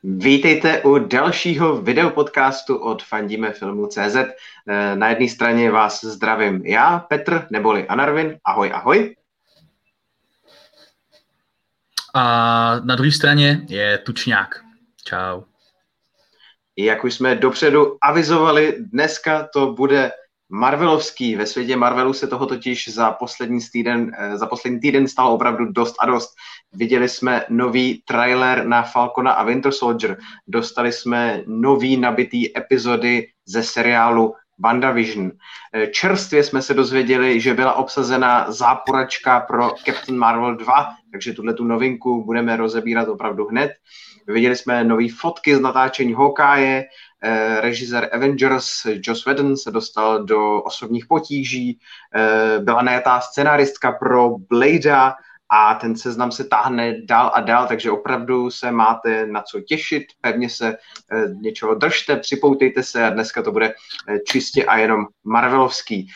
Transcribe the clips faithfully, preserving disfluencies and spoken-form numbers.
Vítejte u dalšího videopodcastu od Fandíme filmu tečka cé zet. Na jedné straně vás zdravím já, Petr, neboli Anarvin. Ahoj, ahoj. A na druhé straně je Tučňák. Čau. Jak už jsme dopředu avizovali, dneska to bude Marvelovský. Ve světě Marvelu se toho totiž za poslední týden, za poslední týden stalo opravdu dost a dost. Viděli jsme nový trailer na Falcona a Winter Soldier. Dostali jsme nový nabitý epizody ze seriálu WandaVision. Čerstvě jsme se dozvěděli, že byla obsazena záporačka pro Captain Marvel dva, takže tuhletu novinku budeme rozebírat opravdu hned. Viděli jsme nové fotky z natáčení Hawkeye, eh, režisér Avengers Joss Whedon se dostal do osobních potíží, eh, byla najatá scenáristka pro Bladea a ten seznam se táhne dál a dál, takže opravdu se máte na co těšit, pevně se eh, něčeho držte, připoutejte se a dneska to bude eh, čistě a jenom Marvelovský.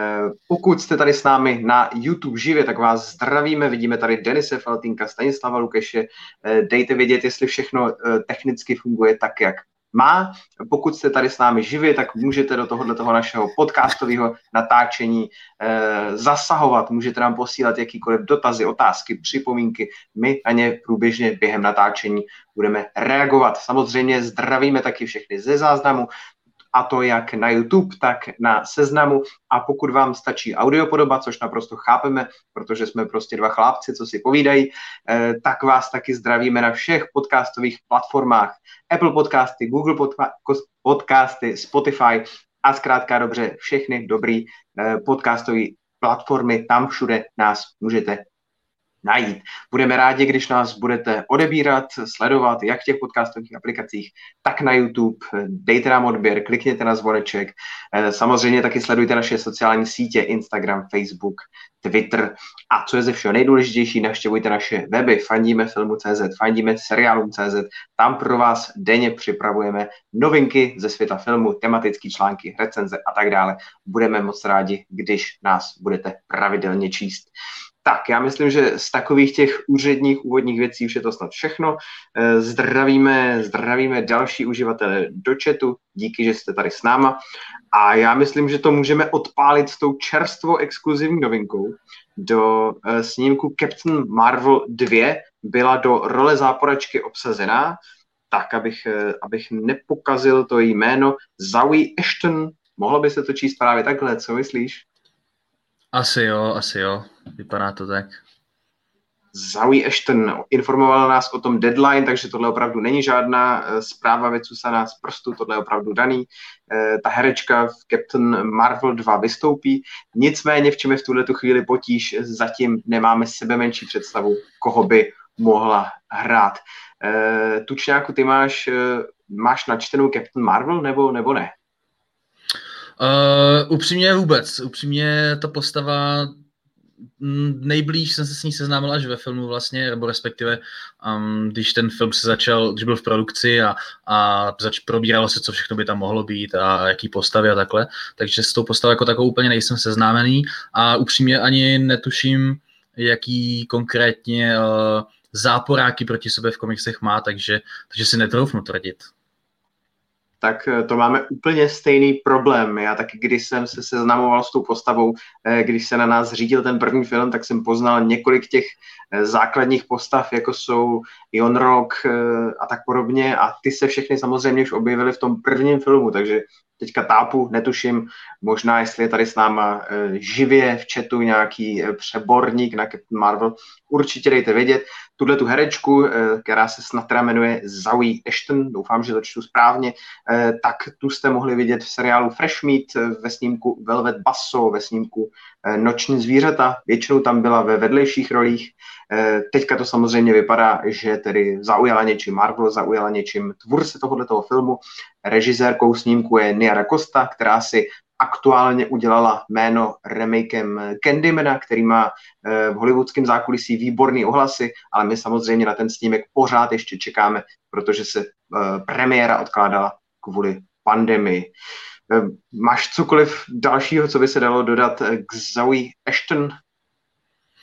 Pokud jste tady s námi na YouTube živě, tak vás zdravíme, vidíme tady Denise Faltínka, Stanislava Lukeše, dejte vědět, jestli všechno technicky funguje tak, jak má. Pokud jste tady s námi živě, tak můžete do tohoto našeho podcastového natáčení eh, zasahovat, můžete nám posílat jakýkoliv dotazy, otázky, připomínky, my na ně průběžně během natáčení budeme reagovat. Samozřejmě zdravíme taky všechny ze záznamu, a to jak na YouTube, tak na Seznamu. A pokud vám stačí audiopodoba, což naprosto chápeme, protože jsme prostě dva chlápci, co si povídají, eh, tak vás taky zdravíme na všech podcastových platformách. Apple podcasty, Google podca- podcasty, Spotify a zkrátka dobře všechny dobrý eh, podcastové platformy. Tam všude nás můžete najít. Budeme rádi, když nás budete odebírat, sledovat jak v těch podcastových aplikacích, tak na YouTube. Dejte nám odběr, klikněte na zvoneček. Samozřejmě taky sledujte naše sociální sítě, Instagram, Facebook, Twitter. A co je ze všeho nejdůležitější, navštěvujte naše weby Fandíme filmu tečka cé zet, Fandíme seriálům tečka cé zet. Tam pro vás denně připravujeme novinky ze světa filmu, tematické články, recenze a tak dále. Budeme moc rádi, když nás budete pravidelně číst. Tak, já myslím, že z takových těch úředních úvodních věcí už je to snad všechno. Zdravíme, zdravíme další uživatele do chatu, díky, že jste tady s náma. A já myslím, že to můžeme odpálit s tou čerstvou exkluzivní novinkou. Do snímku Captain Marvel dva byla do role záporačky obsazená, tak abych, abych nepokazil to jméno, Zoe Ashton. Mohlo by se to číst právě takhle, co myslíš? Asi jo, asi jo. Vypadá to tak. Zoe Ashton informovala nás o tom deadline, takže tohle opravdu není žádná zpráva vycusaná z prstu, tohle je opravdu daný. Ta herečka v Captain Marvel dva vystoupí, nicméně v čem je v tuhletu chvíli potíž, zatím nemáme sebe menší představu, koho by mohla hrát. Tučňáku, ty máš, máš načtenou Captain Marvel nebo, nebo ne? Uh, upřímně vůbec. Upřímně ta postava nejblíž jsem se s ní seznámil až ve filmu vlastně, nebo respektive um, když ten film se začal, když byl v produkci a, a zač, probíralo se, co všechno by tam mohlo být a jaký postavy a takhle, takže s tou postavou jako takovou úplně nejsem seznámený a upřímně ani netuším, jaký konkrétně uh, záporáky proti sobě v komiksech má, takže, takže si netroufnu tvrdit. Tak to máme úplně stejný problém. Já taky, když jsem se seznamoval s tou postavou, když se na nás řídil ten první film, tak jsem poznal několik těch základních postav, jako jsou Jon Rock a tak podobně a ty se všechny samozřejmě už objevily v tom prvním filmu, takže teďka tápu, netuším, možná jestli je tady s náma živě v chatu nějaký přeborník na Captain Marvel, určitě dejte vědět. Tuhle tu herečku, která se snad teda jmenuje Zoe Ashton, doufám, že to čtu správně, tak tu jste mohli vidět v seriálu Fresh Meat, ve snímku Velvet Basso, ve snímku Noční zvířata, většinou tam byla ve vedlejších rolích. Teďka to samozřejmě vypadá, že tedy zaujala něčím Marvel, zaujala něčím tvůrce tohoto filmu. Režisérkou snímku je Nia Da Costa, která si aktuálně udělala jméno remakem Candymana, který má v hollywoodském zákulisí výborný ohlasy, ale my samozřejmě na ten snímek pořád ještě čekáme, protože se premiéra odkládala kvůli pandemii. Máš cokoliv dalšího, co by se dalo dodat k Zoe Ashton?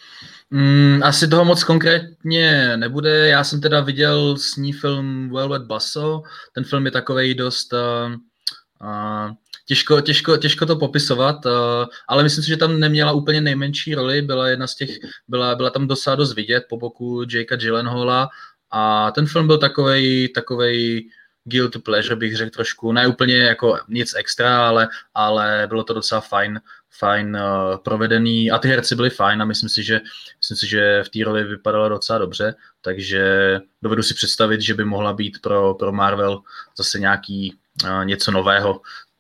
Mm, asi toho moc konkrétně nebude. Já jsem teda viděl s ní film Velvet Buzzsaw. Ten film je takovej dost... Uh, uh, těžko, těžko, těžko to popisovat, uh, ale myslím si, že tam neměla úplně nejmenší roli. Byla jedna z těch... Byla, byla tam docela dost vidět po boku Jakea Gyllenhaala a ten film byl takovej, takovej guilty pleasure, bych řekl trošku. Ne úplně jako nic extra, ale, ale bylo to docela fajn. fajn uh, provedený a ty herci byli fajn a myslím si, že, myslím si, že v té roli vypadala docela dobře, takže dovedu si představit, že by mohla být pro, pro Marvel zase nějaký uh, něco nového.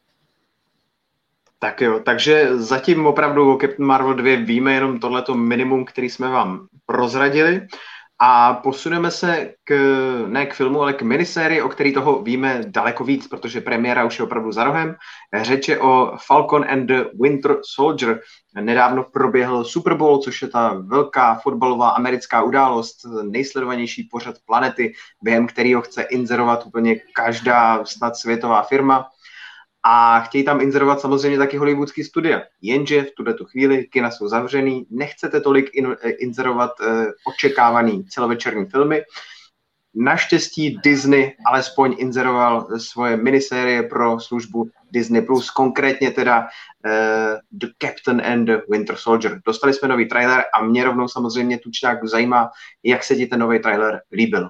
Tak jo, takže zatím opravdu o Captain Marvel dva víme jenom tohleto minimum, který jsme vám prozradili. A posuneme se k, ne k filmu, ale k minisérii, o který toho víme daleko víc, protože premiéra už je opravdu za rohem. Řeč je o Falcon and the Winter Soldier. Nedávno proběhl Super Bowl, což je ta velká fotbalová americká událost, nejsledovanější pořad planety, během kterého chce inzerovat úplně každá snad světová firma. A chtějí tam inzerovat samozřejmě taky hollywoodský studia. Jenže v tuto chvíli kina jsou zavřený, nechcete tolik in, inzerovat eh, očekávaný celovečerní filmy. Naštěstí Disney alespoň inzeroval svoje minisérie pro službu Disney plus, konkrétně teda eh, The Captain and the Winter Soldier. Dostali jsme nový trailer a mě rovnou samozřejmě tučňák zajímá, jak se ti ten nový trailer líbil.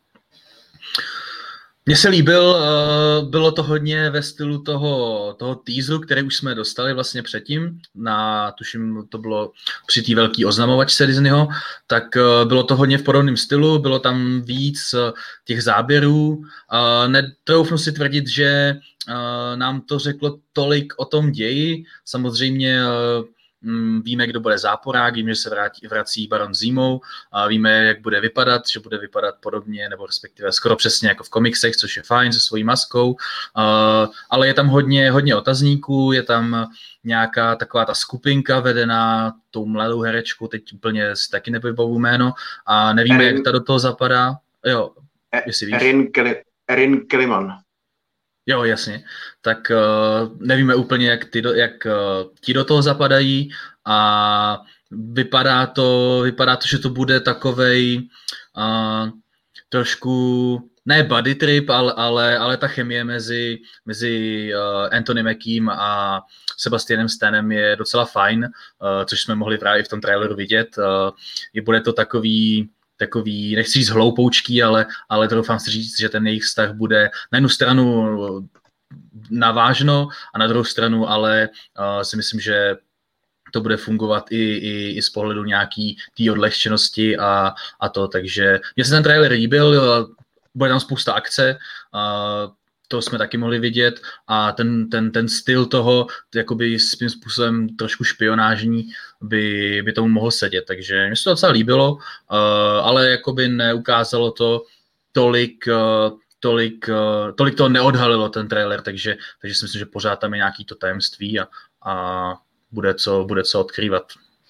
Mně se líbil, bylo to hodně ve stylu toho, toho teaseru, který už jsme dostali vlastně předtím, na, tuším, to bylo při té velké oznamovačce Disneyho, tak bylo to hodně v podobném stylu, bylo tam víc těch záběrů. Netroufnu si tvrdit, že nám to řeklo tolik o tom ději, samozřejmě víme, kdo bude záporák, víme, že se vrátí, vrací Baron Zemo, a víme, jak bude vypadat, že bude vypadat podobně, nebo respektive skoro přesně jako v komiksech, což je fajn, se svojí maskou, ale je tam hodně, hodně otazníků, je tam nějaká taková ta skupinka vedená tou mladou herečkou, teď úplně si taky nevybavu jméno a nevíme, Erin, jak ta do toho zapadá. Jo, jestli víš. Erin, Kelly, Erin Kellyman. Jo, jasně. Tak uh, nevíme úplně, jak, ty do, jak uh, ti do toho zapadají a vypadá to, vypadá to, že to bude takovej uh, trošku, ne buddy trip, ale, ale, ale ta chemie mezi, mezi uh, Anthony Mackieem a Sebastianem Stanem je docela fajn, uh, což jsme mohli právě v tom traileru vidět. Uh, je, bude to takový takový, nechci říct hloupoučký, ale, ale doufám si říct, že ten jejich vztah bude na jednu stranu navážno a na druhou stranu, ale uh, si myslím, že to bude fungovat i, i, i z pohledu nějaký té odlehčenosti a, a to, takže mně se ten trailer líbil, bude tam spousta akce, uh, to jsme taky mohli vidět a ten, ten, ten styl toho, jakoby svým způsobem trošku špionážní by, by tomu mohl sedět, takže mě se to docela líbilo, uh, ale jakoby neukázalo to tolik, uh, tolik, uh, tolik to neodhalilo ten trailer, takže, takže si myslím, že pořád tam je nějaký to tajemství a, a bude, co, bude co odkrývat.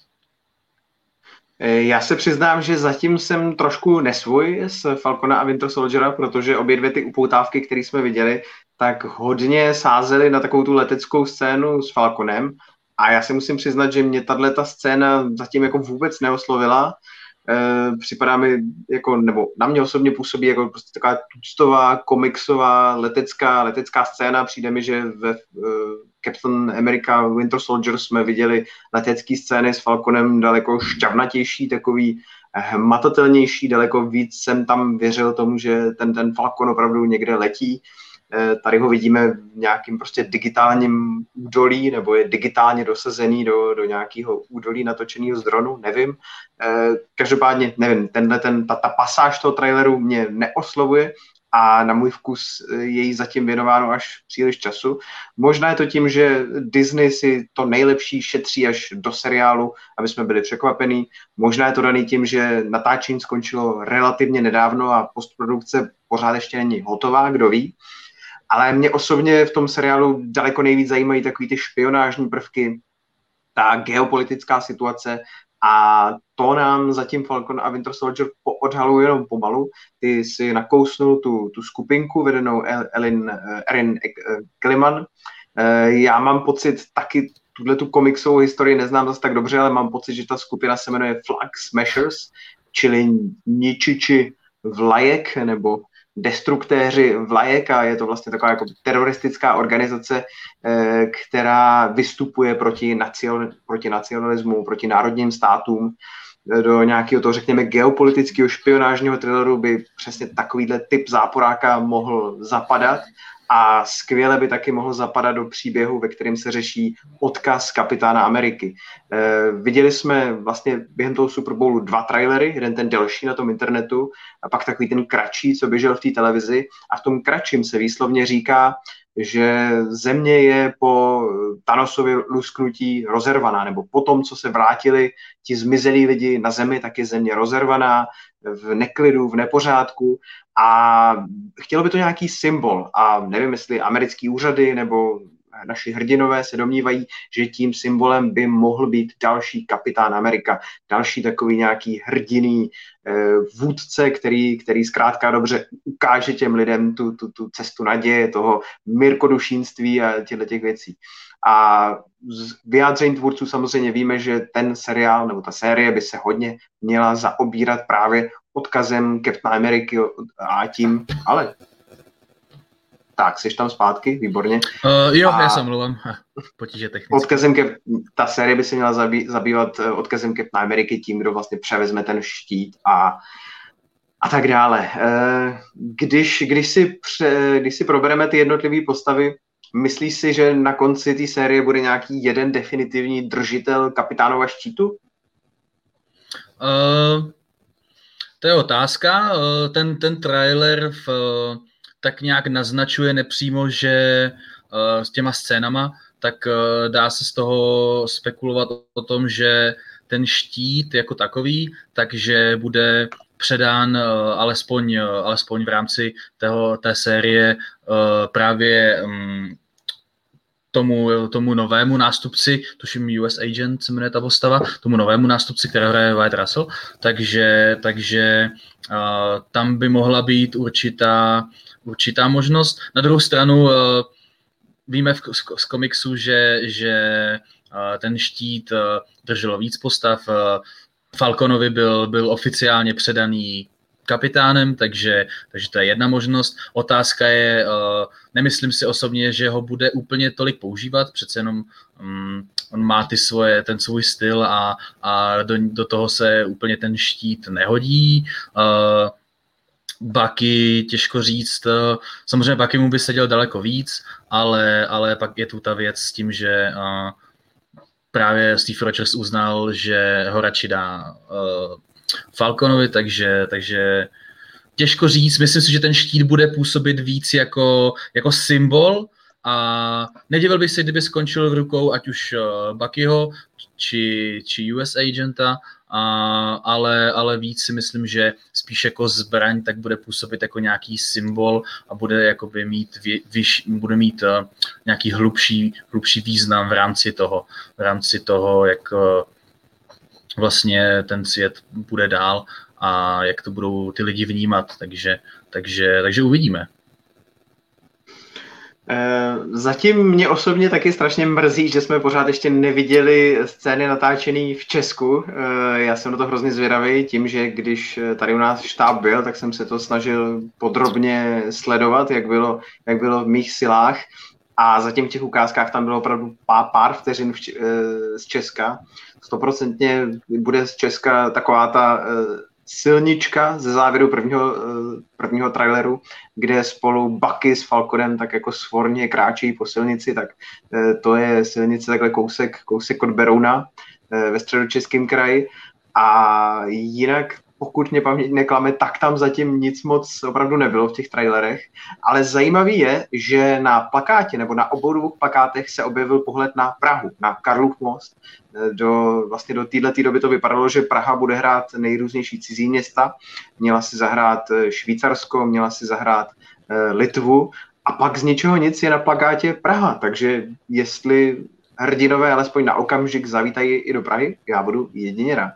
Já se přiznám, že zatím jsem trošku nesvůj z Falcona a Winter Soldiera, protože obě dvě ty upoutávky, které jsme viděli, tak hodně sázely na takovou tu leteckou scénu s Falconem a já se musím přiznat, že mě tato scéna zatím jako vůbec neoslovila. E, připadá mi jako, nebo na mě osobně působí jako prostě taková tuctová, komiksová, letecká, letecká scéna. Přijde mi, že ve Captain America Winter Soldier jsme viděli letecké scény s Falconem daleko šťavnatější, takový hmatatelnější, daleko víc jsem tam věřil tomu, že ten, ten Falcon opravdu někde letí. Tady ho vidíme v nějakým prostě digitálním údolí, nebo je digitálně dosazený do, do nějakého údolí natočeného z dronu, nevím. Každopádně, nevím, tenhle, ten, ta, ta pasáž toho traileru mě neoslovuje a na můj vkus je jí zatím věnováno až příliš času. Možná je to tím, že Disney si to nejlepší šetří až do seriálu, aby jsme byli překvapení. Možná je to daný tím, že natáčení skončilo relativně nedávno a postprodukce pořád ještě není hotová, kdo ví. Ale mě osobně v tom seriálu daleko nejvíc zajímají takový ty špionážní prvky, ta geopolitická situace a to nám zatím Falcon a Winter Soldier odhaluje jenom pomalu. Ty si nakousnul tu, tu skupinku vedenou Erin, Erin Kellyman. Já mám pocit taky tuhle tu komiksovou historii neznám zase tak dobře, ale mám pocit, že ta skupina se jmenuje Flag Smashers, čili ničiči vlajek nebo destruktéři vlajek a je to vlastně taková jako teroristická organizace, která vystupuje proti, nacion, proti nacionalismu, proti národním státům. Do nějakého toho, řekněme, geopolitického špionážního thrilleru by přesně takovýhle typ záporáka mohl zapadat a skvěle by taky mohl zapadat do příběhu, ve kterém se řeší odkaz kapitána Ameriky. E, viděli jsme vlastně během toho Super Bowlu dva trailery, jeden ten delší na tom internetu a pak takový ten kratší, co běžel v té televizi a v tom kratším se výslovně říká, že země je po Thanosově lusknutí rozervaná, nebo po tom, co se vrátili ti zmizelí lidi na zemi, tak je země rozervaná, v neklidu, v nepořádku a chtělo by to nějaký symbol a nevím, jestli americký úřady nebo naši hrdinové se domnívají, že tím symbolem by mohl být další kapitán Amerika, další takový nějaký hrdiný eh, vůdce, který, který zkrátka dobře ukáže těm lidem tu, tu, tu cestu naděje, toho mírkodušínství a těchto těch věcí. A z vyjádření tvůrců samozřejmě víme, že ten seriál nebo ta série by se hodně měla zaobírat právě odkazem Captaina Ameriky a tím, ale tak, jsi tam zpátky, výborně. Uh, jo, a já se mluvám, potíže technické. Odkazem ke, ta série by se měla zabý, zabývat odkazem Captaina Ameriky tím, kdo vlastně převezme ten štít a, a tak dále. Když, když, si pře, když si probereme ty jednotlivé postavy, myslíš si, že na konci té série bude nějaký jeden definitivní držitel kapitánova štítu? Uh, to je otázka. Uh, ten, ten trailer v tak nějak naznačuje nepřímo, že uh, s těma scénama, tak uh, dá se z toho spekulovat o tom, že ten štít jako takový, takže bude předán uh, alespoň, uh, alespoň v rámci tého, té série uh, právě um, tomu, tomu novému nástupci, tuším U S Agent se jmenuje ta postava, tomu novému nástupci, kterého hraje Wyatt Russell, takže, takže uh, tam by mohla být určitá určitá možnost. Na druhou stranu uh, víme v, z, z komiksu, že, že uh, ten štít uh, drželo víc postav. Uh, Falconovi byl, byl oficiálně předaný kapitánem, takže, takže to je jedna možnost. Otázka je, uh, nemyslím si osobně, že ho bude úplně tolik používat, přece jenom um, on má ty svoje, ten svůj styl a, a do, do toho se úplně ten štít nehodí. Uh, Bucky, těžko říct, samozřejmě Bucky mu by seděl daleko víc, ale, ale pak je tu ta věc s tím, že uh, právě Steve Rogers uznal, že ho radši dá uh, Falconovi, takže, takže těžko říct, myslím si, že ten štít bude působit víc jako, jako symbol a nedivil bych se, kdyby skončil v rukou ať už uh, Buckyho či, či U S Agenta, A, ale, ale víc si myslím, že spíš jako zbraň tak bude působit jako nějaký symbol a bude jakoby mít, vyš, bude mít uh, nějaký hlubší, hlubší význam v rámci toho, v rámci toho, jak uh, vlastně ten svět bude dál a jak to budou ty lidi vnímat, takže, takže, takže uvidíme. Zatím mě osobně taky strašně mrzí, že jsme pořád ještě neviděli scény natáčené v Česku. Já jsem do toho hrozně zvědavý tím, že když tady u nás štáb byl, tak jsem se to snažil podrobně sledovat, jak bylo, jak bylo v mých silách. A zatím v těch ukázkách tam bylo opravdu pár, pár vteřin z Česka. Stoprocentně bude z Česka taková ta silnička ze závěru prvního, prvního traileru, kde spolu Bucky s Falconem tak jako svorně kráčejí po silnici, tak to je silnice takhle kousek, kousek od Berouna ve středočeském kraji. A jinak, pokud mě paměť neklame, tak tam zatím nic moc opravdu nebylo v těch trailerech. Ale zajímavý je, že na plakátě nebo na obou dvou plakátech se objevil pohled na Prahu, na Karlův most. Do, vlastně do této doby to vypadalo, že Praha bude hrát nejrůznější cizí města. Měla si zahrát Švýcarsko, měla si zahrát uh, Litvu a pak z ničeho nic je na plakátě Praha. Takže jestli hrdinové alespoň na okamžik zavítají i do Prahy, já budu jedině rád.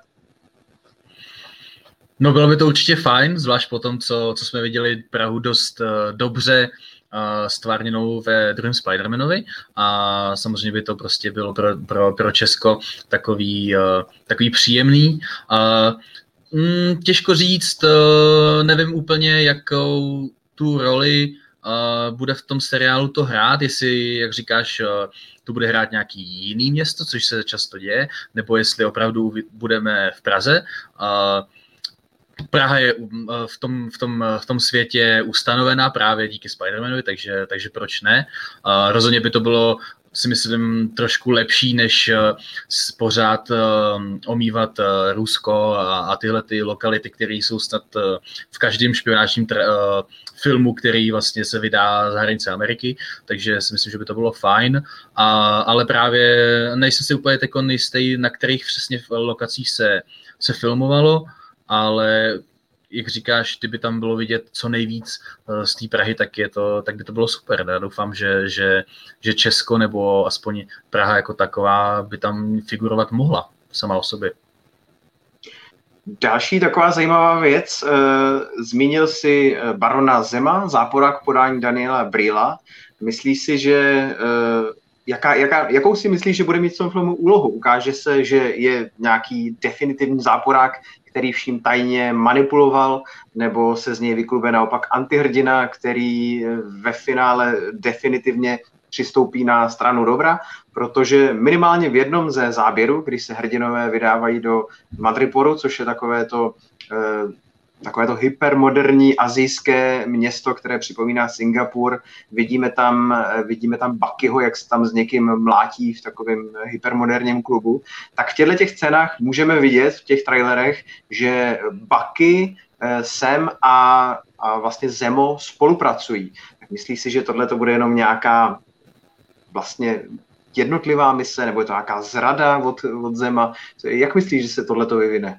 No bylo by to určitě fajn, zvlášť po tom, co, co jsme viděli Prahu dost uh, dobře stvárněnou ve druhém Spider-Manovi a samozřejmě by to prostě bylo pro, pro, pro Česko takový, takový příjemný. Mm, těžko říct, nevím úplně, jakou tu roli uh, bude v tom seriálu to hrát, jestli, jak říkáš, uh, to bude hrát nějaký jiný město, což se často děje, nebo jestli opravdu budeme v Praze. Uh, Praha je v tom, v, tom, v tom světě ustanovená právě díky Spider-Manovi, takže, takže proč ne? Uh, rozhodně by to bylo, si myslím, trošku lepší, než uh, pořád uh, omývat uh, Rusko a, a tyhle ty lokality, které jsou snad uh, v každém špionážním tra- uh, filmu, který vlastně se vydá za hranice Ameriky, takže si myslím, že by to bylo fajn, a, ale právě nejsem si úplně teď jistý, na kterých přesně lokacích se, se filmovalo, ale jak říkáš, kdyby tam bylo vidět co nejvíc z té Prahy, tak, je to, tak by to bylo super. Já doufám, že, že, že Česko nebo aspoň Praha jako taková by tam figurovat mohla sama o sobě. Další taková zajímavá věc, zmínil si barona Zema, záporák podání Daniela Brühla. Myslíš si, že jaká, jaká, jakou si myslíš, že bude mít v tom filmu úlohu? Ukáže se, že je nějaký definitivní záporák, který vším tajně manipuloval, nebo se z něj vyklube naopak antihrdina, který ve finále definitivně přistoupí na stranu dobra, protože minimálně v jednom ze záběrů, když se hrdinové vydávají do Madriporu, což je takové to, eh, takové to hypermoderní asijské město, které připomíná Singapur, vidíme tam, vidíme tam Buckyho, jak se tam s někým mlátí v takovém hypermoderním klubu, tak v těchto těch scénách můžeme vidět v těch trailerech, že Bucky, eh, Sam a, a vlastně Zemo spolupracují. Tak myslíš si, že tohle to bude jenom nějaká vlastně jednotlivá mise, nebo je to nějaká zrada od, od Zema? Jak myslíš, že se tohleto vyvine?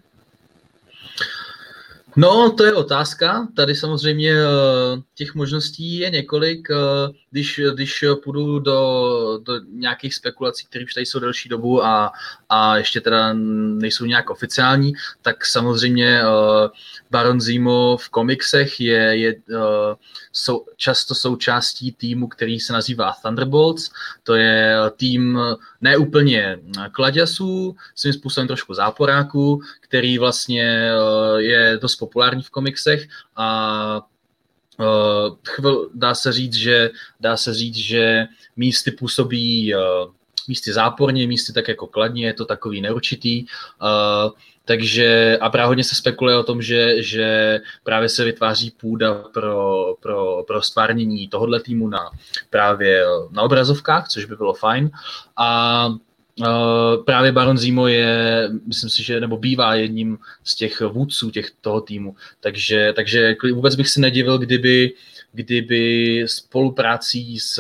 No, to je otázka. Tady samozřejmě těch možností je několik. Když, když půjdu do, do nějakých spekulací, které už tady jsou delší dobu a, a ještě teda nejsou nějak oficiální, tak samozřejmě Baron Zemo v komiksech je, je sou, často součástí týmu, který se nazývá Thunderbolts. To je tým neúplně kladěsů, svým způsobem trošku záporáků, který vlastně je dost populární v komiksech a chvil, dá se říct, že dá se říct, že místy působí místy záporně, místy tak jako kladně, je to takový neurčitý. Takže a právě hodně se spekuluje o tom, že, že právě se vytváří půda pro, pro, pro stvárnění tohohle týmu na, právě na obrazovkách, což by bylo fajn. A uh, právě Baron Zemo je, myslím si, že nebo bývá jedním z těch vůdců těch, toho týmu. Takže, takže vůbec bych si nedivil, kdyby, kdyby spoluprácí s,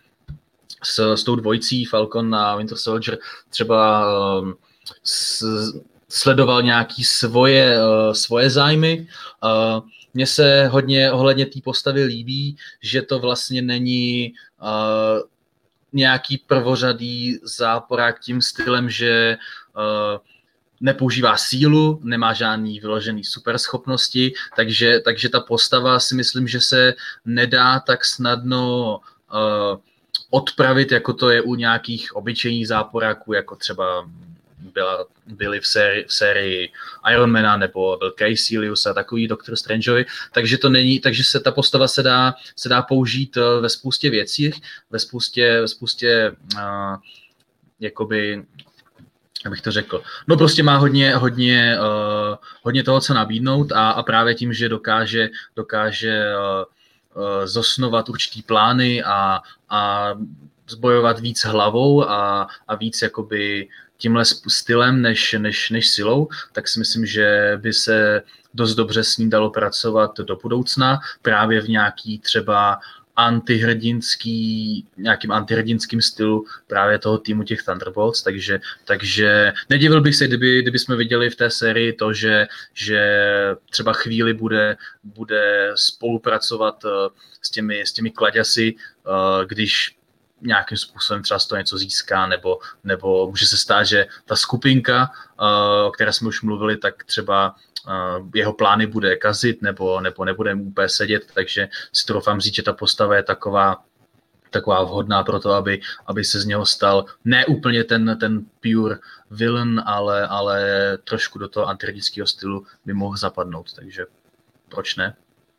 s, s tou dvojicí Falcon a Winter Soldier třeba um, s, sledoval nějaký svoje, uh, svoje zájmy. Uh, mně se hodně ohledně té postavy líbí, že to vlastně není uh, nějaký prvořadý záporák tím stylem, že uh, nepoužívá sílu, nemá žádný vyložený superschopnosti, takže, takže ta postava si myslím, že se nedá tak snadno uh, odpravit, jako to je u nějakých obyčejných záporáků, jako třeba byla, byli v sérii, v sérii Ironmana nebo byl Caecilius a takový Doktor Strangeovi, takže to není, takže se ta postava se dá, se dá použít ve spoustě věcí, ve spoustě, ve spoustě uh, jakoby, abych to řekl, no prostě má hodně, hodně, uh, hodně toho, co nabídnout a, a právě tím, že dokáže, dokáže uh, uh, zosnovat určitý plány a, a zbojovat víc hlavou a, a víc jakoby tímhle stylem než, než, než silou, tak si myslím, že by se dost dobře s ním dalo pracovat do budoucna, právě v nějaký třeba antihrdinský, nějakým antihrdinským stylu právě toho týmu těch Thunderbolts, takže, takže nedivil bych se, kdyby, kdyby jsme viděli v té sérii to, že, že třeba chvíli bude, bude spolupracovat s těmi, s těmi kladěsy, když nějakým způsobem třeba z toho něco získá, nebo, nebo může se stát, že ta skupinka, o které jsme už mluvili, tak třeba jeho plány bude kazit, nebo, nebo nebude úplně sedět, takže si to doufám říct, že ta postava je taková, taková vhodná pro to, aby, aby se z něho stal ne úplně ten, ten pure villain, ale, ale trošku do toho antiridického stylu by mohl zapadnout, takže proč ne?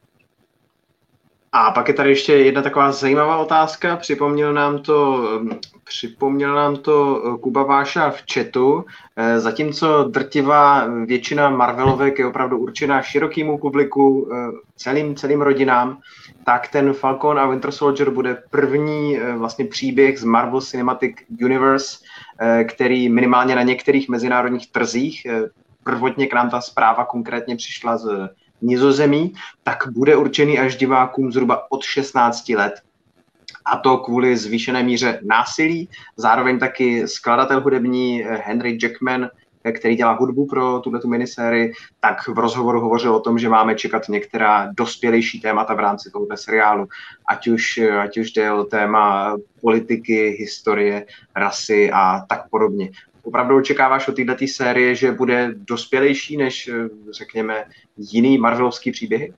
A pak je tady ještě jedna taková zajímavá otázka. Připomněl nám to, připomněl nám to Kuba Váša v chatu. Zatímco drtivá většina Marvelovek je opravdu určená širokému publiku, celým, celým rodinám, tak ten Falcon a Winter Soldier bude první vlastně příběh z Marvel Cinematic Universe, který minimálně na některých mezinárodních trzích, prvotně k nám ta zpráva konkrétně přišla z Nizozemí, tak bude určený až divákům zhruba od šestnácti let. A to kvůli zvýšené míře násilí. Zároveň taky skladatel hudební Henry Jackman, který dělá hudbu pro tuhletu minisérii, tak v rozhovoru hovořil o tom, že máme čekat některá dospělejší témata v rámci tohoto seriálu. Ať už, ať už jde o téma politiky, historie, rasy a tak podobně. Opravdu očekáváš od této série, že bude dospělejší než, řekněme, jiný marvelovský příběhy?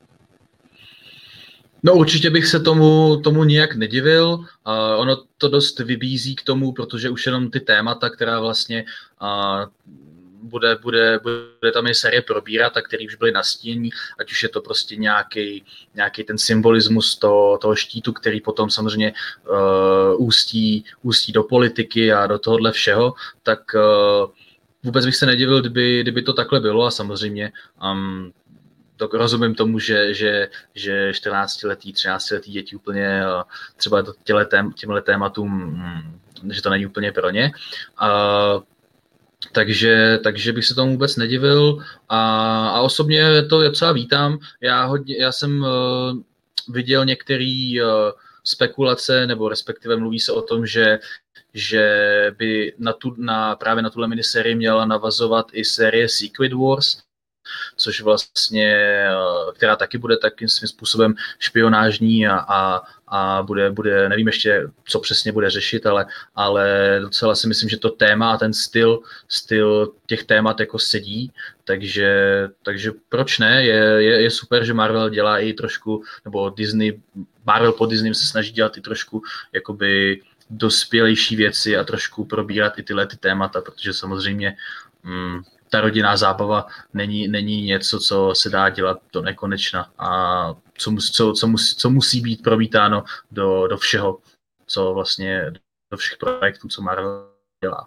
No určitě bych se tomu, tomu nijak nedivil. Uh, ono to dost vybízí k tomu, protože už jenom ty témata, která vlastně uh, bude, bude, bude ta série probírat a který už byly nastínění, ať už je to prostě nějaký, nějaký ten symbolismus toho, toho štítu, který potom samozřejmě uh, ústí, ústí do politiky a do tohohle všeho, tak uh, vůbec bych se nedivil, kdyby, kdyby to takhle bylo a samozřejmě um, tak rozumím tomu, že, že, že čtrnáctiletý, třináctiletý děti úplně třeba těmhle tématům, že to není úplně pro ně. Uh, Takže, takže bych se tomu vůbec nedivil a, a osobně to docela vítám. Já, hodně, já jsem uh, viděl některé uh, spekulace, nebo respektive mluví se o tom, že, že by na tu, na, právě na tuhle minisérii měla navazovat i série Secret Wars, což vlastně, uh, která taky bude takým svým způsobem špionážní a, a, a bude, bude, nevím ještě, co přesně bude řešit, ale, ale docela si myslím, že to téma a ten styl, styl těch témat jako sedí, takže, takže proč ne, je, je, je super, že Marvel dělá i trošku, nebo Disney, Marvel po Disney se snaží dělat i trošku jakoby dospělejší věci a trošku probírat i tyhle ty témata, protože samozřejmě mm, ta rodinná zábava není, není něco, co se dá dělat do nekonečna a co, mus, co, co, musí, co musí být promítáno do, do všeho, co vlastně, do všech projektů, co Marvel dělá.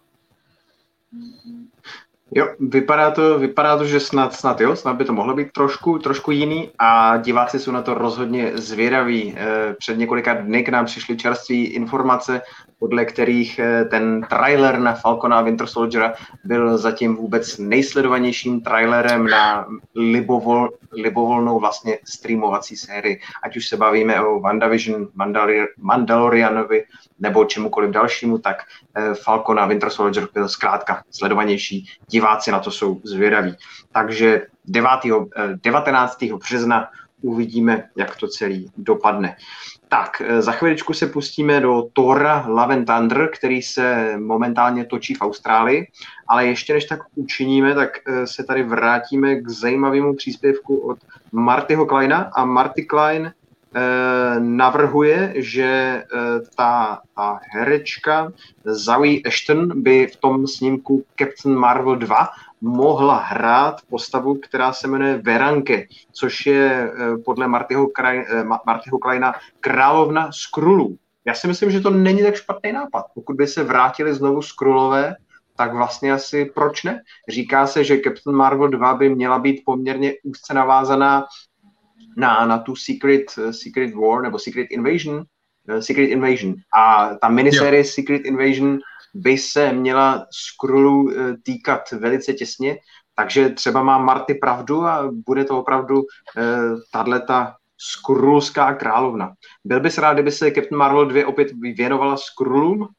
Jo, vypadá to, vypadá to, že snad, snad jo, snad by to mohlo být trošku, trošku jiný a diváci jsou na to rozhodně zvědaví. Před několika dny k nám přišly čerstvé informace, podle kterých ten trailer na Falcona a Winter Soldiera byl zatím vůbec nejsledovanějším trailerem na libovol, libovolnou vlastně streamovací sérii. Ať už se bavíme o WandaVision, Mandalor- Mandalorianovi nebo čemukoliv dalšímu, tak Falcon a Winter Soldier byl zkrátka sledovanější. Diváci na to jsou zvědaví. Takže devátého devatenáctého března uvidíme, jak to celý dopadne. Tak, za chviličku se pustíme do Thora Love and Thunder, který se momentálně točí v Austrálii, ale ještě než tak učiníme, tak se tady vrátíme k zajímavému příspěvku od Martyho Kleina a Marty Klein eh, navrhuje, že eh, ta, ta herečka Zoe Ashton by v tom snímku Captain Marvel dva mohla hrát postavu, která se jmenuje Veranke, což je podle Martyho, Kraj, Martyho Kleina královna Skrulů. Já si myslím, že to není tak špatný nápad. Pokud by se vrátili znovu Skrulové, tak vlastně asi proč ne? Říká se, že Captain Marvel dva by měla být poměrně úzce navázaná na, na tu Secret, Secret War nebo Secret Invasion. Secret Invasion. A ta minisérie jo. Secret Invasion by se měla Skrullů týkat velice těsně, takže třeba má Marty pravdu a bude to opravdu eh, tato Skrullská královna. Byl bys rád, kdyby se Captain Marvel dva opět věnovala Skrullům? Uh,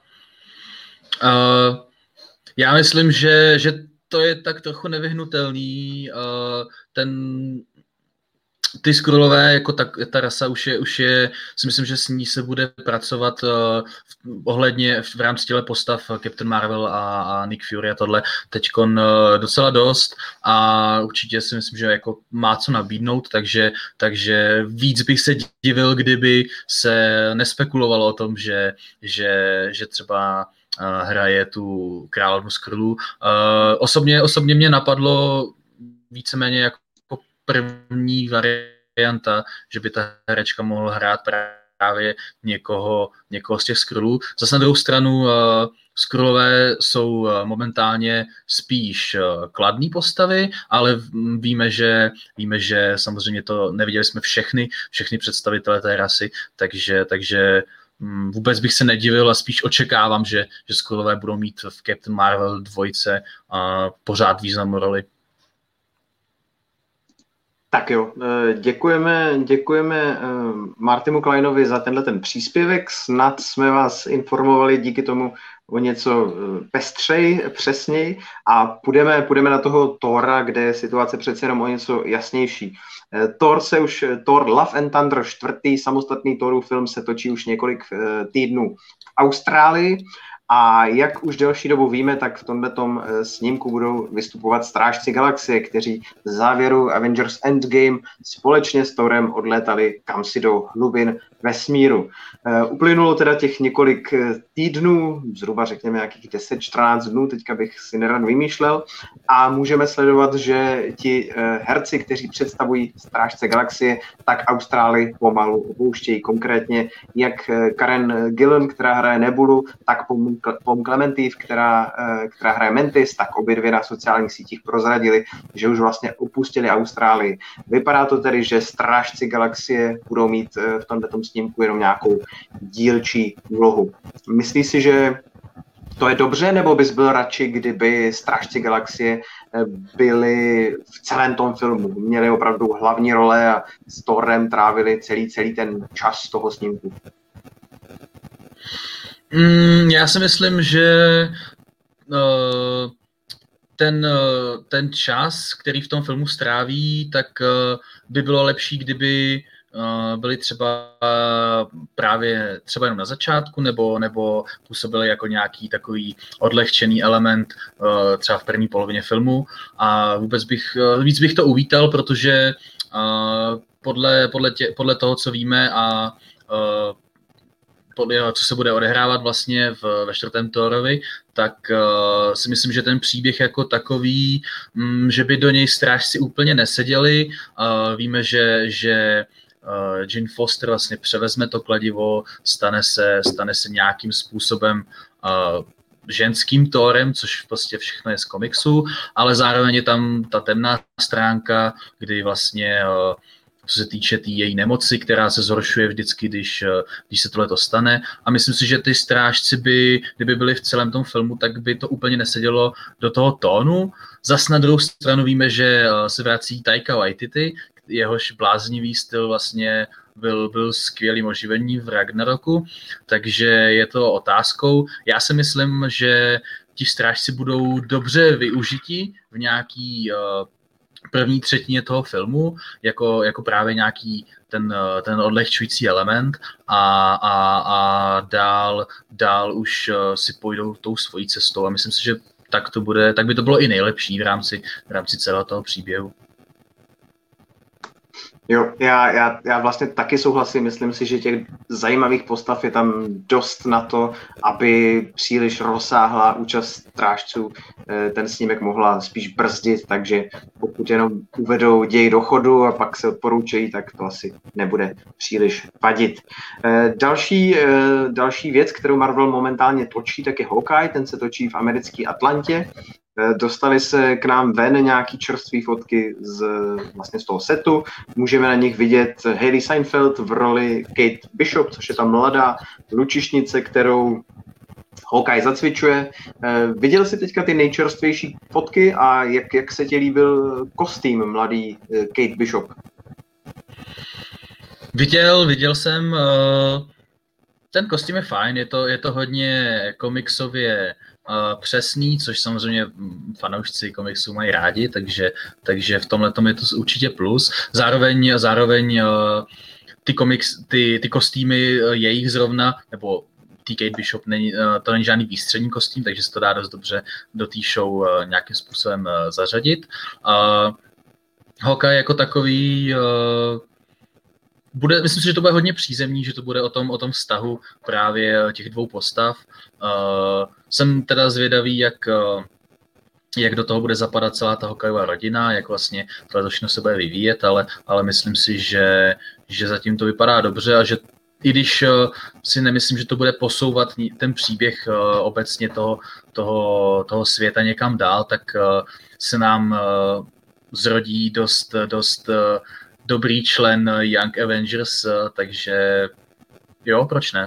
já myslím, že, že to je tak trochu nevyhnutelný. Uh, ten ty Skrullové, jako ta, ta rasa už je, už je, si myslím, že s ní se bude pracovat uh, v, ohledně v, v rámci těle postav Captain Marvel a, a Nick Fury a tohle teďkon uh, docela dost a určitě si myslím, že jako má co nabídnout, takže, takže víc bych se divil, kdyby se nespekulovalo o tom, že, že, že třeba uh, hraje tu královnu Skrullů. Uh, osobně, osobně mě napadlo víceméně jako první varianta, že by ta herečka mohla hrát právě někoho, někoho z těch Skrullů. Zase na druhou stranu uh, Skrullové jsou uh, momentálně spíš uh, kladné postavy, ale víme, že víme, že samozřejmě to neviděli jsme všechny, všechny představitele té rasy, takže, takže um, vůbec bych se nedivil a spíš očekávám, že, že Skrullové budou mít v Captain Marvel dvojce uh, pořád významnou roli. Tak jo, děkujeme, děkujeme Martinu Kleinovi za tenhle ten příspěvek. Snad jsme vás informovali díky tomu o něco pestřej, přesněji a půjdeme, půjdeme na toho Thora, kde je situace přece jenom o něco jasnější. Thor se už, Thor Love and Thunder, čtvrtý samostatný Thorův film se točí už několik týdnů v Austrálii. A jak už delší dobu víme, tak v tomhletom snímku budou vystupovat Strážci galaxie, kteří v závěru Avengers Endgame společně s Thorem odlétali kamsi do hlubin vesmíru. Uplynulo teda těch několik týdnů, zhruba řekněme nějakých deset čtrnáct dnů, teďka bych si nerad vymýšlel, a můžeme sledovat, že ti herci, kteří představují Strážce galaxie, tak Austrálii pomalu opouštějí. Konkrétně jak Karen Gillan, která hraje Nebulu, tak Pom Klementif, která, která hraje Mantis, tak obě dvě na sociálních sítích prozradili, že už vlastně opustili Austrálii. Vypadá to tedy, že Strážci galaxie budou mít v tomto snímku jenom nějakou dílčí úlohu. Myslíš si, že to je dobře, nebo bys byl radši, kdyby Strážci galaxie byli v celém tom filmu, měli opravdu hlavní role a s Thorem trávili celý, celý ten čas toho snímku? Mm, já si myslím, že uh, ten, uh, ten čas, který v tom filmu stráví, tak uh, by bylo lepší, kdyby uh, byli třeba právě třeba jenom na začátku, nebo, nebo působili jako nějaký takový odlehčený element uh, třeba v první polovině filmu. A vůbec bych, uh, víc bych to uvítal, protože uh, podle, podle, tě, podle toho, co víme a uh, podle, co se bude odehrávat vlastně v, ve čtvrtém Thorovi, tak uh, si myslím, že ten příběh jako takový, um, že by do něj strážci úplně neseděli. Uh, víme, že, že uh, Jane Foster vlastně převezme to kladivo, stane se, stane se nějakým způsobem uh, ženským Thorem, což prostě všechno je z komiksu, ale zároveň je tam ta temná stránka, kdy vlastně uh, co se týče té tý její nemoci, která se zhoršuje vždycky, když, když se tohleto stane. A myslím si, že ty strážci by, kdyby byli v celém tom filmu, tak by to úplně nesedělo do toho tónu. Zas na druhou stranu víme, že se vrací Taika Waititi, jehož bláznivý styl vlastně byl, byl skvělým oživení v Ragnaroku, takže je to otázkou. Já si myslím, že ti strážci budou dobře využiti v nějaký uh, první třetině toho filmu, jako, jako právě nějaký ten, ten odlehčující element a, a, a dál, dál už si pojdou tou svojí cestou a myslím si, že tak to bude, tak by to bylo i nejlepší v rámci, v rámci celého toho příběhu. Jo, já, já, já vlastně taky souhlasím, myslím si, že těch zajímavých postav je tam dost na to, aby příliš rozsáhlá účast strážců ten snímek mohla spíš brzdit, takže pokud jenom uvedou děj do chodu a pak se odporučejí, tak to asi nebude příliš vadit. Další, další věc, kterou Marvel momentálně točí, tak je Hawkeye, ten se točí v americké Atlantě. Dostali se k nám ven nějaký čerstvé fotky z, vlastně z toho setu. Můžeme na nich vidět Hailey Steinfeld v roli Kate Bishop, což je ta mladá lučišnice, kterou Hawkeye zacvičuje. Viděl jsi teďka ty nejčerstvější fotky a jak, jak se ti líbil kostým mladý Kate Bishop? Viděl, viděl jsem. Ten kostým je fajn, je to, je to hodně komiksově přesný, což samozřejmě fanoušci komiksů mají rádi, takže, takže v tomhle tom je to určitě plus. Zároveň, zároveň ty komiks, ty, ty kostýmy jejich zrovna, nebo T. Kate Bishop, není, to není žádný výstřední kostým, takže se to dá dost dobře do té show nějakým způsobem zařadit. Hawkeye jako takový bude, myslím si, že to bude hodně přízemní, že to bude o tom, o tom vztahu právě těch dvou postav. Uh, jsem teda zvědavý, jak, uh, jak do toho bude zapadat celá ta hokejová rodina, jak vlastně to všechno se bude vyvíjet, ale, ale myslím si, že, že zatím to vypadá dobře a že i když uh, si nemyslím, že to bude posouvat ten příběh uh, obecně toho, toho, toho světa někam dál, tak uh, se nám uh, zrodí dost, dost uh, dobrý člen Young Avengers, takže jo, proč ne?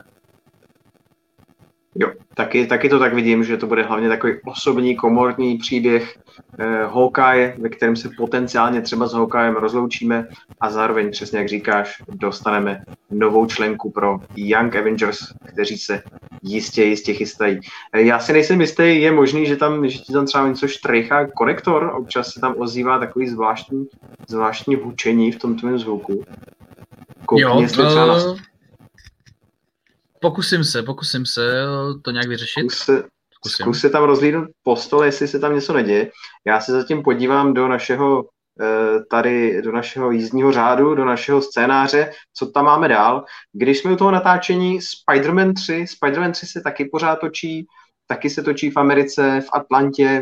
Jo, taky, taky to tak vidím, že to bude hlavně takový osobní, komorní příběh eh, Hawkeye, ve kterém se potenciálně třeba s Hawkeyem rozloučíme a zároveň, přesně jak říkáš, dostaneme novou členku pro Young Avengers, kteří se jistě, jistě chystají. Eh, já si nejsem jistý, je možný, že tam, že ti tam třeba něco štrejchá konektor, občas se tam ozývá takový zvláštní, zvláštní hučení v tom tvém zvuku. Koukni, jo, jestli třeba uh... na... Pokusím se, pokusím se to nějak vyřešit. Zkus se, zkus se tam rozlídnout po stole, jestli se tam něco neděje. Já se zatím podívám do našeho tady, do našeho jízdního řádu, do našeho scénáře, co tam máme dál. Když jsme u toho natáčení Spider-Man tři, Spider-Man tři se taky pořád točí, taky se točí v Americe, v Atlantě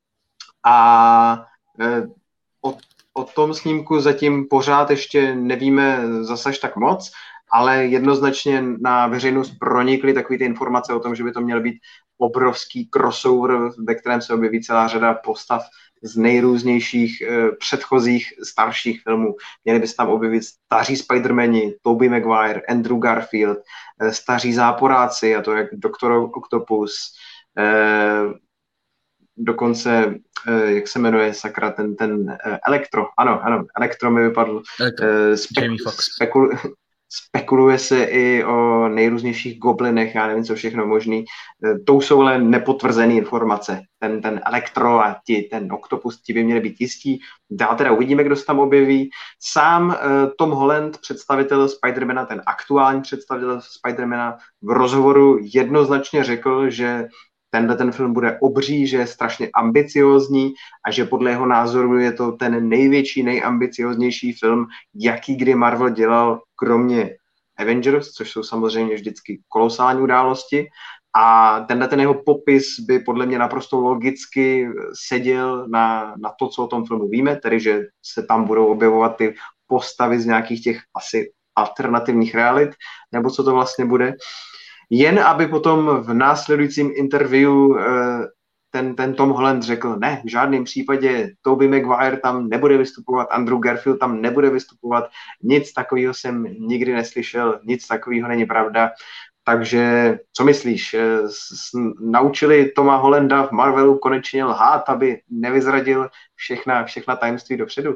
a o, o tom snímku zatím pořád ještě nevíme zase tak moc, ale jednoznačně na veřejnost pronikly takové ty informace o tom, že by to měl být obrovský crossover, ve kterém se objeví celá řada postav z nejrůznějších eh, předchozích starších filmů. Měli by se tam objevit staří Spider-mani, Tobey Maguire, Andrew Garfield, eh, staří záporáci, a to jak doktor Octopus, eh, dokonce, eh, jak se jmenuje sakra, ten, ten eh, Elektro, ano, ano, Elektro mi vypadl. Eh, spek- spekul- Spekuluje se i o nejrůznějších goblinech, já nevím, co všechno možný. To jsou ale nepotvrzené informace. Ten, ten Elektro a ti, ten Octopus, ti by měli být jistí. Dál teda uvidíme, kdo se tam objeví. Sám uh, Tom Holland, představitel Spidermana, ten aktuální představitel Spidermana, v rozhovoru jednoznačně řekl, že tenhle ten film bude obří, že je strašně ambiciózní a že podle jeho názoru je to ten největší, nejambicióznější film, jaký kdy Marvel dělal, kromě Avengers, což jsou samozřejmě vždycky kolosální události. A tenhle ten jeho popis by podle mě naprosto logicky seděl na, na to, co o tom filmu víme, tedy že se tam budou objevovat ty postavy z nějakých těch asi alternativních realit, nebo co to vlastně bude. Jen aby potom v následujícím interview ten, ten Tom Holland řekl, ne, v žádném případě Tobey Maguire tam nebude vystupovat, Andrew Garfield tam nebude vystupovat, nic takového jsem nikdy neslyšel, nic takového není pravda. Takže co myslíš, naučili Toma Hollanda v Marvelu konečně lhát, aby nevyzradil všechna, všechna tajemství dopředu?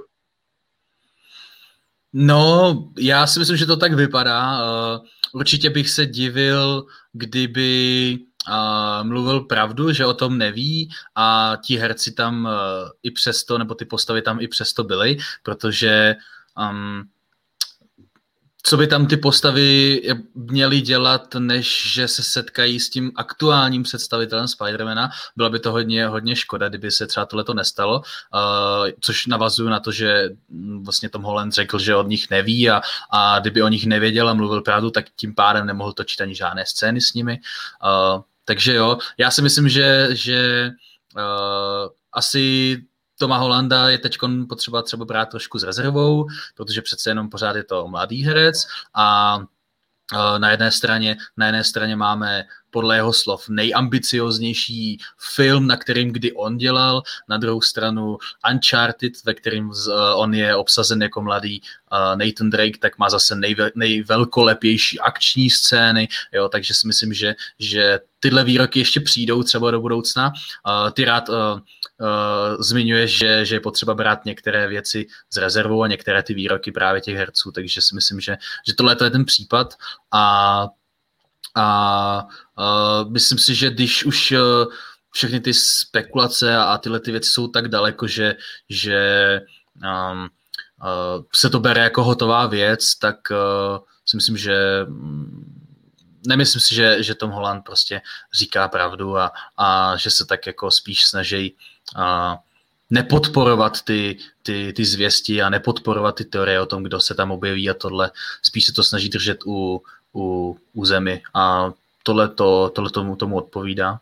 No, já si myslím, že to tak vypadá. Určitě bych se divil, kdyby mluvil pravdu, že o tom neví a ti herci tam i přesto, nebo ty postavy tam i přesto byly, protože um, co by tam ty postavy měly dělat, než že se setkají s tím aktuálním představitelem Spidermana. Byla by to hodně, hodně škoda, kdyby se třeba tohleto nestalo, uh, což navazuju na to, že vlastně Tom Holland řekl, že od nich neví a, a kdyby o nich nevěděl a mluvil pravdu, tak tím pádem nemohl točit ani žádné scény s nimi. Uh, takže jo, já si myslím, že, že uh, asi Toma Hollanda je teď potřeba třeba brát trošku s rezervou, protože přece jenom pořád je to mladý herec a na jedné straně, na jedné straně máme podle jeho slov nejambicioznější film, na kterým kdy on dělal, na druhou stranu Uncharted, ve kterým on je obsazen jako mladý Nathan Drake, tak má zase nejvel, nejvelkolepější akční scény, jo, takže si myslím, že, že tyhle výroky ještě přijdou třeba do budoucna. Ty rád uh, uh, zmiňuješ, že, že je potřeba brát některé věci s rezervou a některé ty výroky právě těch herců, takže si myslím, že, že tohle je ten případ a A uh, myslím si, že když už uh, všechny ty spekulace a tyhle ty věci jsou tak daleko, že, že um, uh, se to bere jako hotová věc, tak uh, si myslím, že nemyslím si, že, že Tom Holland prostě říká pravdu a, a že se tak jako spíš snaží uh, nepodporovat ty, ty, ty zvěsti a nepodporovat ty teorie o tom, kdo se tam objeví a tohle. Spíš se to snaží držet u, u, u zemi a tohle, to, tohle tomu, tomu odpovídá.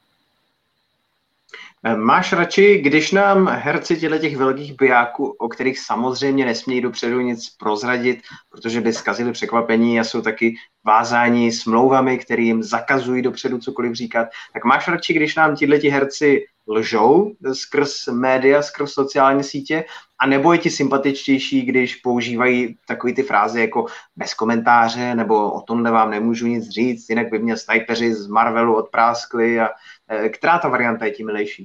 Máš radši, když nám herci těch velkých bijáků, o kterých samozřejmě nesmějí dopředu nic prozradit, protože by zkazili překvapení a jsou taky vázáni smlouvami, které jim zakazují dopředu cokoliv říkat, tak máš radši, když nám tihleti herci lžou skrz média, skrz sociální sítě, a nebo je ti sympatičtější, když používají takové ty fráze jako bez komentáře, nebo o tomhle vám nemůžu nic říct, jinak by mě snajpeři z Marvelu odpráskli. A která ta varianta je ti milejší?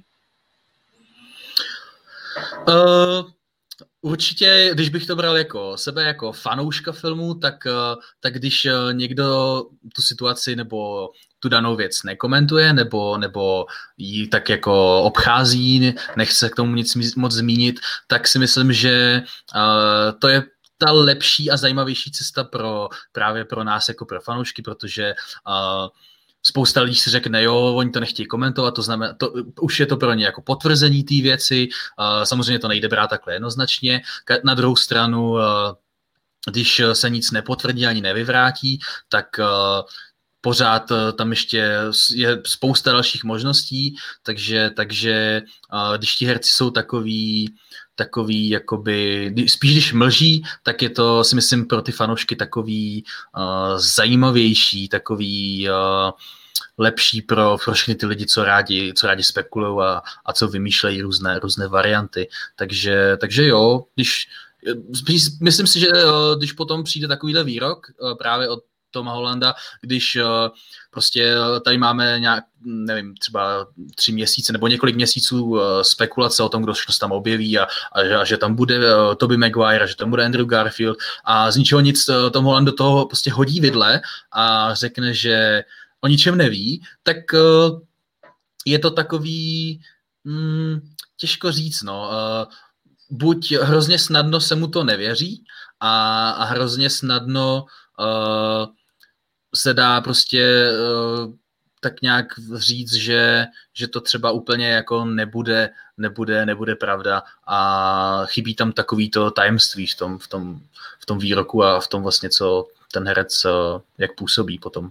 Uh, určitě, když bych to bral jako sebe, jako fanouška filmu, tak, uh, tak když uh, někdo tu situaci nebo tu danou věc nekomentuje, nebo, nebo ji tak jako obchází, nechce k tomu nic moc zmínit, tak si myslím, že uh, to je ta lepší a zajímavější cesta pro, právě pro nás jako pro fanoušky, protože uh, spousta lidí si řekne, jo, oni to nechtějí komentovat, to znamená, to, už je to pro ně jako potvrzení té věci, uh, samozřejmě to nejde brát takhle jednoznačně. Na druhou stranu, uh, když se nic nepotvrdí ani nevyvrátí, tak uh, pořád uh, tam ještě je spousta dalších možností, takže, takže uh, když ti herci jsou takový, takový jakoby, spíš když mlží, tak je to, si myslím, pro ty fanoušky takový uh, zajímavější, takový uh, lepší pro, pro všechny ty lidi, co rádi, co rádi spekulují a, a co vymýšlejí různé, různé varianty. Takže, takže jo, když, myslím si, že uh, když potom přijde takovýhle výrok uh, právě od Toma Hollanda, když uh, prostě tady máme nějak, nevím, třeba tři měsíce nebo několik měsíců uh, spekulace o tom, kdo všechno se tam objeví a, a, že, a že tam bude uh, Tobey Maguire a že tam bude Andrew Garfield a z ničeho nic uh, Tom Holland do toho prostě hodí vidle a řekne, že o ničem neví, tak uh, je to takový mm, těžko říct, no. Uh, buď hrozně snadno se mu to nevěří a, a hrozně snadno uh, se dá prostě uh, tak nějak říct, že, že to třeba úplně jako nebude, nebude, nebude pravda a chybí tam takovýto tajemství v tom, v tom, v tom výroku a v tom vlastně, co ten herec uh, jak působí potom.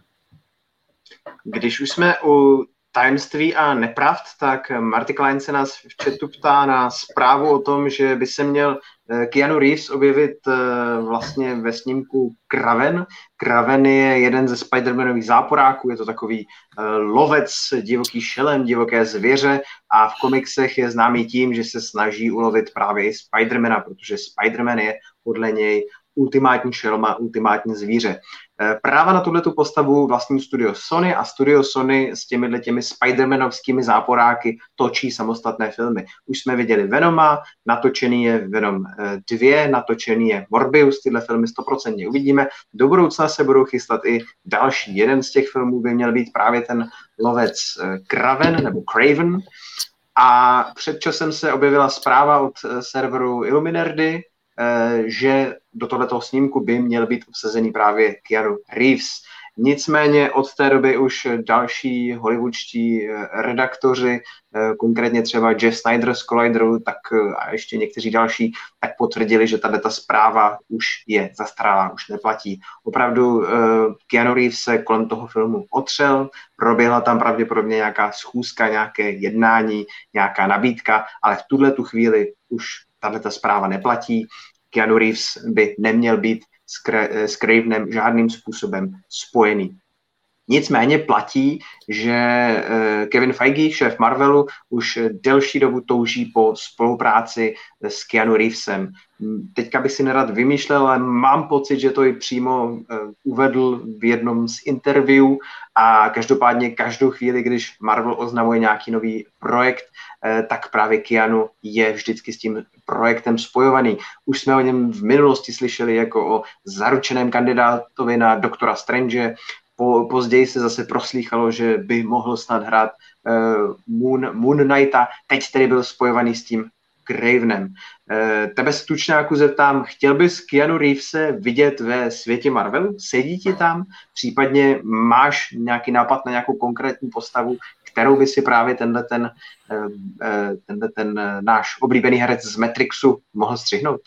Když už jsme u tajemství a nepravd, tak Marty Klein se nás v chatu ptá na zprávu o tom, že by se měl Keanu Reeves objevit vlastně ve snímku Kraven. Kraven je jeden ze Spider-Manových záporáků, je to takový lovec, divoký šelem, divoké zvěře a v komiksech je známý tím, že se snaží ulovit právě i Spider-Mana, protože Spider-Man je podle něj ultimátní šelma, ultimátní zvíře. Práva na tuhletu postavu vlastní studio Sony a studio Sony s těmi těmi Spider-Manovskými záporáky točí samostatné filmy. Už jsme viděli Venoma, natočený je Venom dva, natočený je Morbius, tyhle filmy stoprocentně uvidíme. Do budoucna se budou chystat i další. Jeden z těch filmů by měl být právě ten lovec Kraven nebo Craven. A před časem se objevila zpráva od serveru Illuminardi, že do tohletoho snímku by měl být obsazený právě Keanu Reeves. Nicméně od té doby už další hollywoodští redaktoři, konkrétně třeba Jeff Snyder z Collideru, tak a ještě někteří další, tak potvrdili, že tato zpráva už je zastaralá, už neplatí. Opravdu Keanu Reeves se kolem toho filmu otřel, proběhla tam pravděpodobně nějaká schůzka, nějaké jednání, nějaká nabídka, ale v tuhle tu chvíli už tato zpráva neplatí. Keanu Reeves by neměl být s Cravenem žádným způsobem spojený. Nicméně platí, že Kevin Feige, šéf Marvelu, už delší dobu touží po spolupráci s Keanu Reevesem. Teďka bych si nerad vymýšlel, ale mám pocit, že to i přímo uvedl v jednom z interview a každopádně každou chvíli, když Marvel oznamuje nějaký nový projekt, tak právě Keanu je vždycky s tím projektem spojovaný. Už jsme o něm v minulosti slyšeli jako o zaručeném kandidátovi na Doktora Strange. Po, později se zase proslýchalo, že by mohl snad hrát uh, Moon, Moon Knighta, teď tedy byl spojovaný s tím Cravenem. Uh, tebe se tučňáku zeptám, chtěl bys Keanu Reevese vidět ve světě Marvelu? Sedí ti tam? Případně máš nějaký nápad na nějakou konkrétní postavu, kterou by si právě tenhle ten, uh, tenhle ten uh, náš oblíbený herec z Matrixu mohl střihnout?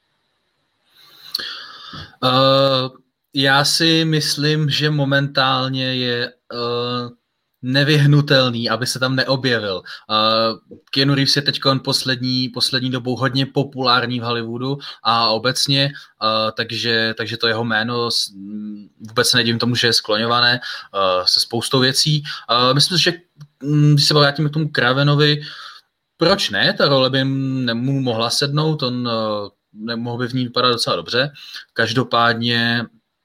Uh... Já si myslím, že momentálně je uh, nevyhnutelný, aby se tam neobjevil. Uh, Keanu Reeves je teď poslední, poslední dobou hodně populární v Hollywoodu a obecně, uh, takže, takže to jeho jméno vůbec se nedivím tomu, že je skloňované uh, se spoustou věcí. Uh, myslím si, že když se vrátíme k tomu Cravenovi, proč ne? Ta role by mu mohla sednout, on uh, nemohl by v ní vypadat docela dobře. Každopádně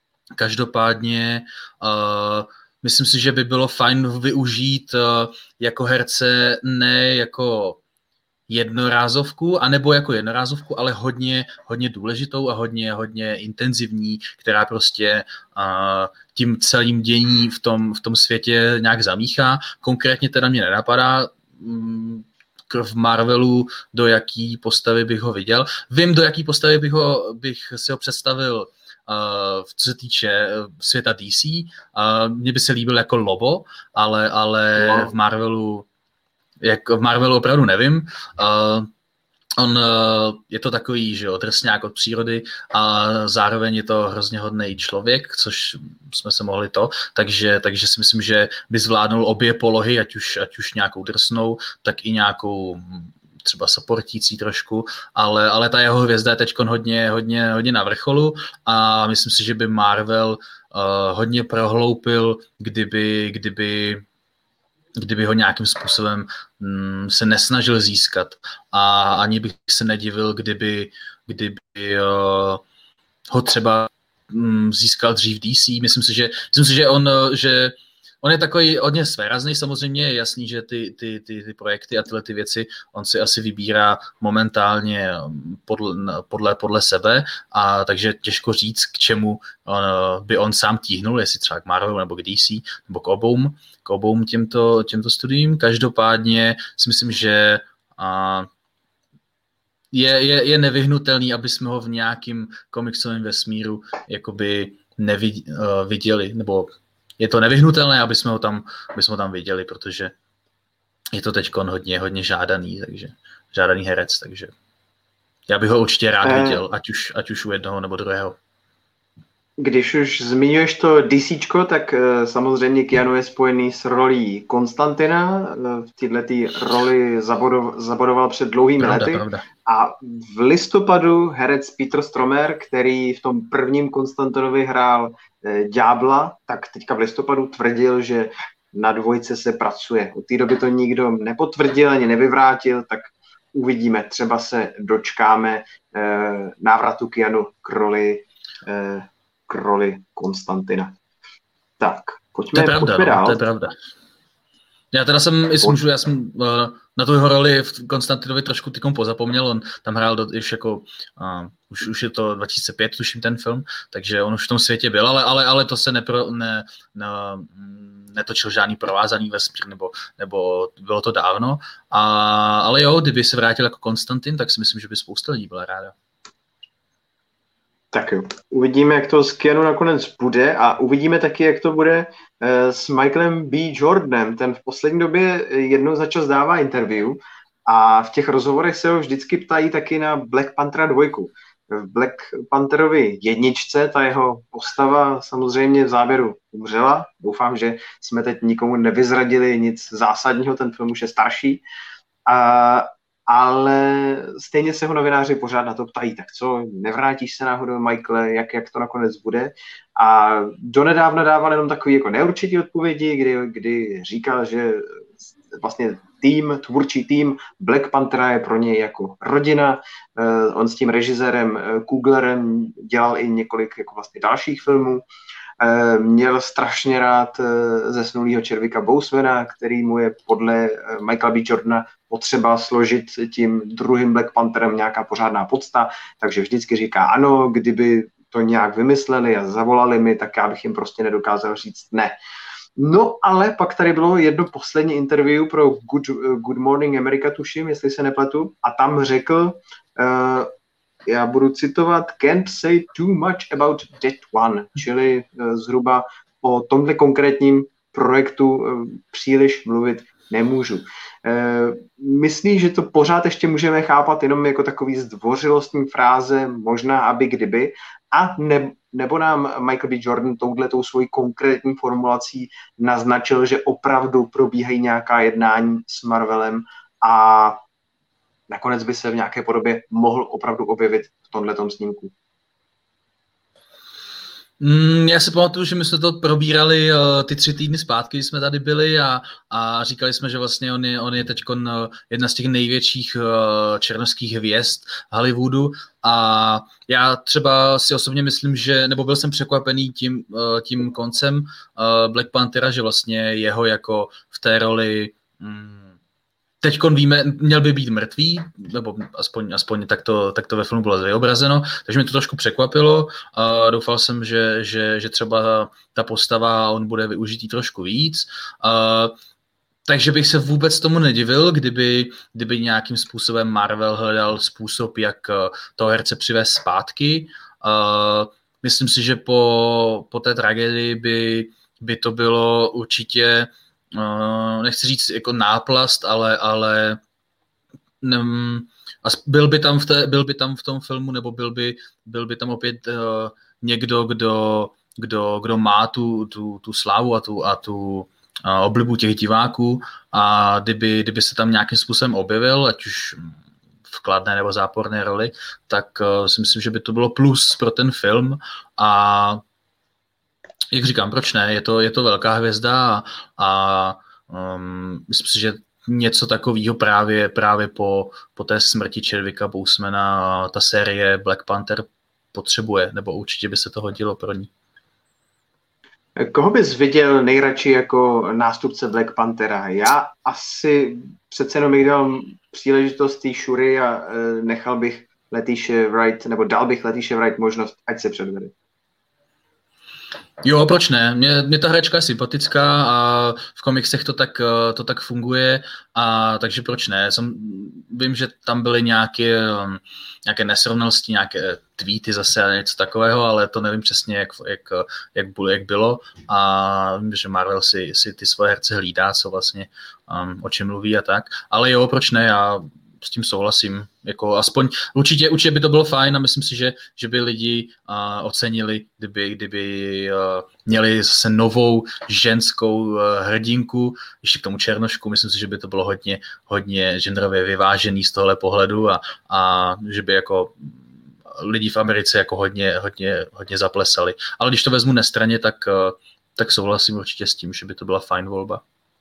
Každopádně uh, myslím si, že by bylo fajn využít uh, jako herce ne jako jednorázovku, anebo jako jednorázovku, ale hodně, hodně důležitou a hodně, hodně intenzivní, která prostě uh, tím celým dění v tom, v tom světě nějak zamíchá. Konkrétně teda mě nenapadá um, v Marvelu, do jaký postavy bych ho viděl. Vím, do jaký postavy bych, ho, bych si ho představil Uh, co se týče světa D C. Uh, mně by se líbil jako Lobo, ale, ale no. v Marvelu jak v Marvelu opravdu nevím. Uh, on uh, je to takový, že jo, drsňák od přírody a zároveň je to hrozně hodný člověk, což jsme se mohli to, takže, takže si myslím, že by zvládnul obě polohy, ať už, ať už nějakou drsnou, tak i nějakou třeba supportící trošku, ale, ale ta jeho hvězda je teď hodně, hodně, hodně na vrcholu a myslím si, že by Marvel uh, hodně prohloupil, kdyby, kdyby, kdyby ho nějakým způsobem mm, se nesnažil získat. A ani bych se nedivil, kdyby, kdyby uh, ho třeba mm, získal dřív D C. Myslím si, že, myslím si, že on, že On je takový hodně svérazný, samozřejmě je jasný, že ty, ty, ty, ty projekty a tyhle ty věci on si asi vybírá momentálně podle, podle, podle sebe, a takže těžko říct, k čemu on, by on sám tíhnul, jestli třeba k Marvelu nebo k D C, nebo k obou, k obou těmto, těmto studiím. Každopádně si myslím, že a, je, je, je nevyhnutelný, aby jsme ho v nějakým komiksovém vesmíru jakoby neviděli, nebo je to nevyhnutelné, aby jsme ho tam, aby jsme ho tam viděli, protože je to teď hodně, hodně žádaný, takže žádaný herec, takže já bych ho určitě rád eh, viděl, ať už, ať už u jednoho nebo druhého. Když už zmiňuješ to DCčko, tak uh, samozřejmě Keanu je spojený s rolí Konstantina. Uh, v této roli zabodov, zabodoval před dlouhými pravda, lety. Pravda. A v listopadu herec Peter Stormare, který v tom prvním Konstantinovi hrál uh, Ďábla, tak teďka v listopadu tvrdil, že na dvojce se pracuje. Od té doby to nikdo nepotvrdil ani nevyvrátil, tak uvidíme. Třeba se dočkáme uh, návratu Keanu k roli uh, k roli Konstantina. Tak, pojďme, to je pravda, pojďme no, dál. To je pravda. Já teda jsem, jestli můžu, já jsem uh, na tu jeho roli v Konstantinovi trošku tykom pozapomněl, on tam hrál do, už jako, uh, už, už je to dva tisíce pět, tuším ten film, takže on už v tom světě byl, ale, ale, ale to se nepro, ne, ne, netočil žádný provázaný vesmír, nebo, nebo bylo to dávno, a, ale jo, kdyby se vrátil jako Konstantin, tak si myslím, že by spousta lidí byla ráda. Tak jo, uvidíme, jak to s Keanu nakonec bude, a uvidíme taky, jak to bude s Michaelem B. Jordanem. Ten v poslední době jednou za čas dává interview a v těch rozhovorech se ho vždycky ptají taky na Black Panthera dva. V Black Pantherovi jedničce ta jeho postava samozřejmě v závěru umřela. Doufám, že jsme teď nikomu nevyzradili nic zásadního, ten film už je starší. A ale stejně se ho novináři pořád na to ptají, tak co, nevrátíš se náhodou, Michaele, jak, jak to nakonec bude? A donedávna dával jenom takový jako neurčitý odpovědi, kdy, kdy říkal, že vlastně tým, tvůrčí tým Black Panthera je pro něj jako rodina. Uh, on s tím režisérem uh, Cooglerem dělal i několik jako vlastně dalších filmů. Uh, měl strašně rád uh, zesnulýho červíka Bousmana, který mu je podle uh, Michaela B. Jordana potřeba složit tím druhým Black Pantherem nějaká pořádná podsta, takže vždycky říká ano, kdyby to nějak vymysleli a zavolali mi, tak já bych jim prostě nedokázal říct ne. No ale pak tady bylo jedno poslední interview pro Good, Good Morning America, tuším, jestli se nepletu, a tam řekl, uh, já budu citovat, can't say too much about that one, čili uh, zhruba o tomhle konkrétním projektu uh, příliš mluvit nemůžu. Uh, myslí, že to pořád ještě můžeme chápat jenom jako takový zdvořilostní fráze, možná aby kdyby, a ne, nebo nám Michael B. Jordan touhletou svojí konkrétní formulací naznačil, že opravdu probíhají nějaká jednání s Marvelem a nakonec by se v nějaké podobě mohl opravdu objevit v tomhletom snímku. Mm, já si pamatuju, že my jsme to probírali uh, ty tři týdny zpátky, když jsme tady byli a, a říkali jsme, že vlastně on je, on je teď uh, jedna z těch největších uh, černošských hvězd Hollywoodu a já třeba si osobně myslím, že, nebo byl jsem překvapený tím, uh, tím koncem uh, Black Panthera, že vlastně jeho jako v té roli mm, teďkon víme, měl by být mrtvý, nebo aspoň, aspoň tak, to, tak to ve filmu bylo vyobrazeno, takže mě to trošku překvapilo a doufal jsem, že, že, že třeba ta postava, on bude využitý trošku víc. A, takže bych se vůbec tomu nedivil, kdyby, kdyby nějakým způsobem Marvel hledal způsob, jak toho herce přivést zpátky. A, myslím si, že po, po té tragédii by, by to bylo určitě Uh, nechci říct jako náplast, ale, ale um, byl, by tam v té, byl by tam v tom filmu, nebo byl by, byl by tam opět uh, někdo, kdo, kdo, kdo má tu, tu, tu slávu a tu, a tu uh, oblibu těch diváků a kdyby, kdyby se tam nějakým způsobem objevil, ať už v kladné nebo záporné roli, tak uh, si myslím, že by to bylo plus pro ten film a jak říkám, proč ne? Je to, je to velká hvězda a, a um, myslím si, že něco takového právě, právě po, po té smrti Chadwicka Bosemana ta série Black Panther potřebuje, nebo určitě by se to hodilo pro ní. Koho bys viděl nejradši jako nástupce Black Panthera? Já asi přece jenom bych dal příležitost té Shuri a e, nechal bych Letitia Wright, nebo dal bych Letitia Wright možnost, ať se předvede. Jo, proč ne? Mě, mě ta hračka je sympatická a v komiksech to tak, to tak funguje, a takže proč ne? Jsem, vím, že tam byly nějaké, nějaké nesrovnalosti, nějaké tweety zase a něco takového, ale to nevím přesně, jak, jak, jak, bylo, jak bylo a vím, že Marvel si, si ty svoje herce hlídá, co vlastně um, o čem mluví a tak, ale jo, proč ne? Já s tím souhlasím. Jako aspoň určitě, určitě by to bylo fajn a myslím si, že, že by lidi uh, ocenili, kdyby, kdyby uh, měli zase novou ženskou uh, hrdinku, ještě k tomu černošku, myslím si, že by to bylo hodně, hodně genderově vyvážený z tohle pohledu a, a že by jako lidi v Americe jako hodně, hodně, hodně zaplesali. Ale když to vezmu nestranně, tak, uh, tak souhlasím určitě s tím, že by to byla fajn volba.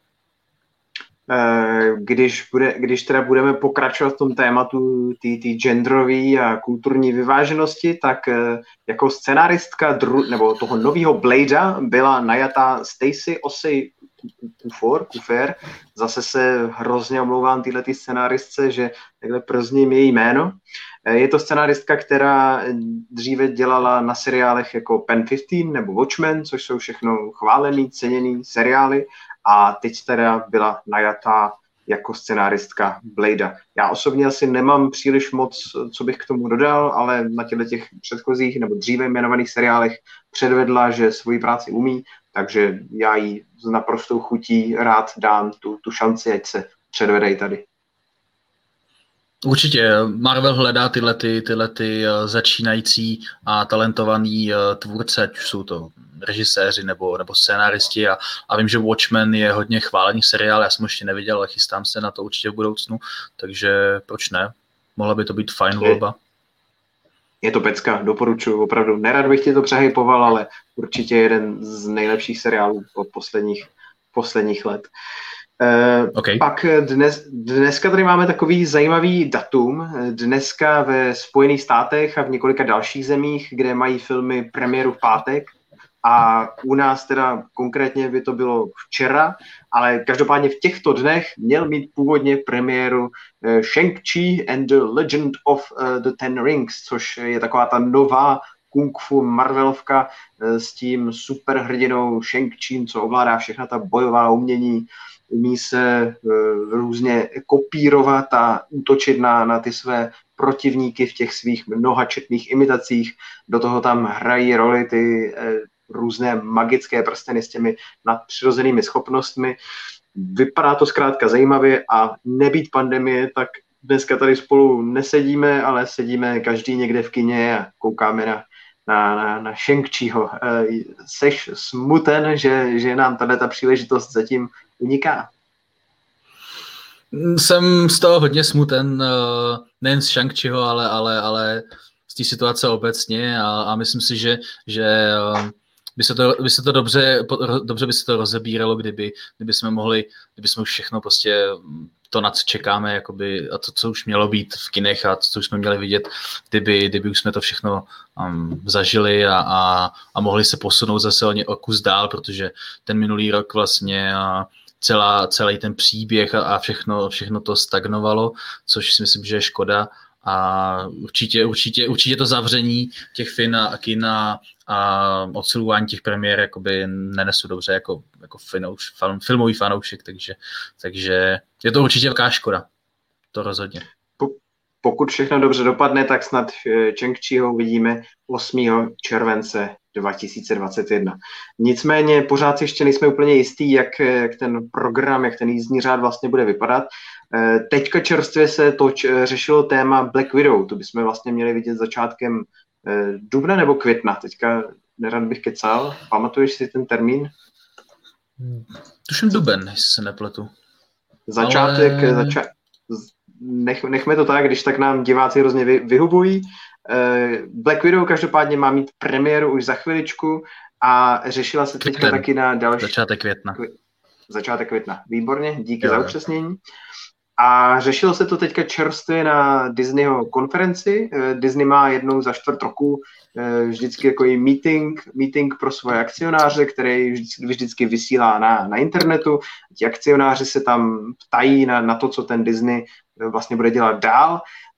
Když, bude, když teda budeme pokračovat v tom tématu té genderové a kulturní vyváženosti, tak jako scenáristka dru, nebo toho nového Bladea byla najatá Stacey Osei Kuffour. Zase se hrozně omlouvám této scenáristce, že takhle przním její jméno. Je to scenáristka, která dříve dělala na seriálech jako Pen patnáct nebo Watchmen, což jsou všechno chválený, ceněný seriály, a teď teda byla najatá jako scenáristka Bladea. Já osobně asi nemám příliš moc, co bych k tomu dodal, ale na těchto těch předchozích nebo dříve jmenovaných seriálech předvedla, že svoji práci umí, takže já jí s naprostou chutí rád dám tu, tu šanci, ať se předvedej tady. Určitě. Marvel hledá tyhle, ty, tyhle ty začínající a talentovaný tvůrce, ať už jsou to režiséři nebo, nebo scénáristi a, a vím, že Watchmen je hodně chválený seriál, já jsem ho ještě neviděl, ale chystám se na to určitě v budoucnu, takže proč ne? Mohla by to být fajn volba. Je to pecka, doporučuji opravdu. Nerad bych ti to přehypoval, ale určitě jeden z nejlepších seriálů od posledních, posledních let. Uh, okay. Pak dnes, dneska tady máme takový zajímavý datum. Dneska ve Spojených státech a v několika dalších zemích, kde mají filmy premiéru v pátek, a u nás teda konkrétně by to bylo včera, ale každopádně v těchto dnech měl mít původně premiéru uh, Shang-Chi and the Legend of uh, the Ten Rings, což je taková ta nová kung fu Marvelovka s tím superhrdinou Shang-Chi, co ovládá všechna ta bojová umění, umí se různě kopírovat a útočit na, na ty své protivníky v těch svých mnohačetných imitacích. Do toho tam hrají roli ty různé magické prsteny s těmi nadpřirozenými schopnostmi. Vypadá to zkrátka zajímavě a nebýt pandemie, tak dneska tady spolu nesedíme, ale sedíme každý někde v kině a koukáme na, na, na, na Shang-Chiho. Seš smuten, že, že nám tato příležitost zatím uniká? Jsem z toho hodně smuten, nejen z Shang-Chiho, ale, ale, ale z té situace obecně a, a myslím si, že, že by se to, by se to dobře, dobře by se to rozebíralo, kdyby, kdyby jsme mohli, kdyby jsme už všechno prostě to, na co čekáme, jakoby, a to, co už mělo být v kinech a to, co už jsme měli vidět, kdyby, kdyby už jsme to všechno um, zažili a, a, a mohli se posunout zase o, o kus dál, protože ten minulý rok vlastně a celá, celý ten příběh a, a všechno, všechno to stagnovalo, což si myslím, že je škoda. A určitě, určitě, určitě to zavření těch fin a kin a, a odsilování těch premiér jakoby nenesu dobře jako, jako finouš, film, filmový fanoušek, takže, takže je to určitě velká škoda. To rozhodně. Pokud všechno dobře dopadne, tak snad Shang-Chiho uvidíme osmého července dva tisíce dvacet jedna. Nicméně pořád ještě nejsme úplně jistí, jak, jak ten program, jak ten jízdní řád vlastně bude vypadat. Teďka čerstvě se toč, řešilo téma Black Widow, to bychom vlastně měli vidět začátkem dubna nebo května. Teďka nerad bych kecal. Pamatuješ si ten termín? Tuším duben, jestli se nepletu. Začátek, Ale... zača... Nech, nechme to tak, když tak nám diváci hrozně vy, vyhubují. Black Widow každopádně má mít premiéru už za chviličku a řešila se teďka Květen. taky na další... Začátek května. Začátek května, výborně, díky jo. za upřesnění. A řešilo se to teďka čerstvě na Disneyho konferenci. Disney má jednou za čtvrt roku vždycky jako meeting, meeting pro svoje akcionáře, který vždycky, vždycky vysílá na, na internetu. Ti akcionáři se tam ptají na, na to, co ten Disney vlastně bude dělat dál.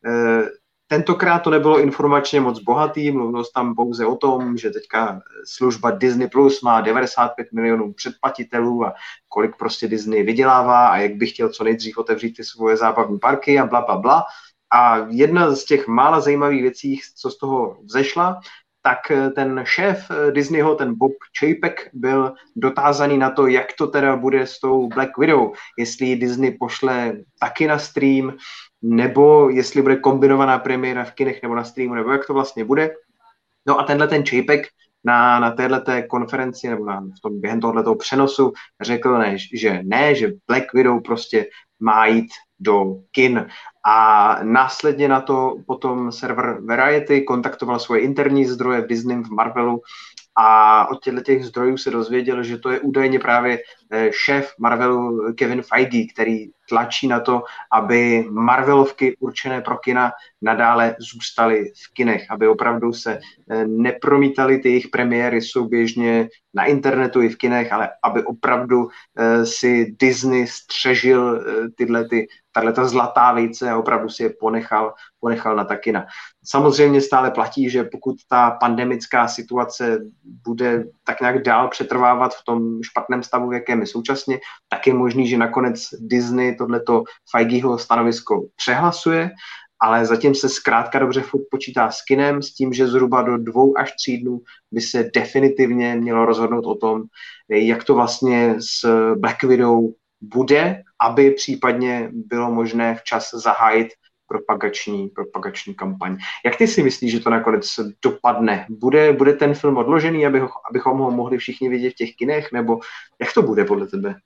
Tentokrát to nebylo informačně moc bohatý, mluvilo se tam pouze o tom, že teďka služba Disney Plus má devadesát pět milionů předplatitelů a kolik prostě Disney vydělává a jak by chtěl co nejdřív otevřít ty svoje zábavní parky a bla, bla, bla. A jedna z těch mála zajímavých věcí, co z toho vzešla, tak ten šéf Disneyho, ten Bob Chapek, byl dotázaný na to, jak to teda bude s tou Black Widow, jestli Disney pošle taky na stream, nebo jestli bude kombinovaná premiéra v kinech nebo na streamu, nebo jak to vlastně bude. No a tenhle ten Chapek na, na téhleté konferenci nebo na, v tom, během tohoto přenosu řekl, ne, že ne, že Black Widow prostě má jít do kin. A následně na to potom server Variety kontaktoval svoje interní zdroje v Disney, v Marvelu a od těchto těch zdrojů se dozvěděl, že to je údajně právě šéf Marvelu Kevin Feige, který tlačí na to, aby Marvelovky určené pro kina nadále zůstaly v kinech, aby opravdu se nepromítaly ty jejich premiéry souběžně na internetu i v kinech, ale aby opravdu si Disney střežil tyhle ty tato zlatá vejce a opravdu si je ponechal, ponechal na ta kina. Samozřejmě stále platí, že pokud ta pandemická situace bude tak nějak dál přetrvávat v tom špatném stavu, v jakém je současně, tak je možný, že nakonec Disney tohleto Feigeho stanovisko přehlasuje, ale zatím se zkrátka dobře počítá s kinem, s tím, že zhruba do dvou až tří dnů by se definitivně mělo rozhodnout o tom, jak to vlastně s Black Widow bude, aby případně bylo možné včas zahájit propagační, propagační kampaň. Jak ty si myslíš, že to nakonec dopadne? Bude, bude ten film odložený, aby ho, abychom ho mohli všichni vidět v těch kinech, nebo jak to bude podle tebe?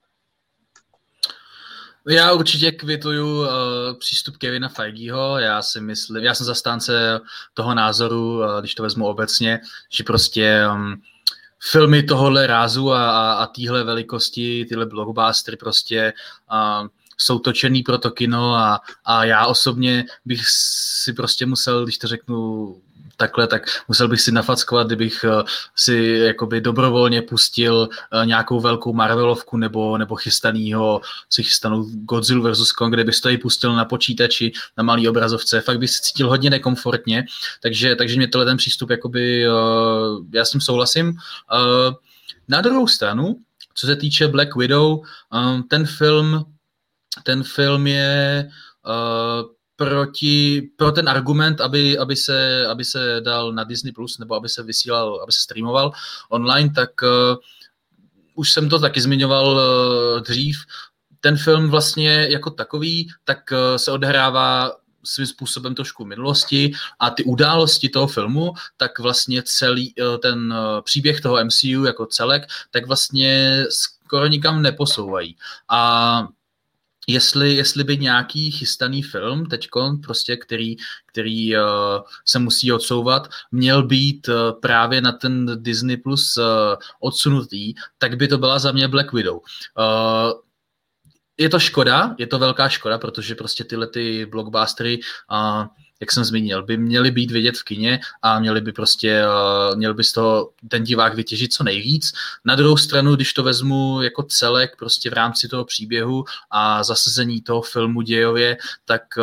Já určitě kvituju uh, přístup Kevina Feigeho. Já si myslím, já jsem zastánce toho názoru, uh, když to vezmu obecně, že prostě um, filmy tohohle rázu a, a, a téhle velikosti, tyhle blockbustery prostě uh, jsou točený pro to kino a, a já osobně bych si prostě musel, když to řeknu takhle, tak musel bych si nafackovat, kdybych si jakoby dobrovolně pustil nějakou velkou Marvelovku nebo, nebo chystanýho, si chystanou Godzilla versus Kong, kde bych to i pustil na počítači, na malý obrazovce, fakt bych se cítil hodně nekomfortně, takže, takže mě tohle ten přístup, jakoby, já s tím souhlasím. Na druhou stranu, co se týče Black Widow, ten film, ten film je proti, pro ten argument, aby, aby, se, aby se dal na Disney Plus nebo aby se vysílal, aby se streamoval online, tak uh, už jsem to taky zmiňoval uh, dřív. Ten film vlastně jako takový, tak uh, se odehrává svým způsobem trošku minulosti a ty události toho filmu, tak vlastně celý uh, ten uh, příběh toho M C U jako celek, tak vlastně skoro nikam neposouvají. A Jestli, jestli by nějaký chystaný film teďkon, prostě, který, který uh, se musí odsouvat, měl být uh, právě na ten Disney Plus uh, odsunutý, tak by to byla za mě Black Widow. Uh, je to škoda, je to velká škoda, protože prostě tyhle ty blockbustery, uh, jak jsem zmínil, by měly být vidět v kině a měli by prostě, uh, měl by z toho ten divák vytěžit co nejvíc. Na druhou stranu, když to vezmu jako celek prostě v rámci toho příběhu a zasazení toho filmu dějově, tak uh,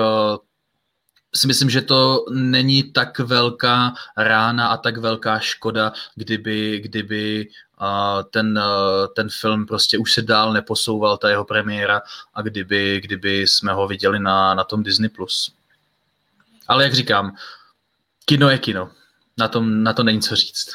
si myslím, že to není tak velká rána a tak velká škoda, kdyby, kdyby uh, ten, uh, ten film prostě už se dál neposouval, ta jeho premiéra, a kdyby, kdyby jsme ho viděli na, na tom Disney plus. Ale jak říkám, kino je kino. Na, tom, na to není co říct.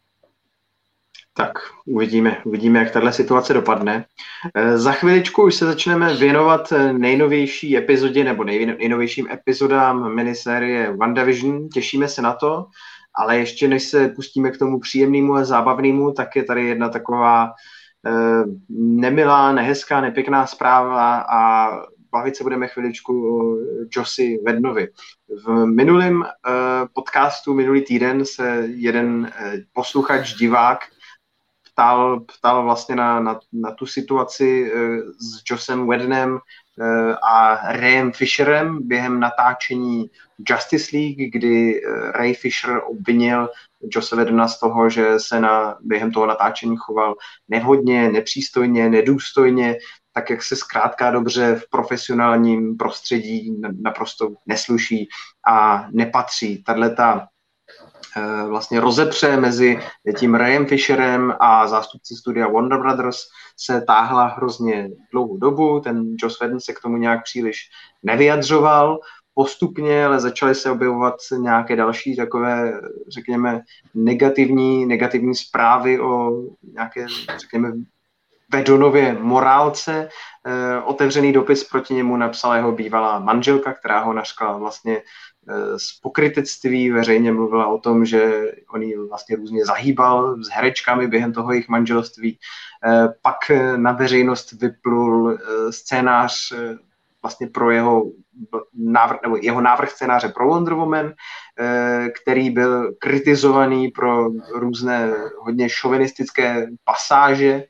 Tak, uvidíme, uvidíme, jak tahle situace dopadne. Za chviličku už se začneme věnovat nejnovější epizodě nebo nejnovějším epizodám minisérie WandaVision. Těšíme se na to, ale ještě než se pustíme k tomu příjemnému a zábavnému, tak je tady jedna taková eh, nemilá, nehezká, nepěkná zpráva a bavit se budeme chviličku o Jossi Wheddonovi. V minulém uh, podcastu, minulý týden, se jeden uh, posluchač, divák ptal, ptal vlastně na, na, na tu situaci uh, s Jossem Wheddonem uh, a Rayem Fisherem během natáčení Justice League, kdy uh, Ray Fisher obvinil Josse Whedona z toho, že se na, během toho natáčení choval nevhodně, nepřístojně, nedůstojně, tak jak se zkrátka dobře v profesionálním prostředí naprosto nesluší a nepatří. Tahleta uh, vlastně rozepře mezi tím Rayem Fisherem a zástupci studia Warner Brothers se táhla hrozně dlouhou dobu. Ten Joss Whedon se k tomu nějak příliš nevyjadřoval. Postupně, ale začaly se objevovat nějaké další takové, řekněme, negativní, negativní zprávy o nějaké, řekněme, Whedonově morálce. E, otevřený dopis proti němu napsala jeho bývalá manželka, která ho nařkla vlastně e, z pokrytectví. Veřejně mluvila o tom, že on ji vlastně různě zahýbal s herečkami během toho jejich manželství. E, pak na veřejnost vyplul e, scénář e, vlastně pro jeho návrh, nebo jeho návrh scénáře pro Wonder Woman, e, který byl kritizovaný pro různé hodně šovinistické pasáže.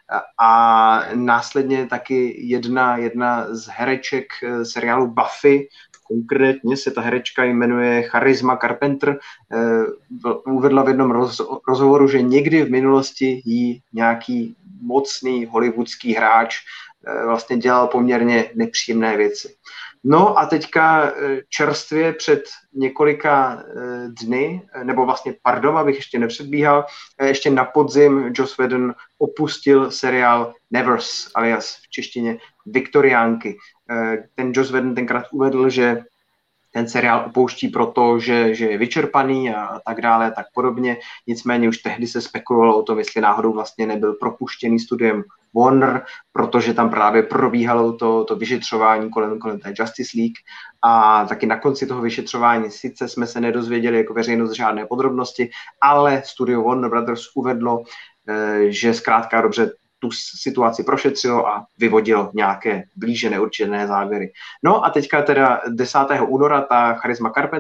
A následně taky jedna, jedna z hereček seriálu Buffy, konkrétně se ta herečka jmenuje Charisma Carpenter, uvedla v jednom roz, rozhovoru, že někdy v minulosti jí nějaký mocný hollywoodský hráč vlastně dělal poměrně nepříjemné věci. No a teďka čerstvě před několika dny, nebo vlastně, pardon, abych ještě nepředbíhal, ještě na podzim Joss Whedon opustil seriál Nevers, alias v češtině Viktoriánky. Ten Joss Whedon tenkrát uvedl, že ten seriál opouští proto, že, že je vyčerpaný a tak dále a tak podobně. Nicméně už tehdy se spekulovalo o tom, jestli náhodou vlastně nebyl propuštěný studiem Warner, protože tam právě probíhalo to, to vyšetřování kolem, kolem té Justice League a taky na konci toho vyšetřování sice jsme se nedozvěděli jako veřejnost žádné podrobnosti, ale studio Warner Brothers uvedlo, že zkrátka dobře tu situaci prošetřilo a vyvodilo nějaké blíže neurčené závěry. No a teďka teda desátého února ta Charisma Carpenter,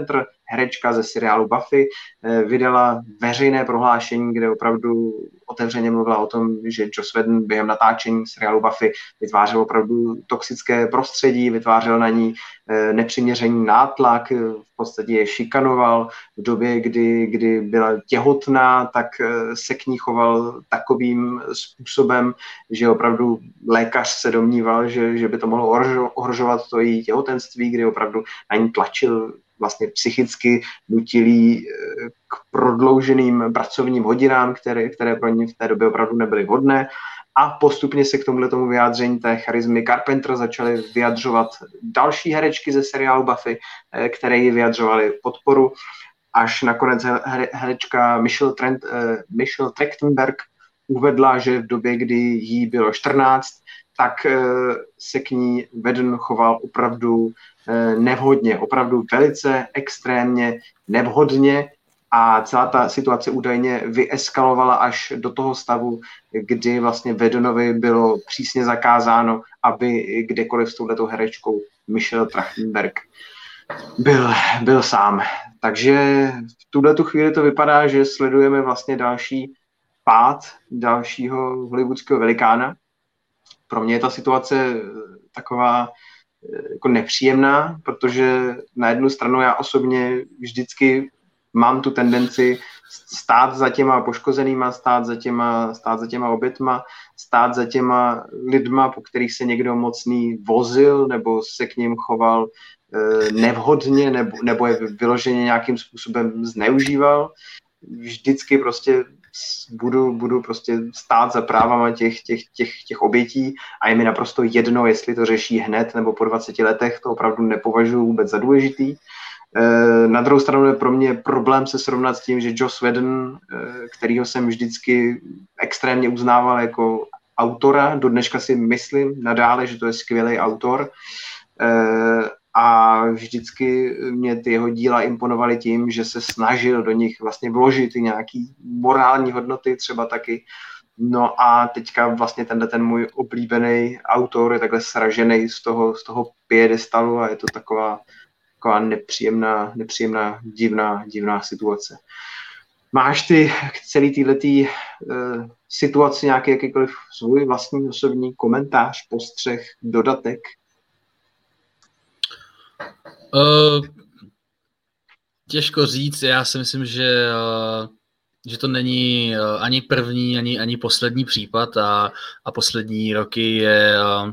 herečka ze seriálu Buffy, vydala veřejné prohlášení, kde opravdu otevřeně mluvila o tom, že Joss Whedon během natáčení seriálu Buffy vytvářel opravdu toxické prostředí, vytvářel na ní nepřiměřený nátlak, v podstatě je šikanoval. V době, kdy, kdy byla těhotná, tak se k ní choval takovým způsobem, že opravdu lékař se domníval, že, že by to mohlo ohrožovat to její těhotenství, kdy opravdu na ní tlačil vlastně psychicky, nutilí k prodlouženým pracovním hodinám, které, které pro ní v té době opravdu nebyly vhodné. A postupně se k tomuhle tomu vyjádření té charizmy Carpenter začaly vyjadřovat další herečky ze seriálu Buffy, které ji vyjadřovaly podporu, až nakonec herečka Michelle, Trent, Michelle Trachtenberg uvedla, že v době, kdy jí bylo čtrnáct, tak se k ní Whedon choval opravdu nevhodně, opravdu velice extrémně nevhodně a celá ta situace údajně vyeskalovala až do toho stavu, kdy vlastně Whedonovi bylo přísně zakázáno, aby kdekoliv s touhletou herečkou Michelle Trachtenberg byl, byl sám. Takže v tuhletu chvíli to vypadá, že sledujeme vlastně další pád dalšího hollywoodského velikána. Pro mě je ta situace taková jako nepříjemná, protože na jednu stranu já osobně vždycky mám tu tendenci stát za těma poškozenýma, stát za těma, stát za těma obětma, stát za těma lidma, po kterých se někdo mocný vozil, nebo se k ním choval e, nevhodně, nebo, nebo je vyloženě nějakým způsobem zneužíval. Vždycky prostě budu, budu prostě stát za právama těch, těch, těch, těch obětí a je mi naprosto jedno, jestli to řeší hned nebo po dvaceti letech, to opravdu nepovažuji vůbec za důležitý. Na druhou stranu je pro mě problém se srovnat s tím, že Joss Whedon, kterýho jsem vždycky extrémně uznával jako autora, do dneška si myslím nadále, že to je skvělý autor a vždycky mě ty jeho díla imponovaly tím, že se snažil do nich vlastně vložit i nějaký morální hodnoty třeba taky. No a teďka vlastně tenhle ten můj oblíbený autor je takhle sražený z toho, z toho piedestalu a je to taková taková nepříjemná, nepříjemná, divná, divná situace. Máš ty k celý téhletý uh, situaci nějaký jakýkoliv svůj vlastní osobní komentář, postřeh, dodatek? Uh, těžko říct, já si myslím, že, uh, že to není uh, ani první, ani, ani poslední případ a, a poslední roky je uh,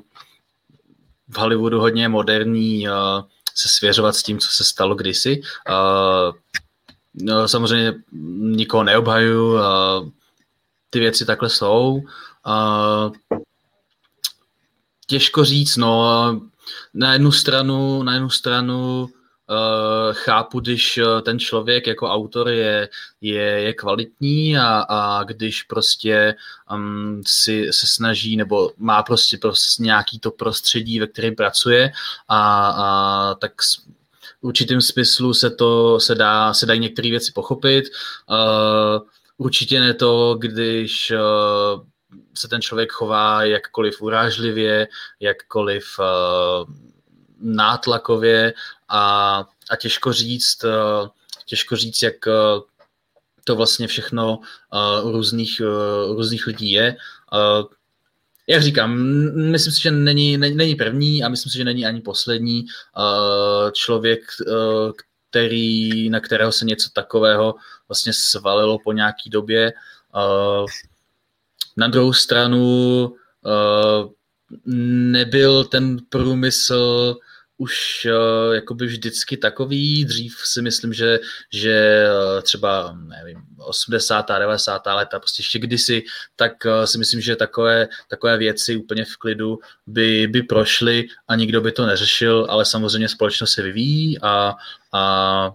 v Hollywoodu hodně moderní uh, se svěřovat s tím, co se stalo kdysi. Uh, no, samozřejmě nikoho neobhajuju, uh, ty věci takhle jsou. Uh, těžko říct, no, na jednu stranu, na jednu stranu uh, chápu, když ten člověk jako autor je, je, je kvalitní a, a když prostě um, si se snaží nebo má prostě, prostě nějaký to prostředí, ve kterém pracuje a, a tak v určitém smyslu se to se dá, se dají některé věci pochopit. Uh, určitě ne to, když uh, se ten člověk chová jakkoliv urážlivě, jakkoliv uh, nátlakově a, a těžko říct, uh, těžko říct, jak uh, to vlastně všechno uh, u různých, uh, různých lidí je. Uh, jak říkám, myslím si, že není, není, není první a myslím si, že není ani poslední uh, člověk, uh, který, na kterého se něco takového vlastně svalilo po nějaký době. Uh, na druhou stranu uh, nebyl ten průmysl už uh, jakoby vždycky takový. Dřív si myslím, že, že uh, třeba nevím, osmdesátá, devadesátá léta, prostě ještě kdysi, tak uh, si myslím, že takové, takové věci úplně v klidu by, by prošly a nikdo by to neřešil, ale samozřejmě společnost se vyvíjí a, a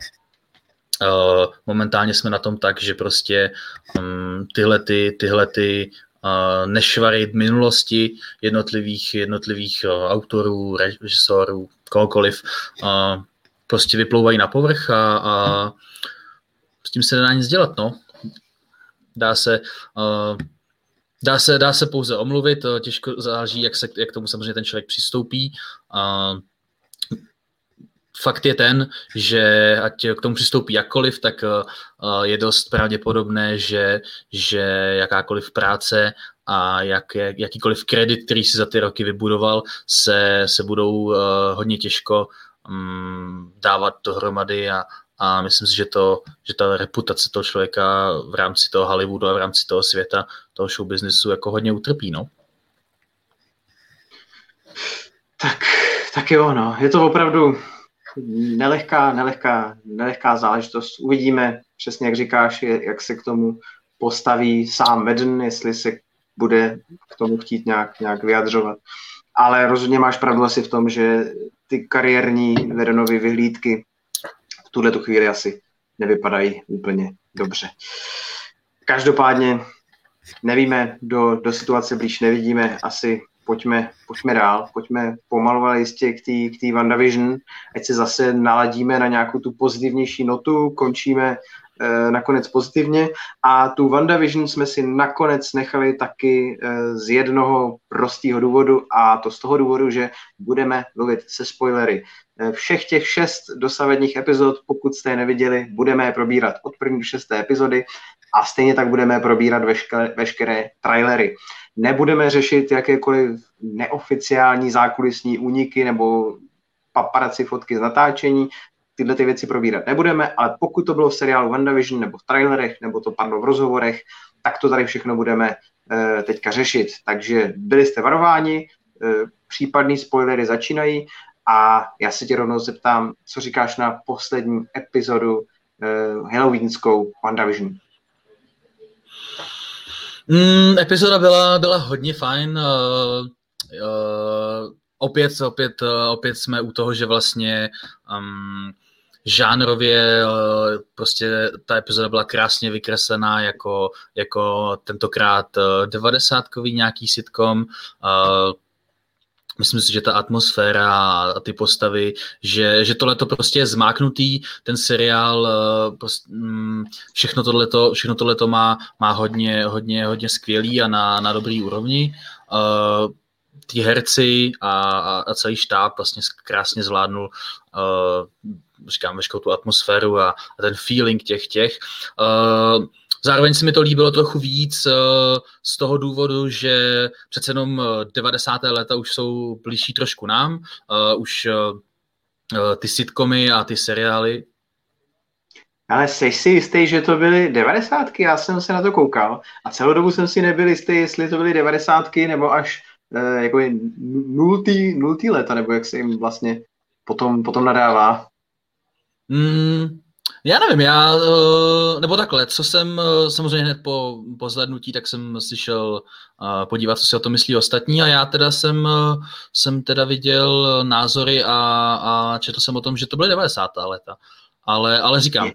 uh, momentálně jsme na tom tak, že prostě um, tyhle ty, tyhle ty Uh, nešvary minulosti jednotlivých, jednotlivých uh, autorů, režisérů, kohokoliv, uh, prostě vyplouvají na povrch a, a s tím se nedá nic dělat, no. Dá se, uh, dá se, dá se pouze omluvit, uh, těžko záleží, jak se jak tomu samozřejmě ten člověk přistoupí. Uh, fakt je ten, že ať k tomu přistoupí jakkoliv, tak je dost pravděpodobné, že, že jakákoliv práce a jak, jakýkoliv kredit, který si za ty roky vybudoval, se, se budou uh, hodně těžko um, dávat dohromady a, a myslím si, že, to, že ta reputace toho člověka v rámci toho Hollywoodu a v rámci toho světa, toho showbiznesu jako hodně utrpí, no. Tak, tak jo, no. Je to opravdu nelehká, nelehká, nelehká záležitost. Uvidíme, přesně jak říkáš, jak se k tomu postaví sám Whedon, jestli se bude k tomu chtít nějak, nějak vyjadřovat. Ale rozhodně máš pravdu asi v tom, že ty kariérní Whedonovy vyhlídky v tuhletu chvíli asi nevypadají úplně dobře. Každopádně nevíme, do, do situace blíž nevidíme, asi pojďme, pojďme dál, pojďme pomalu, ale jistě k té WandaVision, ať se zase naladíme na nějakou tu pozitivnější notu, končíme eh, nakonec pozitivně a tu WandaVision jsme si nakonec nechali taky eh, z jednoho prostého důvodu a to z toho důvodu, že budeme mluvit se spoilery. Eh, všech těch šest dosavadních epizod, pokud jste je neviděli, budeme je probírat od první do šesté epizody a stejně tak budeme probírat veškeré, veškeré trailery. Nebudeme řešit jakékoliv neoficiální zákulisní úniky nebo paparazzi fotky z natáčení. Tyhle ty věci probírat nebudeme, ale pokud to bylo v seriálu WandaVision nebo v trailerech, nebo to padlo v rozhovorech, tak to tady všechno budeme uh, teďka řešit. Takže byli jste varováni, uh, případný spoilery začínají a já se tě rovnou zeptám, co říkáš na poslední epizodu uh, halloweenskou WandaVision. Mm, epizoda byla, byla hodně fajn. Uh, uh, opět, opět, uh, opět jsme u toho, že vlastně um, žánrově uh, prostě ta epizoda byla krásně vykreslená jako, jako tentokrát uh, devadesátkový nějaký sitcom. Uh, Myslím si, že ta atmosféra a ty postavy, že, že tohleto prostě je zmáknutý, ten seriál, prostě, všechno tohleto, všechno tohleto má, má hodně, hodně, hodně skvělý a na, na dobrý úrovni. Uh, ty herci a, a celý štáb vlastně krásně zvládnul uh, říkám, veškerou tu atmosféru a, a ten feeling těch těch. Uh, Zároveň se mi to líbilo trochu víc uh, z toho důvodu, že přece jenom devadesátá léta už jsou blížší trošku nám. Uh, už uh, ty sitcomy a ty seriály. Ale jsi si jistý, že to byly devadesátky? Já jsem se na to koukal a celou dobu jsem si nebyl jistý, jestli to byly devadesátky nebo až uh, jako nultý, nultý léta, nebo jak se jim vlastně potom, potom nadává. Mm. Já nevím, já, nebo takhle, co jsem samozřejmě hned po, po zhlédnutí, tak jsem si šel podívat, co si o tom myslí ostatní a já teda jsem, jsem teda viděl názory a, a četl jsem o tom, že to byly devadesátá léta, ale, ale říkám,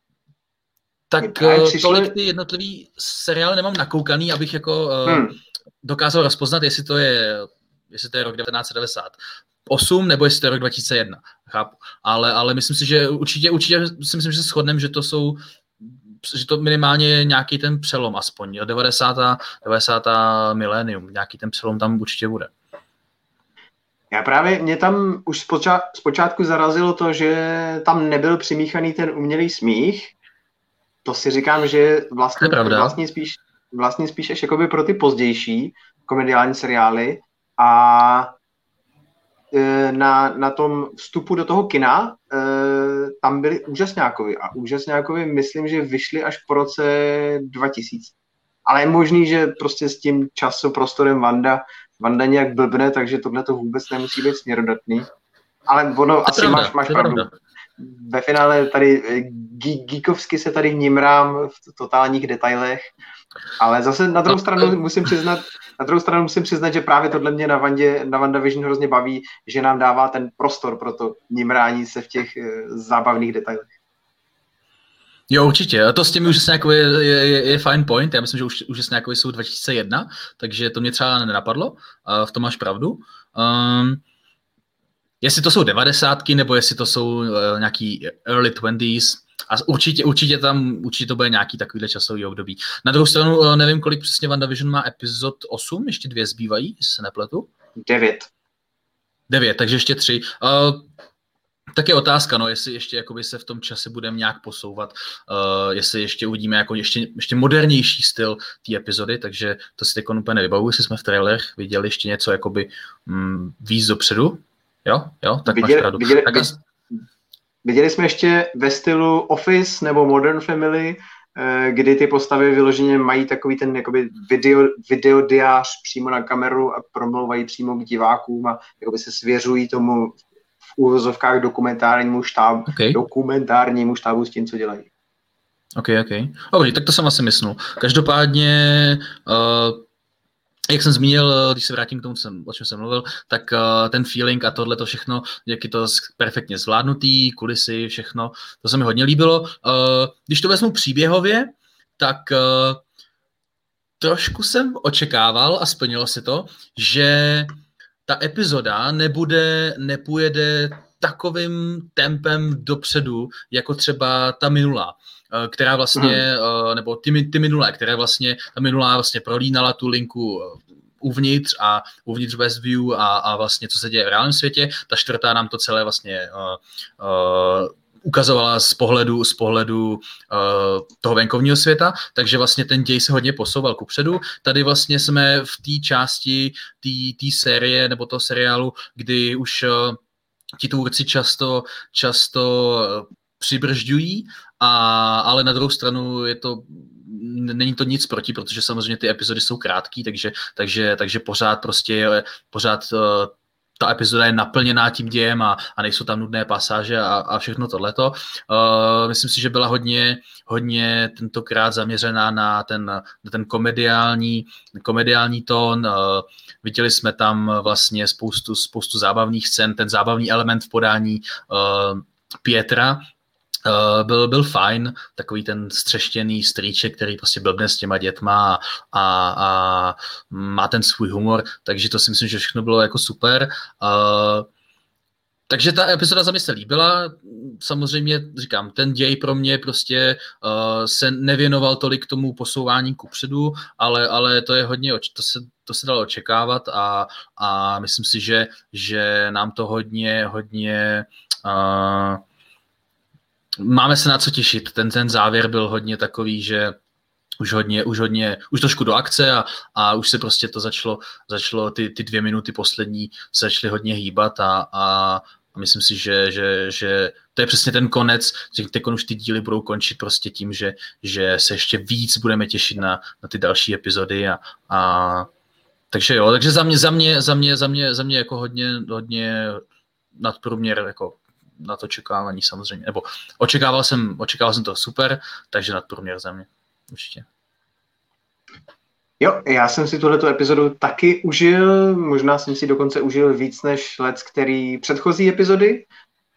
tak tolik ty jednotlivý seriály nemám nakoukaný, abych jako hmm. dokázal rozpoznat, jestli to je, jestli to je rok devatenáct set devadesát osm nebo jestli to je rok dva tisíce jedna, chápu. Ale, ale myslím si, že určitě, určitě si myslím, že se shodneme, že to jsou, že to minimálně je nějaký ten přelom aspoň, jo, devadesátá devadesátá milénium, nějaký ten přelom tam určitě bude. Já právě, mě tam už zpoča, zpočátku zarazilo to, že tam nebyl přimíchaný ten umělý smích. To si říkám, že vlastně, vlastně spíš, vlastně spíš až jakoby pro ty pozdější komediální seriály a Na, na tom vstupu do toho kina e, tam byli úžasňákovi a úžasňákovi myslím, že vyšli až po roce dva tisíce. Ale je možný, že prostě s tím časoprostorem Wanda, Wanda nějak blbne, takže tohle to vůbec nemusí být směrodatný. Ale ono, asi pravda, máš, máš pravdu. Pravda. Ve finále tady geekovsky se tady nimrám v totálních detailech, ale zase na druhou stranu musím přiznat, na druhou stranu musím přiznat, že právě tohle mě na Vandě, na WandaVision hrozně baví, že nám dává ten prostor pro to nimrání se v těch uh, zábavných detailech. Jo, určitě. A to s těmi úžasňákovi je, je, je, je fine point. Já myslím, že už úžasňákovi jsou dva tisíce jedna, takže to mě třeba nenapadlo. A v tom máš pravdu. Um, jestli to jsou devadesátky, nebo jestli to jsou uh, nějaký early twenties, a určitě, určitě tam, určitě to bude nějaký takovýhle časový období. Na druhou stranu nevím, kolik přesně WandaVision má epizod osm, ještě dvě zbývají, jestli se nepletu. Devět. Devět, takže ještě tři. Uh, Tak je otázka, no, jestli ještě jakoby se v tom čase budeme nějak posouvat, uh, jestli ještě uvidíme jako ještě, ještě modernější styl té epizody, takže to si teď úplně nevybavuji, jestli jsme v trailerech viděli ještě něco jakoby mm, víc dopředu. Jo, jo, tak viděli, máš pravdu. Viděli, tak as... viděli jsme ještě ve stylu Office nebo Modern Family, kdy ty postavy vyloženě mají takový ten jakoby video, videodiář přímo na kameru a promlouvají přímo k divákům a jakoby se svěřují tomu v úvozovkách dokumentárnímu štábu, okay. dokumentárnímu štábu s tím, co dělají. OK, OK. Dobrý, tak to jsem asi myslel. Každopádně, uh, jak jsem zmínil, když se vrátím k tomu, o čem jsem mluvil, tak uh, ten feeling a tohle to všechno, jak je to perfektně zvládnutý, kulisy, všechno, to se mi hodně líbilo. Uh, když to vezmu příběhově, tak uh, trošku jsem očekával a splnilo se to, že ta epizoda nebude, nepůjede takovým tempem dopředu, jako třeba ta minulá, která vlastně, hmm. nebo ty, ty minulé, které vlastně, ta minulá vlastně prolínala tu linku uvnitř a uvnitř Westview a, a vlastně co se děje v reálném světě. Ta čtvrtá nám to celé vlastně uh, uh, ukazovala z pohledu, z pohledu uh, toho venkovního světa, takže vlastně ten děj se hodně posouval kupředu. Tady vlastně jsme v té části té série nebo toho seriálu, kdy už uh, ti tvůrci často, často uh, přibržďují, a, ale na druhou stranu je to, není to nic proti, protože samozřejmě ty epizody jsou krátký, takže, takže, takže pořád prostě je, pořád uh, ta epizoda je naplněná tím dějem a, a nejsou tam nudné pasáže a, a všechno tohleto. Uh, myslím si, že byla hodně, hodně tentokrát zaměřená na ten, na ten komediální, komediální tón. Uh, viděli jsme tam vlastně spoustu, spoustu zábavných scén, ten zábavný element v podání uh, Pietra, Uh, byl, byl fajn, takový ten střeštěný strýček, který prostě blbne s těma dětma a, a, a má ten svůj humor, takže to si myslím, že všechno bylo jako super. Uh, takže ta epizoda za mě se líbila, samozřejmě říkám, ten děj pro mě prostě uh, se nevěnoval tolik tomu posouvání kupředu, ale, ale to je hodně, to se, to se dalo očekávat a, a myslím si, že, že nám to hodně, hodně uh, máme se na co těšit. Ten, ten závěr byl hodně takový, že už hodně, už hodně, už trošku do akce a, a už se prostě to začalo, začalo ty, ty dvě minuty poslední se začaly hodně hýbat a, a, a myslím si, že, že, že to je přesně ten konec, že teď už ty díly budou končit prostě tím, že, že se ještě víc budeme těšit na, na ty další epizody a, a takže jo, takže za mě, za mě, za mě, za mě, za mě jako hodně, hodně nadprůměr jako na to očekávání samozřejmě, nebo očekával jsem, očekával jsem to super, takže nadprůměr za mě, určitě. Jo, já jsem si tuhletu epizodu taky užil, možná jsem si dokonce užil víc než lec, který předchozí epizody. E,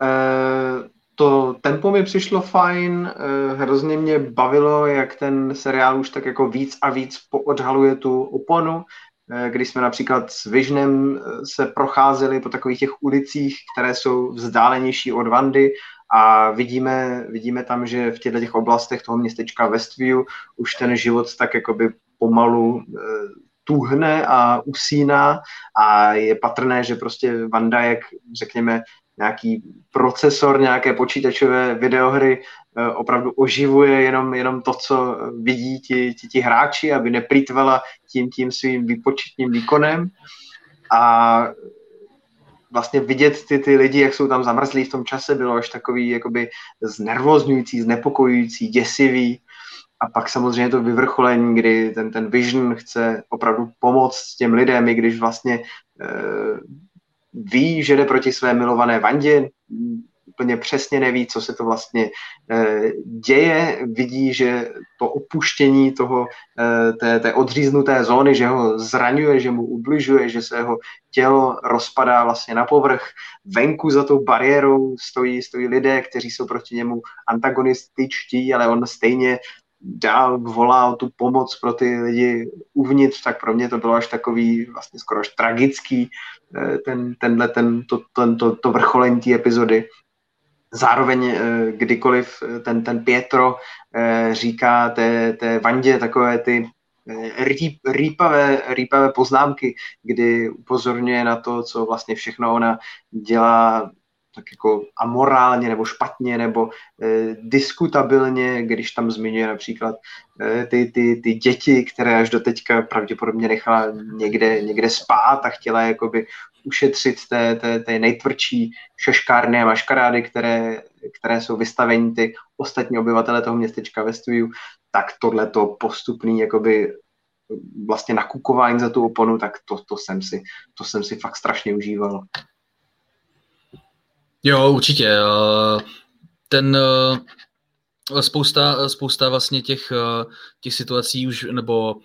to tempo mi přišlo fajn, e, hrozně mě bavilo, jak ten seriál už tak jako víc a víc odhaluje tu oponu, když jsme například s Visionem se procházeli po takových těch ulicích, které jsou vzdálenější od Wandy a vidíme, vidíme tam, že v těchto těch oblastech toho městečka Westview už ten život tak jakoby pomalu tuhne a usíná a je patrné, že prostě Wanda, jak řekněme, nějaký procesor, nějaké počítačové videohry opravdu oživuje jenom, jenom to, co vidí ti, ti, ti hráči, aby neplýtvala tím, tím svým výpočetním výkonem a vlastně vidět ty, ty lidi, jak jsou tam zamrzlí v tom čase, bylo až takový jakoby znervozňující, znepokojující, děsivý a pak samozřejmě to vyvrcholení, kdy ten, ten Vision chce opravdu pomoct těm lidem, i když vlastně eh, ví, že jde proti své milované Vandě, úplně přesně neví, co se to vlastně e, děje, vidí, že to opuštění toho, e, té, té odříznuté zóny, že ho zraňuje, že mu ubližuje, že se jeho tělo rozpadá vlastně na povrch. Venku za tou bariérou stojí, stojí lidé, kteří jsou proti němu antagonističtí, ale on stejně dál volá o tu pomoc pro ty lidi uvnitř, tak pro mě to bylo až takový vlastně skoro až tragický ten, tenhle, ten, to, ten, to, to vrcholení té epizody. Zároveň kdykoliv ten, ten Pietro říká té, té Vandě takové ty rýp, rýpavé, rýpavé poznámky, kdy upozorňuje na to, co vlastně všechno ona dělá tak jako amorálně nebo špatně nebo eh, diskutabilně, když tam zmiňuje například eh, ty, ty, ty děti, které až do teďka pravděpodobně nechala někde, někde spát a chtěla jakoby ušetřit té, té, té nejtvrdší šaškárny a maškarády, které, které jsou vystavení ty ostatní obyvatele toho městečka Westview, tak tohleto postupný jakoby vlastně nakukování za tu oponu, tak to, to, jsem si, to jsem si fakt strašně užíval. Jo, určitě. Ten spousta, spousta vlastně těch, těch situací už, nebo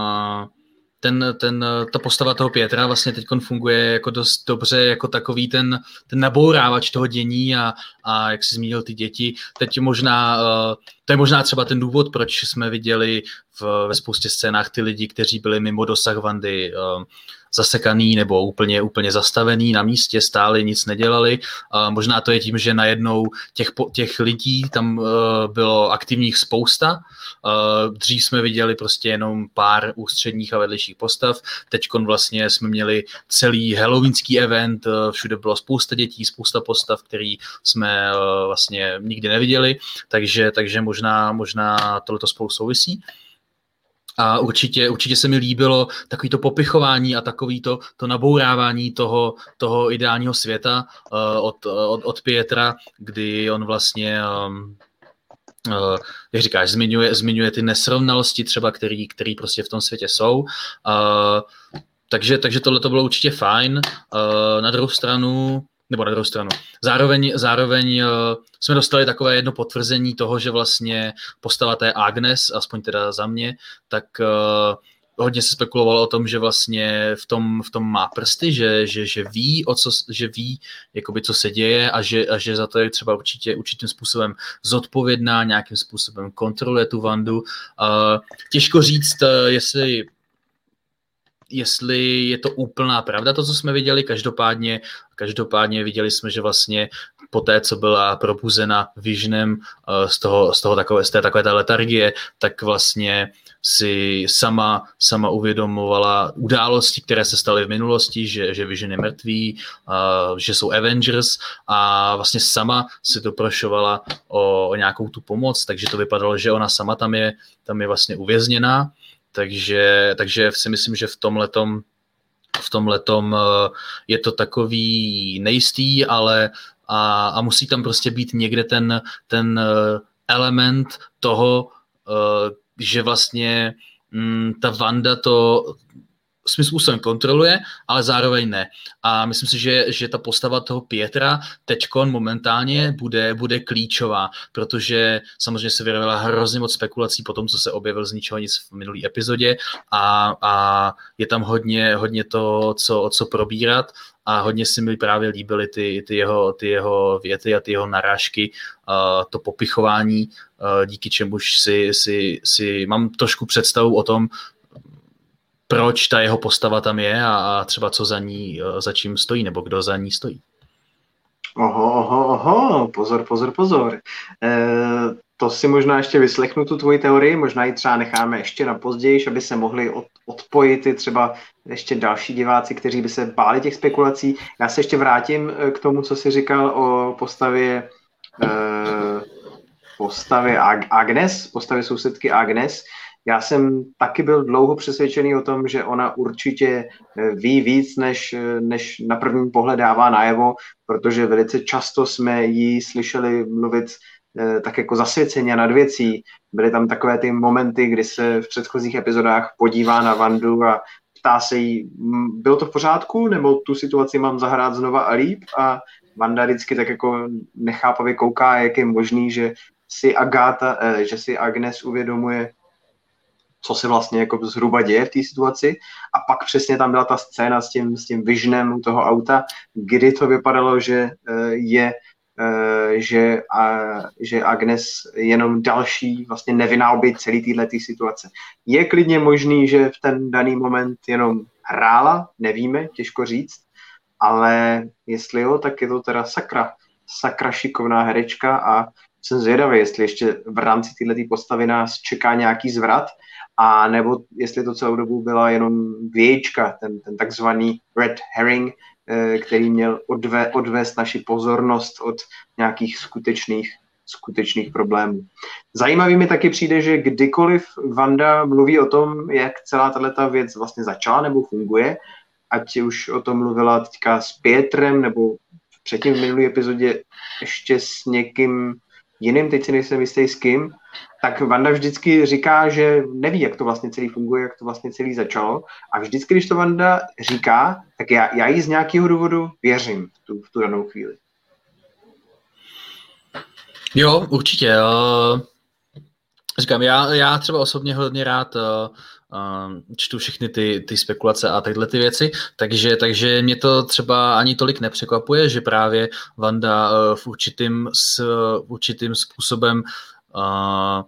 ten, ten, ta postava toho Pietra vlastně teď funguje jako dost dobře jako takový ten, ten nabourávač toho dění a, a jak jsi zmínil ty děti. Teď možná, to je možná třeba ten důvod, proč jsme viděli v, ve spoustě scénách ty lidi, kteří byli mimo dosah Wandy zasekaný nebo úplně, úplně zastavený na místě, stáli, nic nedělali. Uh, možná to je tím, že najednou těch, těch lidí tam uh, bylo aktivních spousta. Uh, dřív jsme viděli prostě jenom pár ústředních a vedlejších postav. Teďkon vlastně jsme měli celý halloweenský event, uh, všude bylo spousta dětí, spousta postav, který jsme uh, vlastně nikdy neviděli, takže, takže možná, možná tohleto spolu souvisí. A určitě, určitě se mi líbilo takový to popichování a takový to, to nabourávání toho, toho ideálního světa uh, od, od, od Pietra, kdy on vlastně, um, uh, jak říkáš, zmiňuje, zmiňuje ty nesrovnalosti třeba, který, který prostě v tom světě jsou. Uh, takže, takže tohle to bylo určitě fajn. Uh, na druhou stranu, nebo na druhou stranu. Zároveň, zároveň uh, jsme dostali takové jedno potvrzení toho, že vlastně postava té Agnes, aspoň teda za mě, tak uh, hodně se spekulovalo o tom, že vlastně v tom, v tom má prsty, že, že, že ví, o co, že ví jakoby, co se děje a že, a že za to je třeba určitě určitým způsobem zodpovědná, nějakým způsobem kontroluje tu Wandu. Uh, těžko říct, uh, jestli jestli je to úplná pravda, to, co jsme viděli, každopádně, každopádně viděli jsme, že vlastně po té, co byla probuzena Visionem z, toho, z, toho takové, z té takové té letargie, tak vlastně si sama, sama uvědomovala události, které se staly v minulosti, že, že Vision je mrtvý, uh, že jsou Avengers a vlastně sama si doprošovala o, o nějakou tu pomoc, takže to vypadalo, že ona sama tam je, tam je vlastně uvězněná. Takže, takže si myslím, že v tomhletom, v tomhletom je to takový nejistý, ale a, a musí tam prostě být někde ten, ten element toho, že vlastně ta Wanda to svým způsobem kontroluje, ale zároveň ne. A myslím si, že, že ta postava toho Pietra teďkon momentálně bude, bude klíčová, protože samozřejmě se vyrojila hrozně moc spekulací po tom, co se objevil z ničeho nic v minulý epizodě a, a je tam hodně, hodně to, co, co probírat a hodně si mi právě líbily ty, ty, jeho, ty jeho věty a ty jeho narážky, uh, to popichování, uh, díky čemuž si, si, si mám trošku představu o tom, proč ta jeho postava tam je a, a třeba co za ní, za čím stojí, nebo kdo za ní stojí. Oho, oho, oho, pozor, pozor, pozor. E, to si možná ještě vyslechnu tu tvoji teorii, možná ji třeba necháme ještě na později, aby se mohli od, odpojit i třeba ještě další diváci, kteří by se báli těch spekulací. Já se ještě vrátím k tomu, co jsi říkal o postavě e, postavě Agnes, postavě sousedky Agnes. Já jsem taky byl dlouho přesvědčený o tom, že ona určitě ví víc, než, než na první pohled dává najevo, protože velice často jsme ji slyšeli mluvit tak jako zasvěceně nad věcí. Byly tam takové ty momenty, kdy se v předchozích epizodách podívá na Wandu a ptá se jí, bylo to v pořádku, nebo tu situaci mám zahrát znova a líp? A Wanda vždycky tak jako nechápavě kouká, jak je možný, že si Agatha, že si Agnes uvědomuje, co se vlastně jako zhruba děje v té situaci. A pak přesně tam byla ta scéna s tím, s tím Visionem u toho auta, kdy to vypadalo, že je, že, že Agnes jenom další vlastně nevinná oběť celý této situace. Je klidně možný, že v ten daný moment jenom hrála, nevíme, těžko říct, ale jestli jo, tak je to teda sakra, sakra šikovná herečka a jsem zvědavý, jestli ještě v rámci této postavy nás čeká nějaký zvrat, a nebo jestli to celou dobu byla jenom vějíčka, ten, ten takzvaný red herring, který měl odve, odvést naši pozornost od nějakých skutečných, skutečných problémů. Zajímavý mi taky přijde, že kdykoliv Wanda mluví o tom, jak celá tato věc vlastně začala nebo funguje, ať už o tom mluvila teďka s Pietrem, nebo předtím v minulý epizodě ještě s někým jiným, teď si nejsem jistý s kým, tak Wanda vždycky říká, že neví, jak to vlastně celý funguje, jak to vlastně celý začalo. A vždycky, když to Wanda říká, tak já, já jí z nějakého důvodu věřím v tu, v tu danou chvíli. Jo, určitě. Říkám, já, já třeba osobně hodně rád čtu všechny ty, ty spekulace a takhle ty věci, takže, takže mě to třeba ani tolik nepřekvapuje, že právě Wanda v určitým, v určitým způsobem Uh,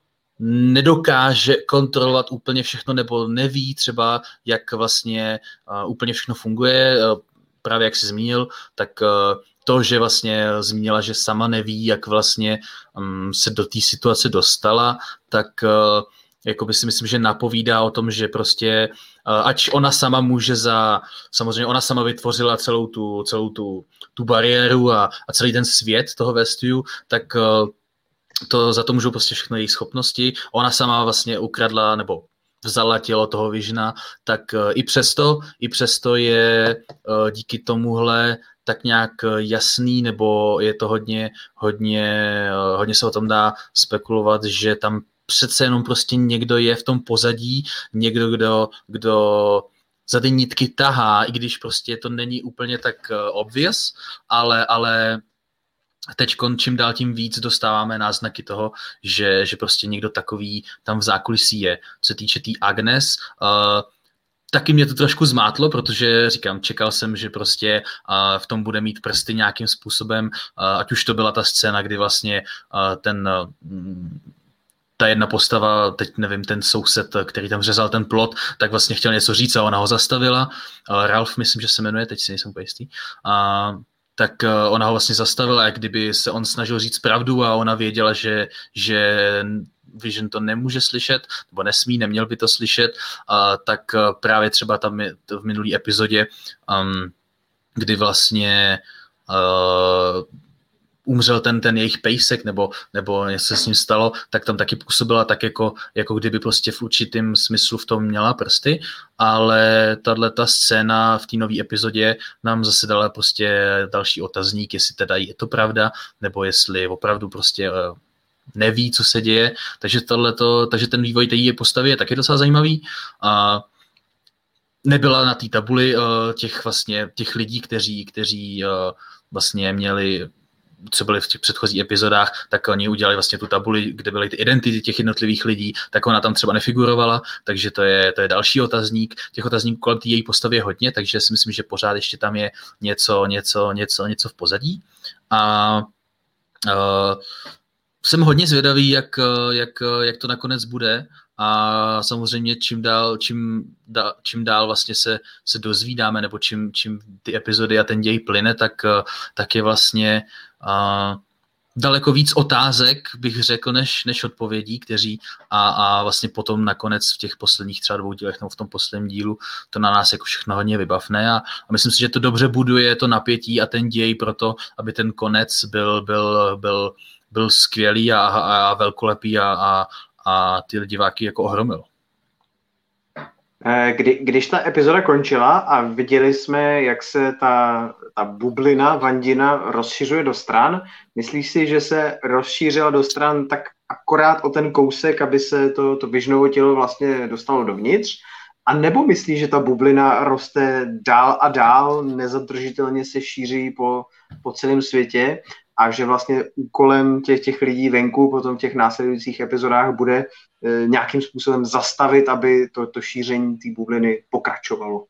nedokáže kontrolovat úplně všechno nebo neví třeba, jak vlastně uh, úplně všechno funguje. Uh, právě jak jsi zmínil, tak uh, to, že vlastně zmínila, že sama neví, jak vlastně um, se do té situace dostala, tak uh, jakoby si myslím, že napovídá o tom, že prostě uh, ať ona sama může za, samozřejmě ona sama vytvořila celou tu, celou tu, tu bariéru a, a celý ten svět toho Westview, tak uh, to za to můžou prostě všechno její schopnosti. Ona sama vlastně ukradla nebo vzala tělo toho Visiona, tak i přesto, i přesto je díky tomuhle tak nějak jasný, nebo je to hodně, hodně, hodně se o tom dá spekulovat, že tam přece jenom prostě někdo je v tom pozadí, někdo, kdo, kdo za ty nitky tahá, i když prostě to není úplně tak obvious, ale, ale teď čím dál tím víc dostáváme náznaky toho, že, že prostě někdo takový tam v zákulisí je. Co se týče té tý Agnes, uh, taky mě to trošku zmátlo, protože říkám, čekal jsem, že prostě uh, v tom bude mít prsty nějakým způsobem, uh, ať už to byla ta scéna, kdy vlastně uh, ten uh, ta jedna postava, teď nevím, ten soused, který tam řezal ten plot, tak vlastně chtěl něco říct a ona ho zastavila. Uh, Ralph, myslím, že se jmenuje, teď si nejsem úplně jistý. Uh, tak ona ho vlastně zastavila, jak kdyby se on snažil říct pravdu a ona věděla, že, že Vision to nemůže slyšet, nebo nesmí, neměl by to slyšet, a tak právě třeba tam v minulý epizodě, um, kdy vlastně uh, umřel ten, ten jejich pejsek, nebo, nebo něco se s ním stalo, tak tam taky působila tak, jako, jako kdyby prostě v určitém smyslu v tom měla prsty, ale tato scéna v té nové epizodě nám zase dala prostě další otazník, jestli teda je to pravda, nebo jestli opravdu prostě neví, co se děje, takže, tohleto, takže ten vývoj té její postavy je taky docela zajímavý a nebyla na té tabuli těch, vlastně, těch lidí, kteří, kteří vlastně měli, co byly v těch předchozích epizodách, tak oni udělali vlastně tu tabuli, kde byly ty identity těch jednotlivých lidí, tak ona tam třeba nefigurovala, takže to je, to je další otazník. Těch otazníků kolem té její postavy je hodně, takže si myslím, že pořád ještě tam je něco, něco, něco, něco v pozadí. A uh, jsem hodně zvědavý, jak, jak, jak to nakonec bude a samozřejmě čím dál, čím dál, čím dál vlastně se, se dozvídáme, nebo čím, čím ty epizody a ten děj plyne, tak, tak je vlastně uh, daleko víc otázek, bych řekl, než, než odpovědí, kteří a, a vlastně potom nakonec v těch posledních třeba dvou dílech nebo v tom posledním dílu to na nás jako všechno hodně vybavne a, a myslím si, že to dobře buduje to napětí a ten děj proto, aby ten konec byl, byl, byl, byl skvělý a, a, a velkolepý a, a, a ty diváky jako ohromil. Kdy, když ta epizoda končila a viděli jsme, jak se ta, ta bublina Wandina rozšiřuje do stran, myslíš si, že se rozšířila do stran tak akorát o ten kousek, aby se to, to Visionovo tělo vlastně dostalo dovnitř? A nebo myslíš, že ta bublina roste dál a dál, nezadržitelně se šíří po, po celém světě a že vlastně úkolem těch, těch lidí venku potom v těch následujících epizodách bude e, nějakým způsobem zastavit, aby to, to šíření té bubliny pokračovalo?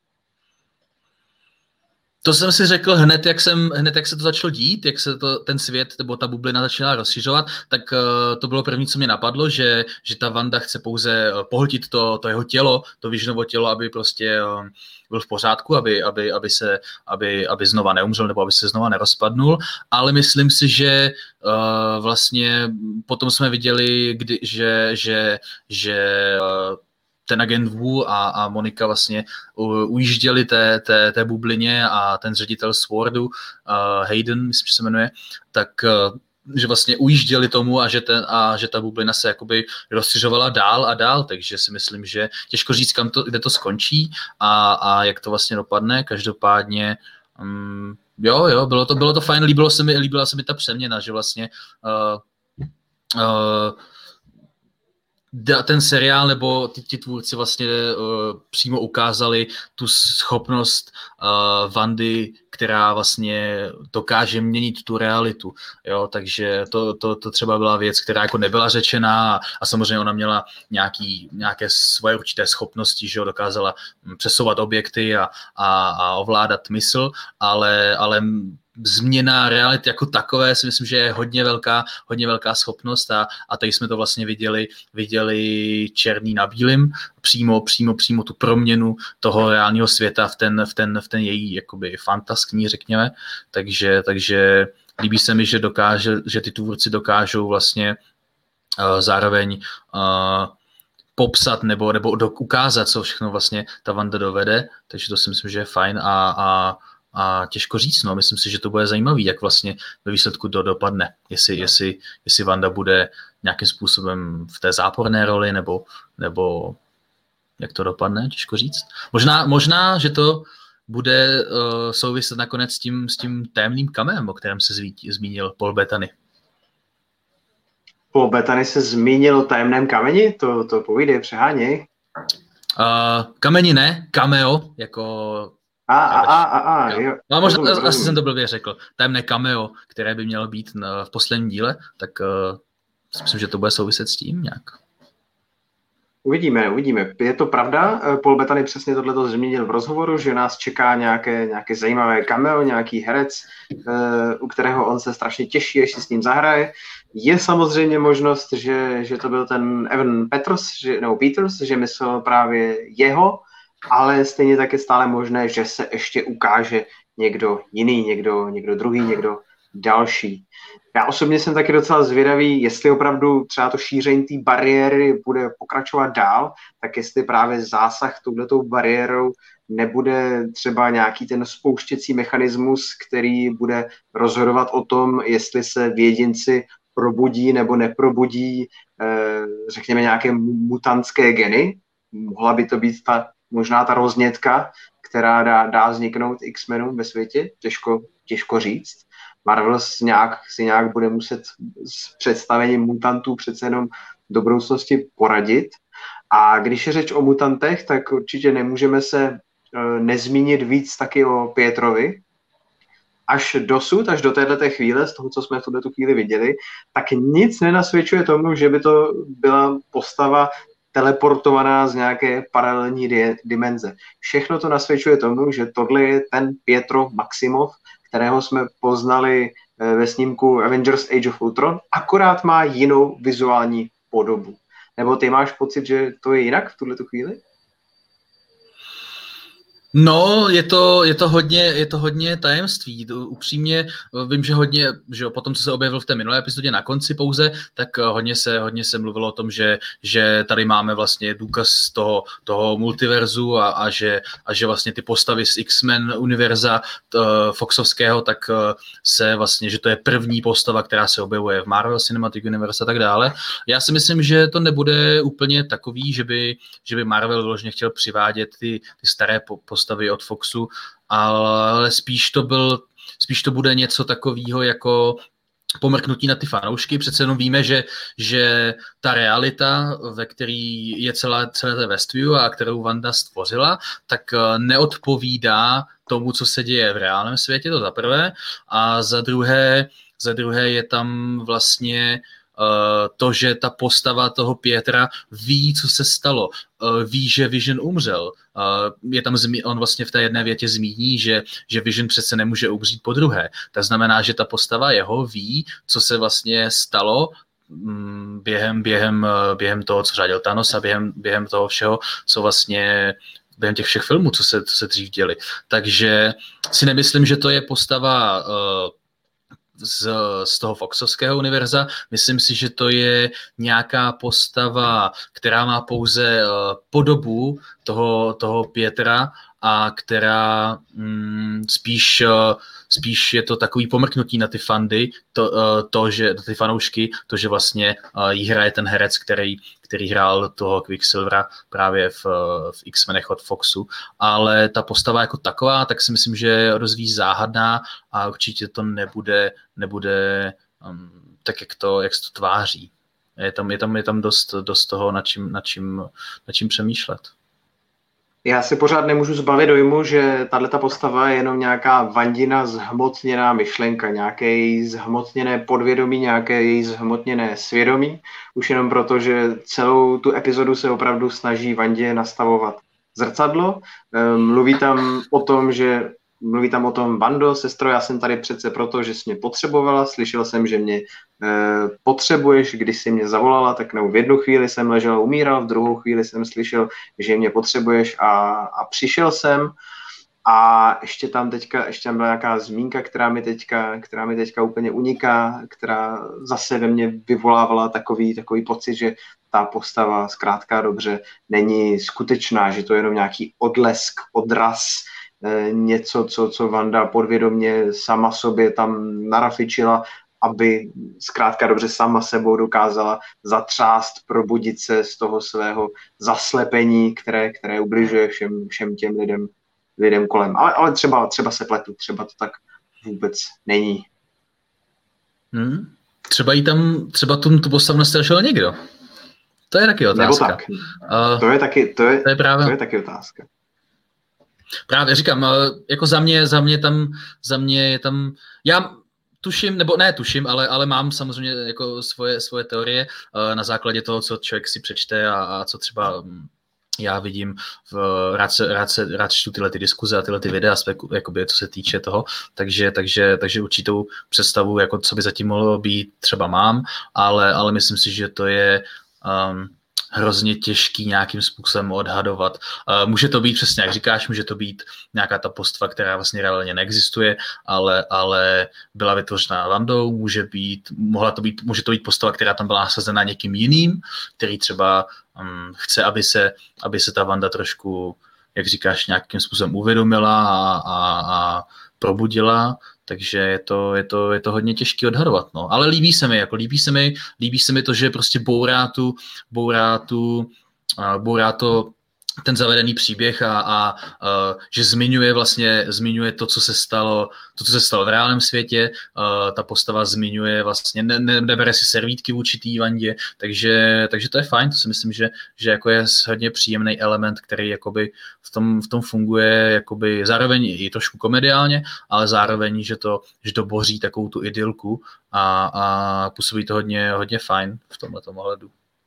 To jsem si řekl hned, jak, jsem, hned, jak se to začalo dít, jak se to, ten svět nebo ta bublina začala rozšiřovat, tak uh, to bylo první, co mě napadlo, že, že ta Wanda chce pouze pohltit to, to jeho tělo, to Visionovo tělo, aby prostě uh, byl v pořádku, aby, aby, aby, se, aby, aby znova neumřel nebo aby se znova nerozpadnul, ale myslím si, že uh, vlastně potom jsme viděli, kdy, že, že, že uh, ten agent Wu a, a Monika vlastně ujížděli té, té, té bublině a ten ředitel Swordu, uh, Hayden, myslím, že se jmenuje, tak uh, že vlastně ujížděli tomu a že, ten, a že ta bublina se jakoby rozšiřovala dál a dál, takže si myslím, že těžko říct, kam to, kde to skončí a, a jak to vlastně dopadne. Každopádně um, jo, jo, bylo to, bylo to fajn, líbilo se mi, líbila se mi ta přeměna, že vlastně uh, uh, ten seriál nebo ty, ty tvůrci vlastně uh, přímo ukázali tu schopnost uh, Wandy, která vlastně dokáže měnit tu realitu, jo, takže to, to, to třeba byla věc, která jako nebyla řečená a samozřejmě ona měla nějaký, nějaké svoje určité schopnosti, že jo, dokázala přesouvat objekty a, a, a ovládat mysl, ale, ale změna reality jako takové si myslím, že je hodně velká, hodně velká schopnost a, a tady jsme to vlastně viděli, viděli černý na bílým, přímo, přímo, přímo tu proměnu toho reálního světa v ten, v ten, v ten její jakoby fantaskní, řekněme, takže, takže líbí se mi, že dokáže, že ty tvůrci dokážou vlastně uh, zároveň uh, popsat nebo, nebo do, ukázat, co všechno vlastně ta Wanda dovede, takže to si myslím, že je fajn a, a A těžko říct, no, myslím si, že to bude zajímavý, jak vlastně ve výsledku to dopadne. Jestli, jestli, jestli Wanda bude nějakým způsobem v té záporné roli, nebo, nebo jak to dopadne, těžko říct. Možná, možná že to bude uh, souviset nakonec s tím, s tím témným kamem, o kterém se zví, zmínil Paul Bettany. Paul Bettany se zmínil o tajemném kameni? To, to povídej, přeháněj. Uh, kameni ne, cameo, jako... A, a, a, a, a, jo. No, možná, rozumím, asi jsem to blbě řekl. Tajemné cameo, které by mělo být na, v posledním díle, tak uh, myslím, že to bude souviset s tím nějak. Uvidíme, uvidíme. Je to pravda? Paul Bettany přesně tohleto zmínil v rozhovoru, že nás čeká nějaké, nějaké zajímavé cameo, nějaký herec, uh, u kterého on se strašně těší, až si s ním zahraje. Je samozřejmě možnost, že, že to byl ten Evan Peters, že, nebo Peters, že myslel právě jeho, ale stejně tak je stále možné, že se ještě ukáže někdo jiný, někdo, někdo druhý, někdo další. Já osobně jsem taky docela zvědavý, jestli opravdu třeba to šíření té bariéry bude pokračovat dál, tak jestli právě zásah touhletou bariérou nebude třeba nějaký ten spouštěcí mechanismus, který bude rozhodovat o tom, jestli se vědinci probudí nebo neprobudí, řekněme, nějaké mutantské geny. Mohla by to být ta možná ta roznětka, která dá, dá vzniknout X-menům ve světě, těžko, těžko říct. Marvel si nějak, si nějak bude muset s představením mutantů přece jenom do budoucnosti poradit. A když je řeč o mutantech, tak určitě nemůžeme se uh, nezmínit víc taky o Pietrovi. Až dosud, až do této chvíle, z toho, co jsme v tuto chvíli viděli, tak nic nenasvědčuje tomu, že by to byla postava teleportovaná z nějaké paralelní di- dimenze. Všechno to nasvědčuje tomu, že tohle je ten Pietro Maximoff, kterého jsme poznali ve snímku Avengers Age of Ultron, akorát má jinou vizuální podobu. Nebo ty máš pocit, že to je jinak v tuhle chvíli? No, je to, je to hodně, je to hodně tajemství. Upřímně vím, že hodně, že potom, co se objevil v té minulé epizodě na konci pouze, tak hodně se, hodně se mluvilo o tom, že, že tady máme vlastně důkaz toho, toho multiverzu a, a, že, a že vlastně ty postavy z X-Men univerza Foxovského, tak se vlastně, že to je první postava, která se objevuje v Marvel Cinematic Universe a tak dále. Já si myslím, že to nebude úplně takový, že by, že by Marvel vložně chtěl přivádět ty, ty staré postavy postavy od Foxu, ale spíš to byl, spíš to bude něco takového jako pomrknutí na ty fanoušky. Přece jenom víme, že, že ta realita, ve který je celé, celé té Westview a kterou Wanda stvořila, tak neodpovídá tomu, co se děje v reálném světě, to za prvé. A za druhé, za druhé je tam vlastně Uh, to, že ta postava toho Pietra ví, co se stalo, uh, ví, že Vision umřel. Uh, je tam zmi- on vlastně v té jedné větě zmíní, že, že Vision přece nemůže umřít po druhé. To znamená, že ta postava jeho ví, co se vlastně stalo um, během, během, uh, během toho, co řádil Thanos a během, během toho všeho, co vlastně během těch všech filmů, co se, co se dřív děli. Takže si nemyslím, že to je postava uh, z, z toho Foxovského univerza. Myslím si, že to je nějaká postava, která má pouze podobu toho, toho Pietra a která mm, spíš, spíš je to takový pomrknutí na ty fandy, to, to že, na ty fanoušky, to, že vlastně jí hraje ten herec, který, který hrál toho Quicksilvera právě v, v X-menech od Foxu, ale ta postava jako taková, tak si myslím, že je rozvíjí záhadná a určitě to nebude, nebude um, tak, jak, to, jak se to tváří. Je tam, je tam, je tam dost, dost toho, nad čím, nad čím, nad čím přemýšlet. Já si pořád nemůžu zbavit dojmu, že tato postava je jenom nějaká Vandina zhmotněná myšlenka, nějaké její zhmotněné podvědomí, nějaké její zhmotněné svědomí, už jenom proto, že celou tu epizodu se opravdu snaží Vandě nastavovat zrcadlo. Mluví tam o tom, že Mluví tam o tom, Vando, sestro, já jsem tady přece proto, že jsi mě potřebovala, slyšel jsem, že mě e, potřebuješ, když jsi mě zavolala, tak nebo v jednu chvíli jsem ležel, umíral, v druhou chvíli jsem slyšel, že mě potřebuješ a, a přišel jsem. A ještě tam teďka, ještě tam byla nějaká zmínka, která mi teďka, která mi teďka úplně uniká, která zase ve mně vyvolávala takový, takový pocit, že ta postava zkrátka dobře není skutečná, že to je jenom nějaký odlesk, odraz, něco, co, co Vanda podvědomě sama sobě tam narafičila, aby zkrátka dobře sama sebou dokázala zatřást, probudit se z toho svého zaslepení, které, které ubližuje všem, všem těm lidem, lidem kolem. Ale, ale třeba, třeba se pletu, třeba to tak vůbec není. Hmm. Třeba jí tam, třeba tu, tu postavu nastrašil někdo. To je taky otázka. Nebo tak. Uh, to je taky, to je, to je, právě... to je taky otázka. Právě říkám, jako za mě, za mě tam, za mě je tam, já tuším, nebo ne tuším, ale, ale mám samozřejmě jako svoje, svoje teorie na základě toho, co člověk si přečte a, a co třeba já vidím, v, rád, se, rád, se, rád čtu tyhle ty diskuze a tyhle ty videa, jakoby, co se týče toho, takže, takže, takže určitou představu, jako co by zatím mohlo být, třeba mám, ale, ale myslím si, že to je um, hrozně těžký nějakým způsobem odhadovat. Může to být přesně, jak říkáš, může to být nějaká ta postava, která vlastně reálně neexistuje, ale, ale byla vytvořena Vandou, může být, mohla to být, může to být postava, která tam byla nasazena někým jiným, který třeba um, chce, aby se, aby se ta Vanda trošku, jak říkáš, nějakým způsobem uvědomila a, a, a probudila, takže je to, je to, je to hodně těžké odhadovat, no. Ale líbí se mi, jako líbí se mi, líbí se mi to, že prostě bourá tu, bourá tu, bourá to ten zavedený příběh a, a, a že zmiňuje vlastně, zmiňuje to, co se stalo, to, co se stalo v reálném světě, a ta postava zmiňuje vlastně, ne, ne, nebere si servítky v určitý Vandě, takže, takže to je fajn, to si myslím, že, že jako je hodně příjemný element, který jakoby v tom, v tom funguje jakoby zároveň i trošku komediálně, ale zároveň, že to, že to boří takovou tu idylku a, a působí to hodně, hodně fajn v tomhletom ohledu.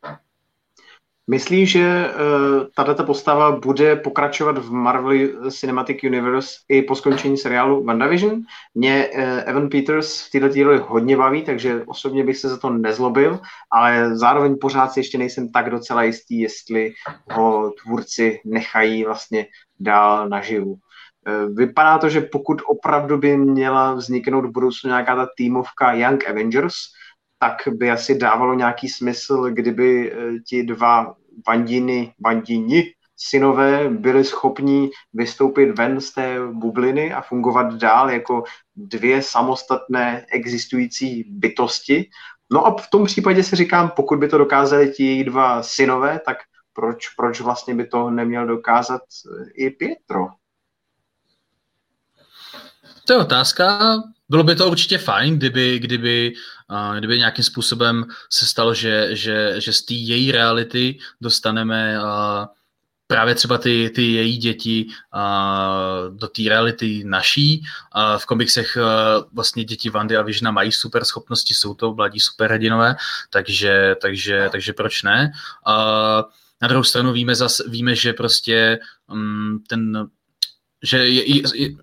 Myslíš, že uh, tato postava bude pokračovat v Marvel Cinematic Universe i po skončení seriálu WandaVision? Mě uh, Evan Peters v této díle hodně baví, takže osobně bych se za to nezlobil, ale zároveň pořád si ještě nejsem tak docela jistý, jestli ho tvůrci nechají vlastně dál naživu. Uh, vypadá to, že pokud opravdu by měla vzniknout v budoucnu nějaká ta týmovka Young Avengers, tak by asi dávalo nějaký smysl, kdyby ti dva Vandiny, Vandini synové byli schopni vystoupit ven z té bubliny a fungovat dál jako dvě samostatné existující bytosti. No a v tom případě si říkám, pokud by to dokázali ti její dva synové, tak proč, proč vlastně by to neměl dokázat i Pietro? To je otázka. Bylo by to určitě fajn, kdyby, kdyby, uh, kdyby nějakým způsobem se stalo, že, že, že z té její reality dostaneme uh, právě třeba ty, ty její děti uh, do té reality naší. Uh, v komiksech uh, vlastně děti Vandy a Visiona mají super schopnosti, jsou to mladí superhrdinové, takže, takže, takže proč ne? Uh, na druhou stranu víme, zas, víme že prostě um, ten, že je, je,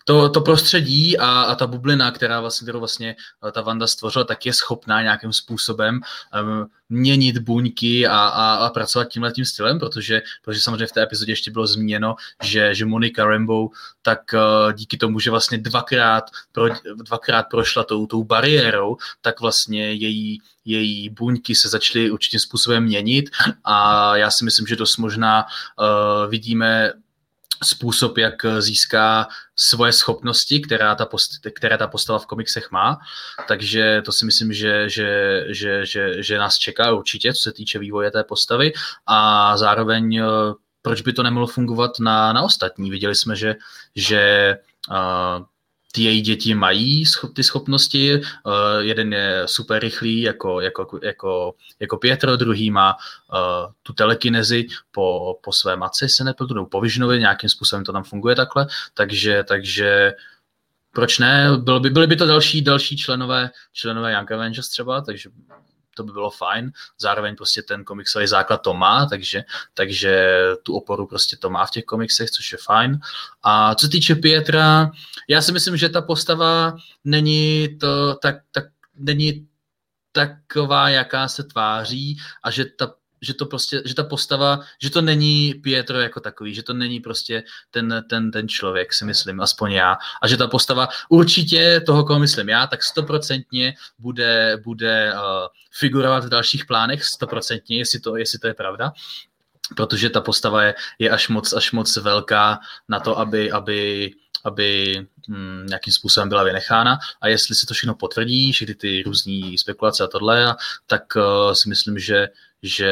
to, to prostředí a, a ta bublina, která vlastně, kterou vlastně ta Wanda stvořila, tak je schopná nějakým způsobem um, měnit buňky a, a, a pracovat tímhletím stylem, protože, protože samozřejmě v té epizodě ještě bylo zmíněno, že, že Monica Rambeau tak uh, díky tomu, že vlastně dvakrát, pro, dvakrát prošla tou, tou bariérou, tak vlastně její, její buňky se začaly určitým způsobem měnit a já si myslím, že dost možná uh, vidíme způsob, jak získá svoje schopnosti, která ta, post, která ta postava v komiksech má. Takže to si myslím, že, že, že, že, že nás čeká určitě, co se týče vývoje té postavy. A zároveň, proč by to nemohlo fungovat na, na ostatní? Viděli jsme, že, že uh, ty její děti mají ty schopnosti. Uh, jeden je super rychlý jako, jako, jako, jako Pietro, druhý má uh, tu telekinezi po, po své matce, se nepletu, po Visionovi, nějakým způsobem to tam funguje takhle, takže, takže proč ne? Bylo by, byly by to další, další členové, členové Young Avengers třeba, takže to by bylo fajn. Zároveň prostě ten komiksový základ to má, takže, takže tu oporu prostě to má v těch komiksech, což je fajn. A co se týče Pietra, já si myslím, že ta postava není to tak, tak není taková, jaká se tváří a že ta že to prostě, že ta postava, že to není Pietro jako takový, že to není prostě ten, ten, ten člověk, si myslím, aspoň já. A že ta postava určitě toho, koho myslím já, tak stoprocentně bude, bude uh, figurovat v dalších plánech, stoprocentně, jestli to, jestli to je pravda. Protože ta postava je, je až moc, až moc velká na to, aby, aby, aby hm, nějakým způsobem byla vynechána. A jestli se to všechno potvrdí, všechny ty různý spekulace a tohle, tak uh, si myslím, že že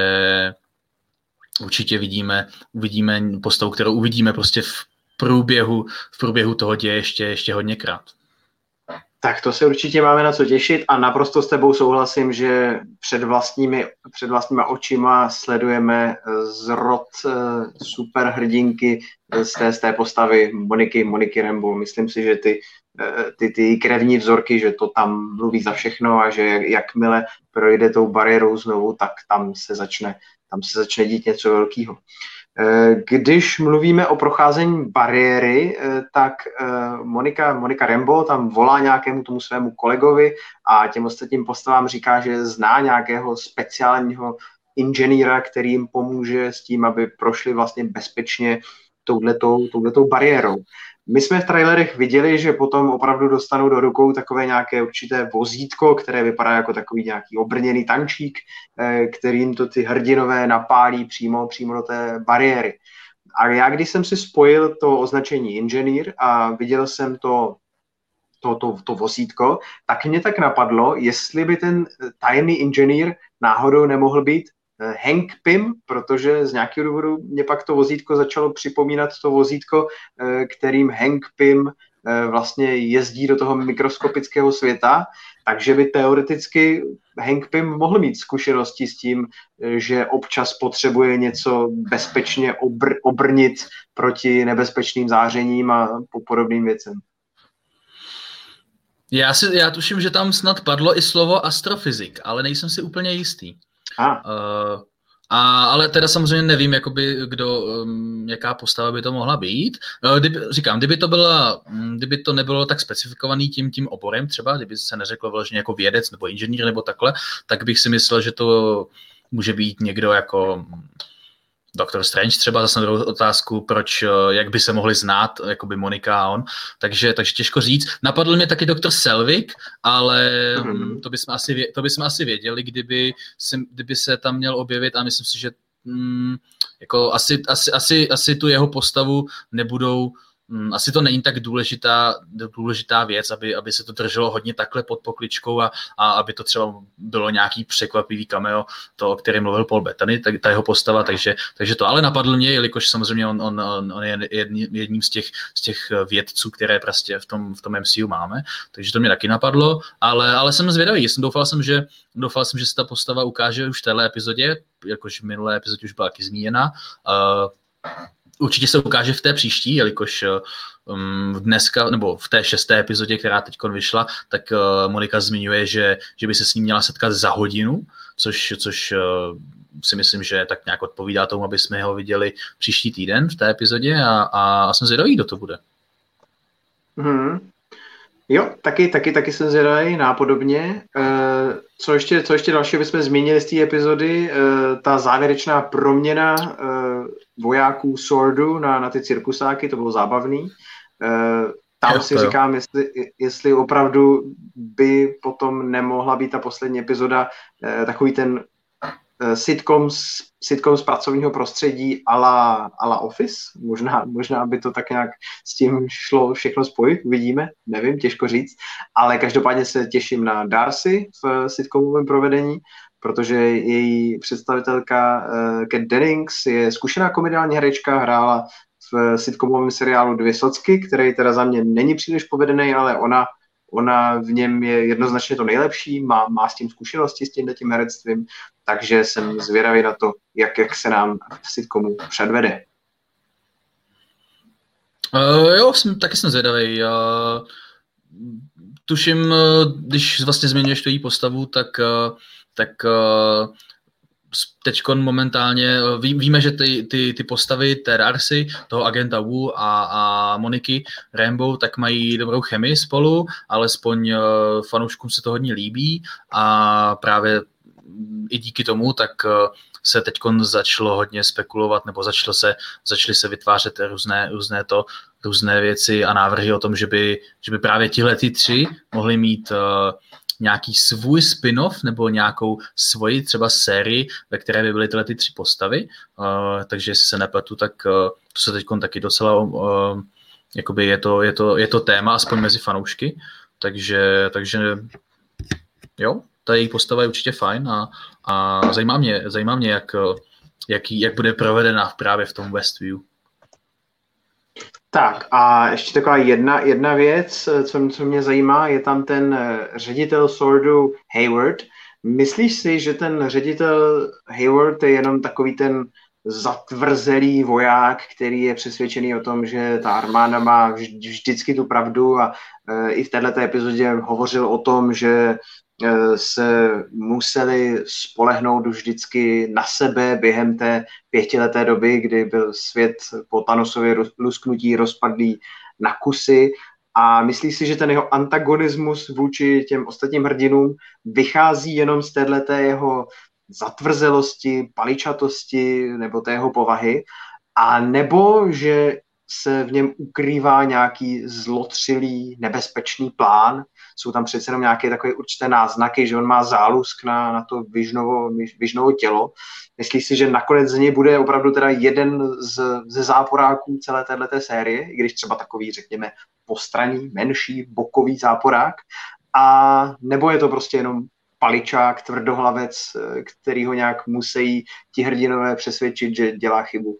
určitě vidíme, uvidíme postavu, kterou uvidíme prostě v průběhu, v průběhu toho děje ještě, ještě hodněkrát. Tak to se určitě máme na co těšit a naprosto s tebou souhlasím, že před vlastními, před vlastníma očima sledujeme zrod superhrdinky z té, z té postavy Moniky, Moniky Rambeau. Myslím si, že ty, ty, ty krevní vzorky, že to tam mluví za všechno a že jakmile projde tou bariérou znovu, tak tam se začne, tam se začne dít něco velkého. Když mluvíme o procházení bariéry, tak Monika, Monika Rambeau tam volá nějakému tomu svému kolegovi a těm ostatním postavám říká, že zná nějakého speciálního inženýra, který jim pomůže s tím, aby prošli vlastně bezpečně touhletou, touhletou bariérou. My jsme v trailerech viděli, že potom opravdu dostanou do rukou takové nějaké určité vozítko, které vypadá jako takový nějaký obrněný tančík, kterým to ty hrdinové napálí přímo, přímo do té bariéry. A já, když jsem si spojil to označení inženýr a viděl jsem to, to, to, to vozítko, tak mě tak napadlo, jestli by ten tajný inženýr náhodou nemohl být Hank Pym, protože z nějakého důvodu mě pak to vozítko začalo připomínat to vozítko, kterým Hank Pym vlastně jezdí do toho mikroskopického světa, takže by teoreticky Hank Pym mohl mít zkušenosti s tím, že občas potřebuje něco bezpečně obr- obrnit proti nebezpečným zářením a podobným věcem. Já, si, já tuším, že tam snad padlo i slovo astrofyzik, ale nejsem si úplně jistý. Ah. Uh, a, ale teda samozřejmě nevím, jakoby, kdo, um, jaká postava by to mohla být. Uh, kdyby, říkám, kdyby to, byla, kdyby to nebylo tak specifikovaný tím, tím oborem třeba, kdyby se neřeklo vložně jako vědec nebo inženýr nebo takhle, tak bych si myslel, že to může být někdo jako doktor Strange třeba, zase na druhou otázku, proč, jak by se mohli znát, jakoby Monika a on, takže, takže těžko říct. Napadl mě taky doktor Selvig, ale mm. to bychom asi, to bychom asi věděli, kdyby se, kdyby se tam měl objevit a myslím si, že mm, jako asi, asi, asi, asi tu jeho postavu nebudou, mm, asi to není tak důležitá, důležitá věc, aby, aby se to drželo hodně takhle pod pokličkou a, a aby to třeba bylo nějaký překvapivý cameo, to, o kterém mluvil Paul Bettany, ta, ta jeho postava, takže, takže to ale napadl mě, jelikož samozřejmě on, on, on je jedním z těch, z těch vědců, které prostě v tom, v tom M C U máme, takže to mě taky napadlo, ale, ale jsem zvědavý, jsem doufal jsem, že doufal jsem, že se ta postava ukáže už v téhle epizodě, jakož v minulé epizodě už byla taky zmíněna. Uh, Určitě se ukáže v té příští, jelikož um, dneska, nebo v té šesté epizodě, která teď vyšla, tak uh, Monika zmiňuje, že, že by se s ním měla setkat za hodinu, což, což uh, si myslím, že tak nějak odpovídá tomu, aby jsme ho viděli příští týden v té epizodě a, a, a jsem zvědavý, kdo to bude. Hmm. Jo, taky, taky, taky jsem zvědavý, nápodobně. E, co, ještě, co ještě dalšího bychom zmínili z té epizody, e, ta závěrečná proměna e, vojáků Swordu na, na ty cirkusáky, to bylo zábavný. E, tam jo, si říkám, jestli, jestli opravdu by potom nemohla být ta poslední epizoda e, takový ten e, sitcom z sitcom z pracovního prostředí a la, a la Office. Možná, možná by to tak nějak s tím šlo všechno spojit, uvidíme, nevím, těžko říct, ale každopádně se těším na Darcy v sitcomovém provedení, protože její představitelka uh, Kat Dennings je zkušená komediální herečka, hrála v sitcomovém seriálu Dvě socky, který teda za mě není příliš povedený, ale ona Ona v něm je jednoznačně to nejlepší, má, má s tím zkušenosti, s tímhletím herectvím, takže jsem zvědavý na to, jak, jak se nám v sitcomu předvede. Uh, jo, jsem, taky jsem zvědavý. Uh, tuším, když vlastně zmiňuješ tu její postavu, tak, uh, tak uh, teďkon momentálně, ví, víme, že ty, ty, ty postavy té Darcy, toho agenta Wu a, a Moniky Rambeau, tak mají dobrou chemii spolu, alespoň uh, fanouškům se to hodně líbí a právě i díky tomu, tak uh, se teďkon začalo hodně spekulovat, nebo začalo se, začaly se vytvářet různé, různé, to, různé věci a návrhy o tom, že by, že by právě tihle ty tři mohli mít uh, nějaký svůj spin-off nebo nějakou svoji třeba sérii, ve které by byly tyhle ty tři postavy. Uh, takže jestli se nepletu, tak uh, to se teď taky docela uh, jakoby je to, je, to, je to téma, aspoň mezi fanoušky. Takže, takže jo, ta její postava je určitě fajn a, a zajímá mě, zajímá mě jak, jak, jak bude provedena právě v tom Westview. Tak a ještě taková jedna, jedna věc, co, co mě zajímá, je tam ten ředitel Swordu Hayward. Myslíš si, že ten ředitel Hayward je jenom takový ten zatvrzelý voják, který je přesvědčený o tom, že ta armáda má vž, vždycky tu pravdu a e, i v této epizodě hovořil o tom, že se museli spolehnout vždycky na sebe během té pětileté doby, kdy byl svět po Thanosově lusknutí rozpadlý na kusy. A myslíš si, že ten jeho antagonismus vůči těm ostatním hrdinům vychází jenom z této jeho zatvrzelosti, paličatosti nebo té jeho povahy, a nebo že se v něm ukrývá nějaký zlotřilý, nebezpečný plán? Jsou tam přece jenom nějaké takové určité náznaky, že on má zálusk na, na to Visionovo, Visionovo tělo. Myslíš si, že nakonec z něj bude opravdu teda jeden z, ze záporáků celé téhleté série, i když třeba takový, řekněme, postranní, menší, bokový záporák? A nebo je to prostě jenom paličák, tvrdohlavec, který ho nějak musí ti hrdinové přesvědčit, že dělá chybu?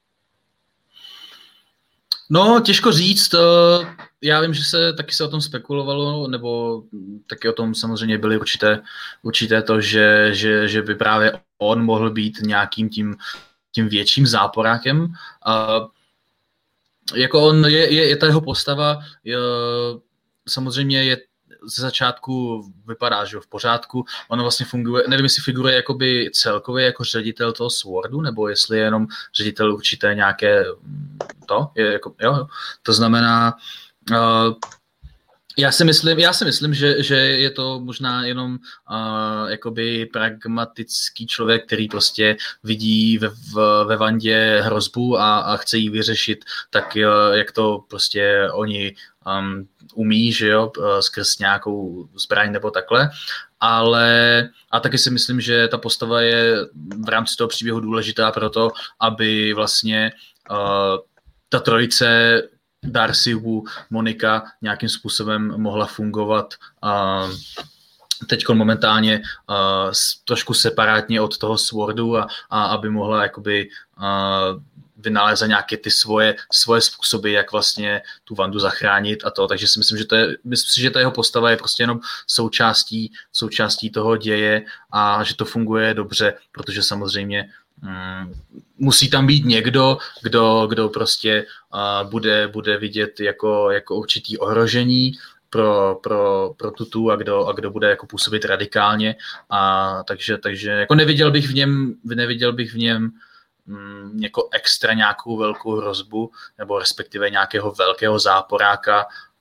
No, těžko říct. Já vím, že se taky se o tom spekulovalo, nebo taky o tom samozřejmě byly určité, určité to, že, že, že by právě on mohl být nějakým tím, tím větším záporákem. Uh, jako on je, je, je ta jeho postava, je, samozřejmě je ze začátku vypadá, že v pořádku. On vlastně funguje, nevím, jestli figuruje jakoby celkově jako ředitel toho Swordu, nebo jestli je jenom ředitel určité nějaké to, je jako, jo, to znamená, uh, já si myslím, já si myslím, že, že je to možná jenom uh, jakoby pragmatický člověk, který prostě vidí ve, v, ve Vandě hrozbu a, a chce ji vyřešit tak, uh, jak to prostě oni um, umí, že jo, skrz nějakou zbraň nebo takhle, ale a taky si myslím, že ta postava je v rámci toho příběhu důležitá pro to, aby vlastně uh, ta trojice Darcy, Wu, Monika nějakým způsobem mohla fungovat uh, teď momentálně uh, trošku separátně od toho Swordu a, a aby mohla jakoby uh, vynalézat nějaké ty svoje, svoje způsoby, jak vlastně tu Wandu zachránit a to, takže si myslím, že to je, myslím si, že ta jeho postava je prostě jenom součástí, součástí toho děje a že to funguje dobře, protože samozřejmě mm, musí tam být někdo, kdo, kdo prostě uh, bude, bude vidět jako, jako určitý ohrožení pro, pro, pro tutu a kdo, a kdo bude jako působit radikálně a takže, takže jako neviděl bych v něm, neviděl bych v něm mm, jako extra nějakou velkou hrozbu nebo respektive nějakého velkého záporáka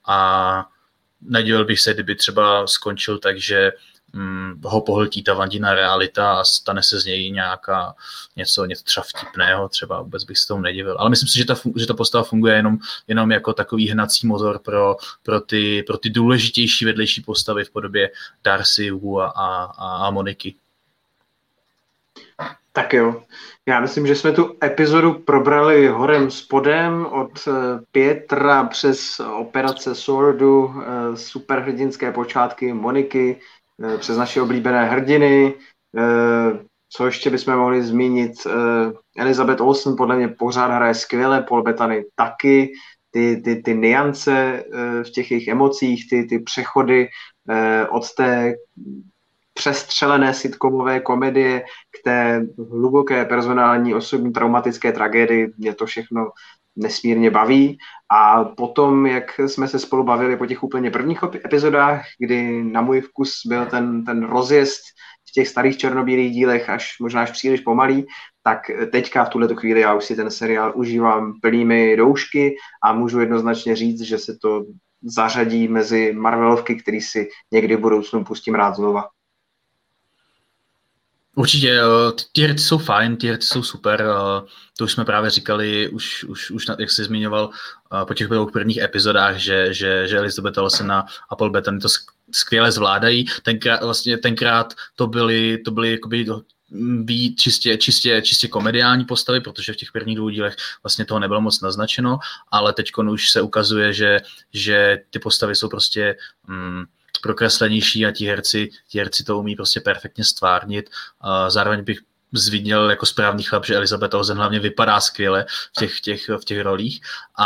a nedivil bych se, kdyby třeba skončil tak, že hm, ho pohltí ta Vandina realita a stane se z něj nějaká něco, něco třeba vtipného, třeba vůbec bych se tomu nedivil. Ale myslím si, že ta, že ta postava funguje jenom, jenom jako takový hnací motor pro, pro, ty, pro ty důležitější vedlejší postavy v podobě Darcy, Wu a, a, a Moniky. Tak jo, já myslím, že jsme tu epizodu probrali horem spodem od Pietra přes operace Swordu, superhrdinské počátky Moniky, přes naše oblíbené hrdiny. Co ještě bychom mohli zmínit? Elizabeth Olsen podle mě pořád hraje skvěle, Paul Bettany taky. Ty, ty, ty niance v těch jejich emocích, ty, ty přechody od té přestřelené sitcomové komedie k té hluboké personální, osobní, traumatické tragédii. Mě to všechno nesmírně baví. A potom, jak jsme se spolu bavili po těch úplně prvních epizodách, kdy na můj vkus byl ten, ten rozjezd v těch starých černobílých dílech až možná až příliš pomalý, tak teďka v tuhletu chvíli já už si ten seriál užívám plnými doušky a můžu jednoznačně říct, že se to zařadí mezi Marvelovky, který si někdy v budoucnu pustím rád znova. Určitě, ty herci jsou fajn, ty herci jsou super, to už jsme právě říkali, už, už, už jak jsi zmiňoval po těch prvních epizodách, že, že, že Elizabeth Olsen a Paul Bettany to skvěle zvládají, tenkrát, vlastně tenkrát to byly, to byly jakoby být čistě, čistě, čistě komediální postavy, protože v těch prvních dvou dílech vlastně toho nebylo moc naznačeno, ale teď už se ukazuje, že, že ty postavy jsou prostě mm, prokreslenější a ti herci, ti herci to umí prostě perfektně stvárnit. Zároveň bych zvidněl jako správný chlap, že Elizabeth Olsen hlavně vypadá skvěle v těch, těch, v těch rolích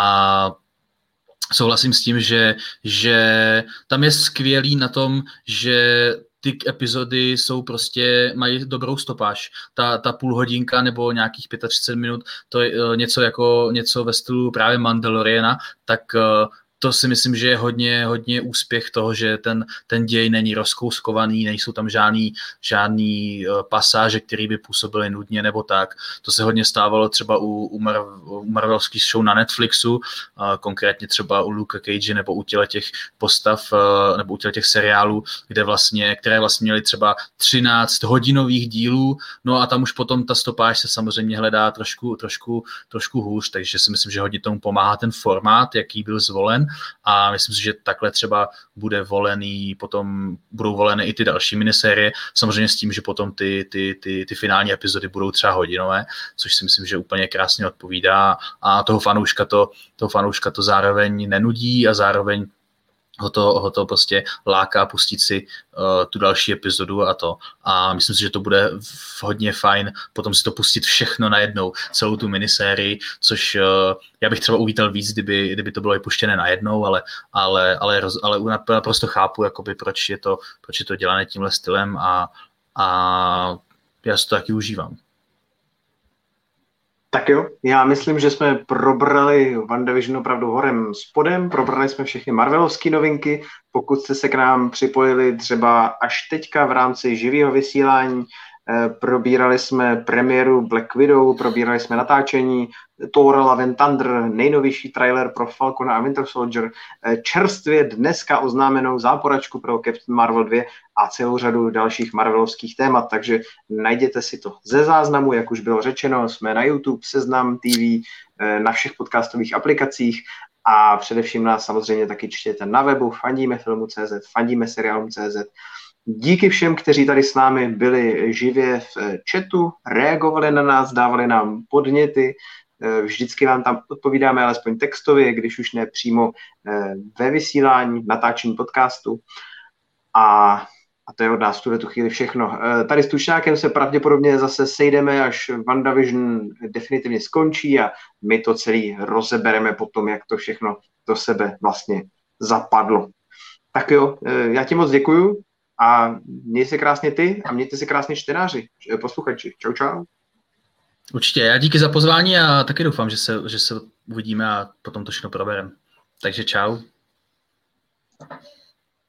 a souhlasím s tím, že, že tam je skvělý na tom, že ty epizody jsou prostě, mají dobrou stopáž. Ta, ta půl hodinka nebo nějakých třicet pět minut, to je něco jako něco ve stylu právě Mandaloriana, tak to si myslím, že je hodně, hodně úspěch toho, že ten, ten děj není rozkouskovaný, nejsou tam žádný, žádný pasáže, které by působily nudně nebo tak. To se hodně stávalo třeba u, u, Mar, u Marvelovských show na Netflixu, konkrétně třeba u Luke Cage nebo u těch postav nebo u těch seriálů, kde vlastně, které vlastně měly třeba třináct hodinových dílů, no a tam už potom ta stopáž se samozřejmě hledá trošku, trošku, trošku hůř, takže si myslím, že hodně tomu pomáhá ten formát, jaký byl zvolen. A myslím si, že takhle třeba bude volený, potom budou voleny i ty další minisérie, samozřejmě s tím, že potom ty, ty, ty, ty finální epizody budou třeba hodinové, což si myslím, že úplně krásně odpovídá a toho fanouška to, toho fanouška to zároveň nenudí a zároveň ho to, ho to prostě láká pustit si uh, tu další epizodu a to. A myslím si, že to bude hodně fajn potom si to pustit všechno najednou, celou tu minisérii, což uh, já bych třeba uvítal víc, kdyby, kdyby to bylo vypuštěné najednou, ale, ale, ale, roz, ale naprosto chápu, jakoby, proč, je to, proč je to dělané tímhle stylem a, a já si to taky užívám. Tak jo, já myslím, že jsme probrali WandaVision opravdu horem spodem, probrali jsme všechny Marvelovské novinky, pokud jste se k nám připojili třeba až teďka v rámci živého vysílání, probírali jsme premiéru Black Widow, probírali jsme natáčení Thor Love and Thunder, nejnovější trailer pro Falcona a Winter Soldier, čerstvě dneska oznámenou záporačku pro Captain Marvel dva a celou řadu dalších marvelovských témat, takže najděte si to ze záznamu, jak už bylo řečeno, jsme na YouTube, Seznam T V, na všech podcastových aplikacích a především nás samozřejmě taky čtěte na webu fandíme filmu tečka cé zet, fandíme seriálům tečka cé zet. Díky všem, kteří tady s námi byli živě v chatu, reagovali na nás, dávali nám podněty, vždycky vám tam odpovídáme alespoň textově, když už ne přímo ve vysílání, natáčení podcastu. A, a to je od nás v tuhle tu chvíli všechno. Tady s Tučňákem se pravděpodobně zase sejdeme, až WandaVision definitivně skončí a my to celý rozebereme potom, jak to všechno do sebe vlastně zapadlo. Tak jo, já ti moc děkuju. A měj se krásně ty a mějte se krásně čtenáři, posluchači. Čau, čau. Určitě, já díky za pozvání a taky doufám, že se, že se uvidíme a potom to všechno probereme. Takže čau.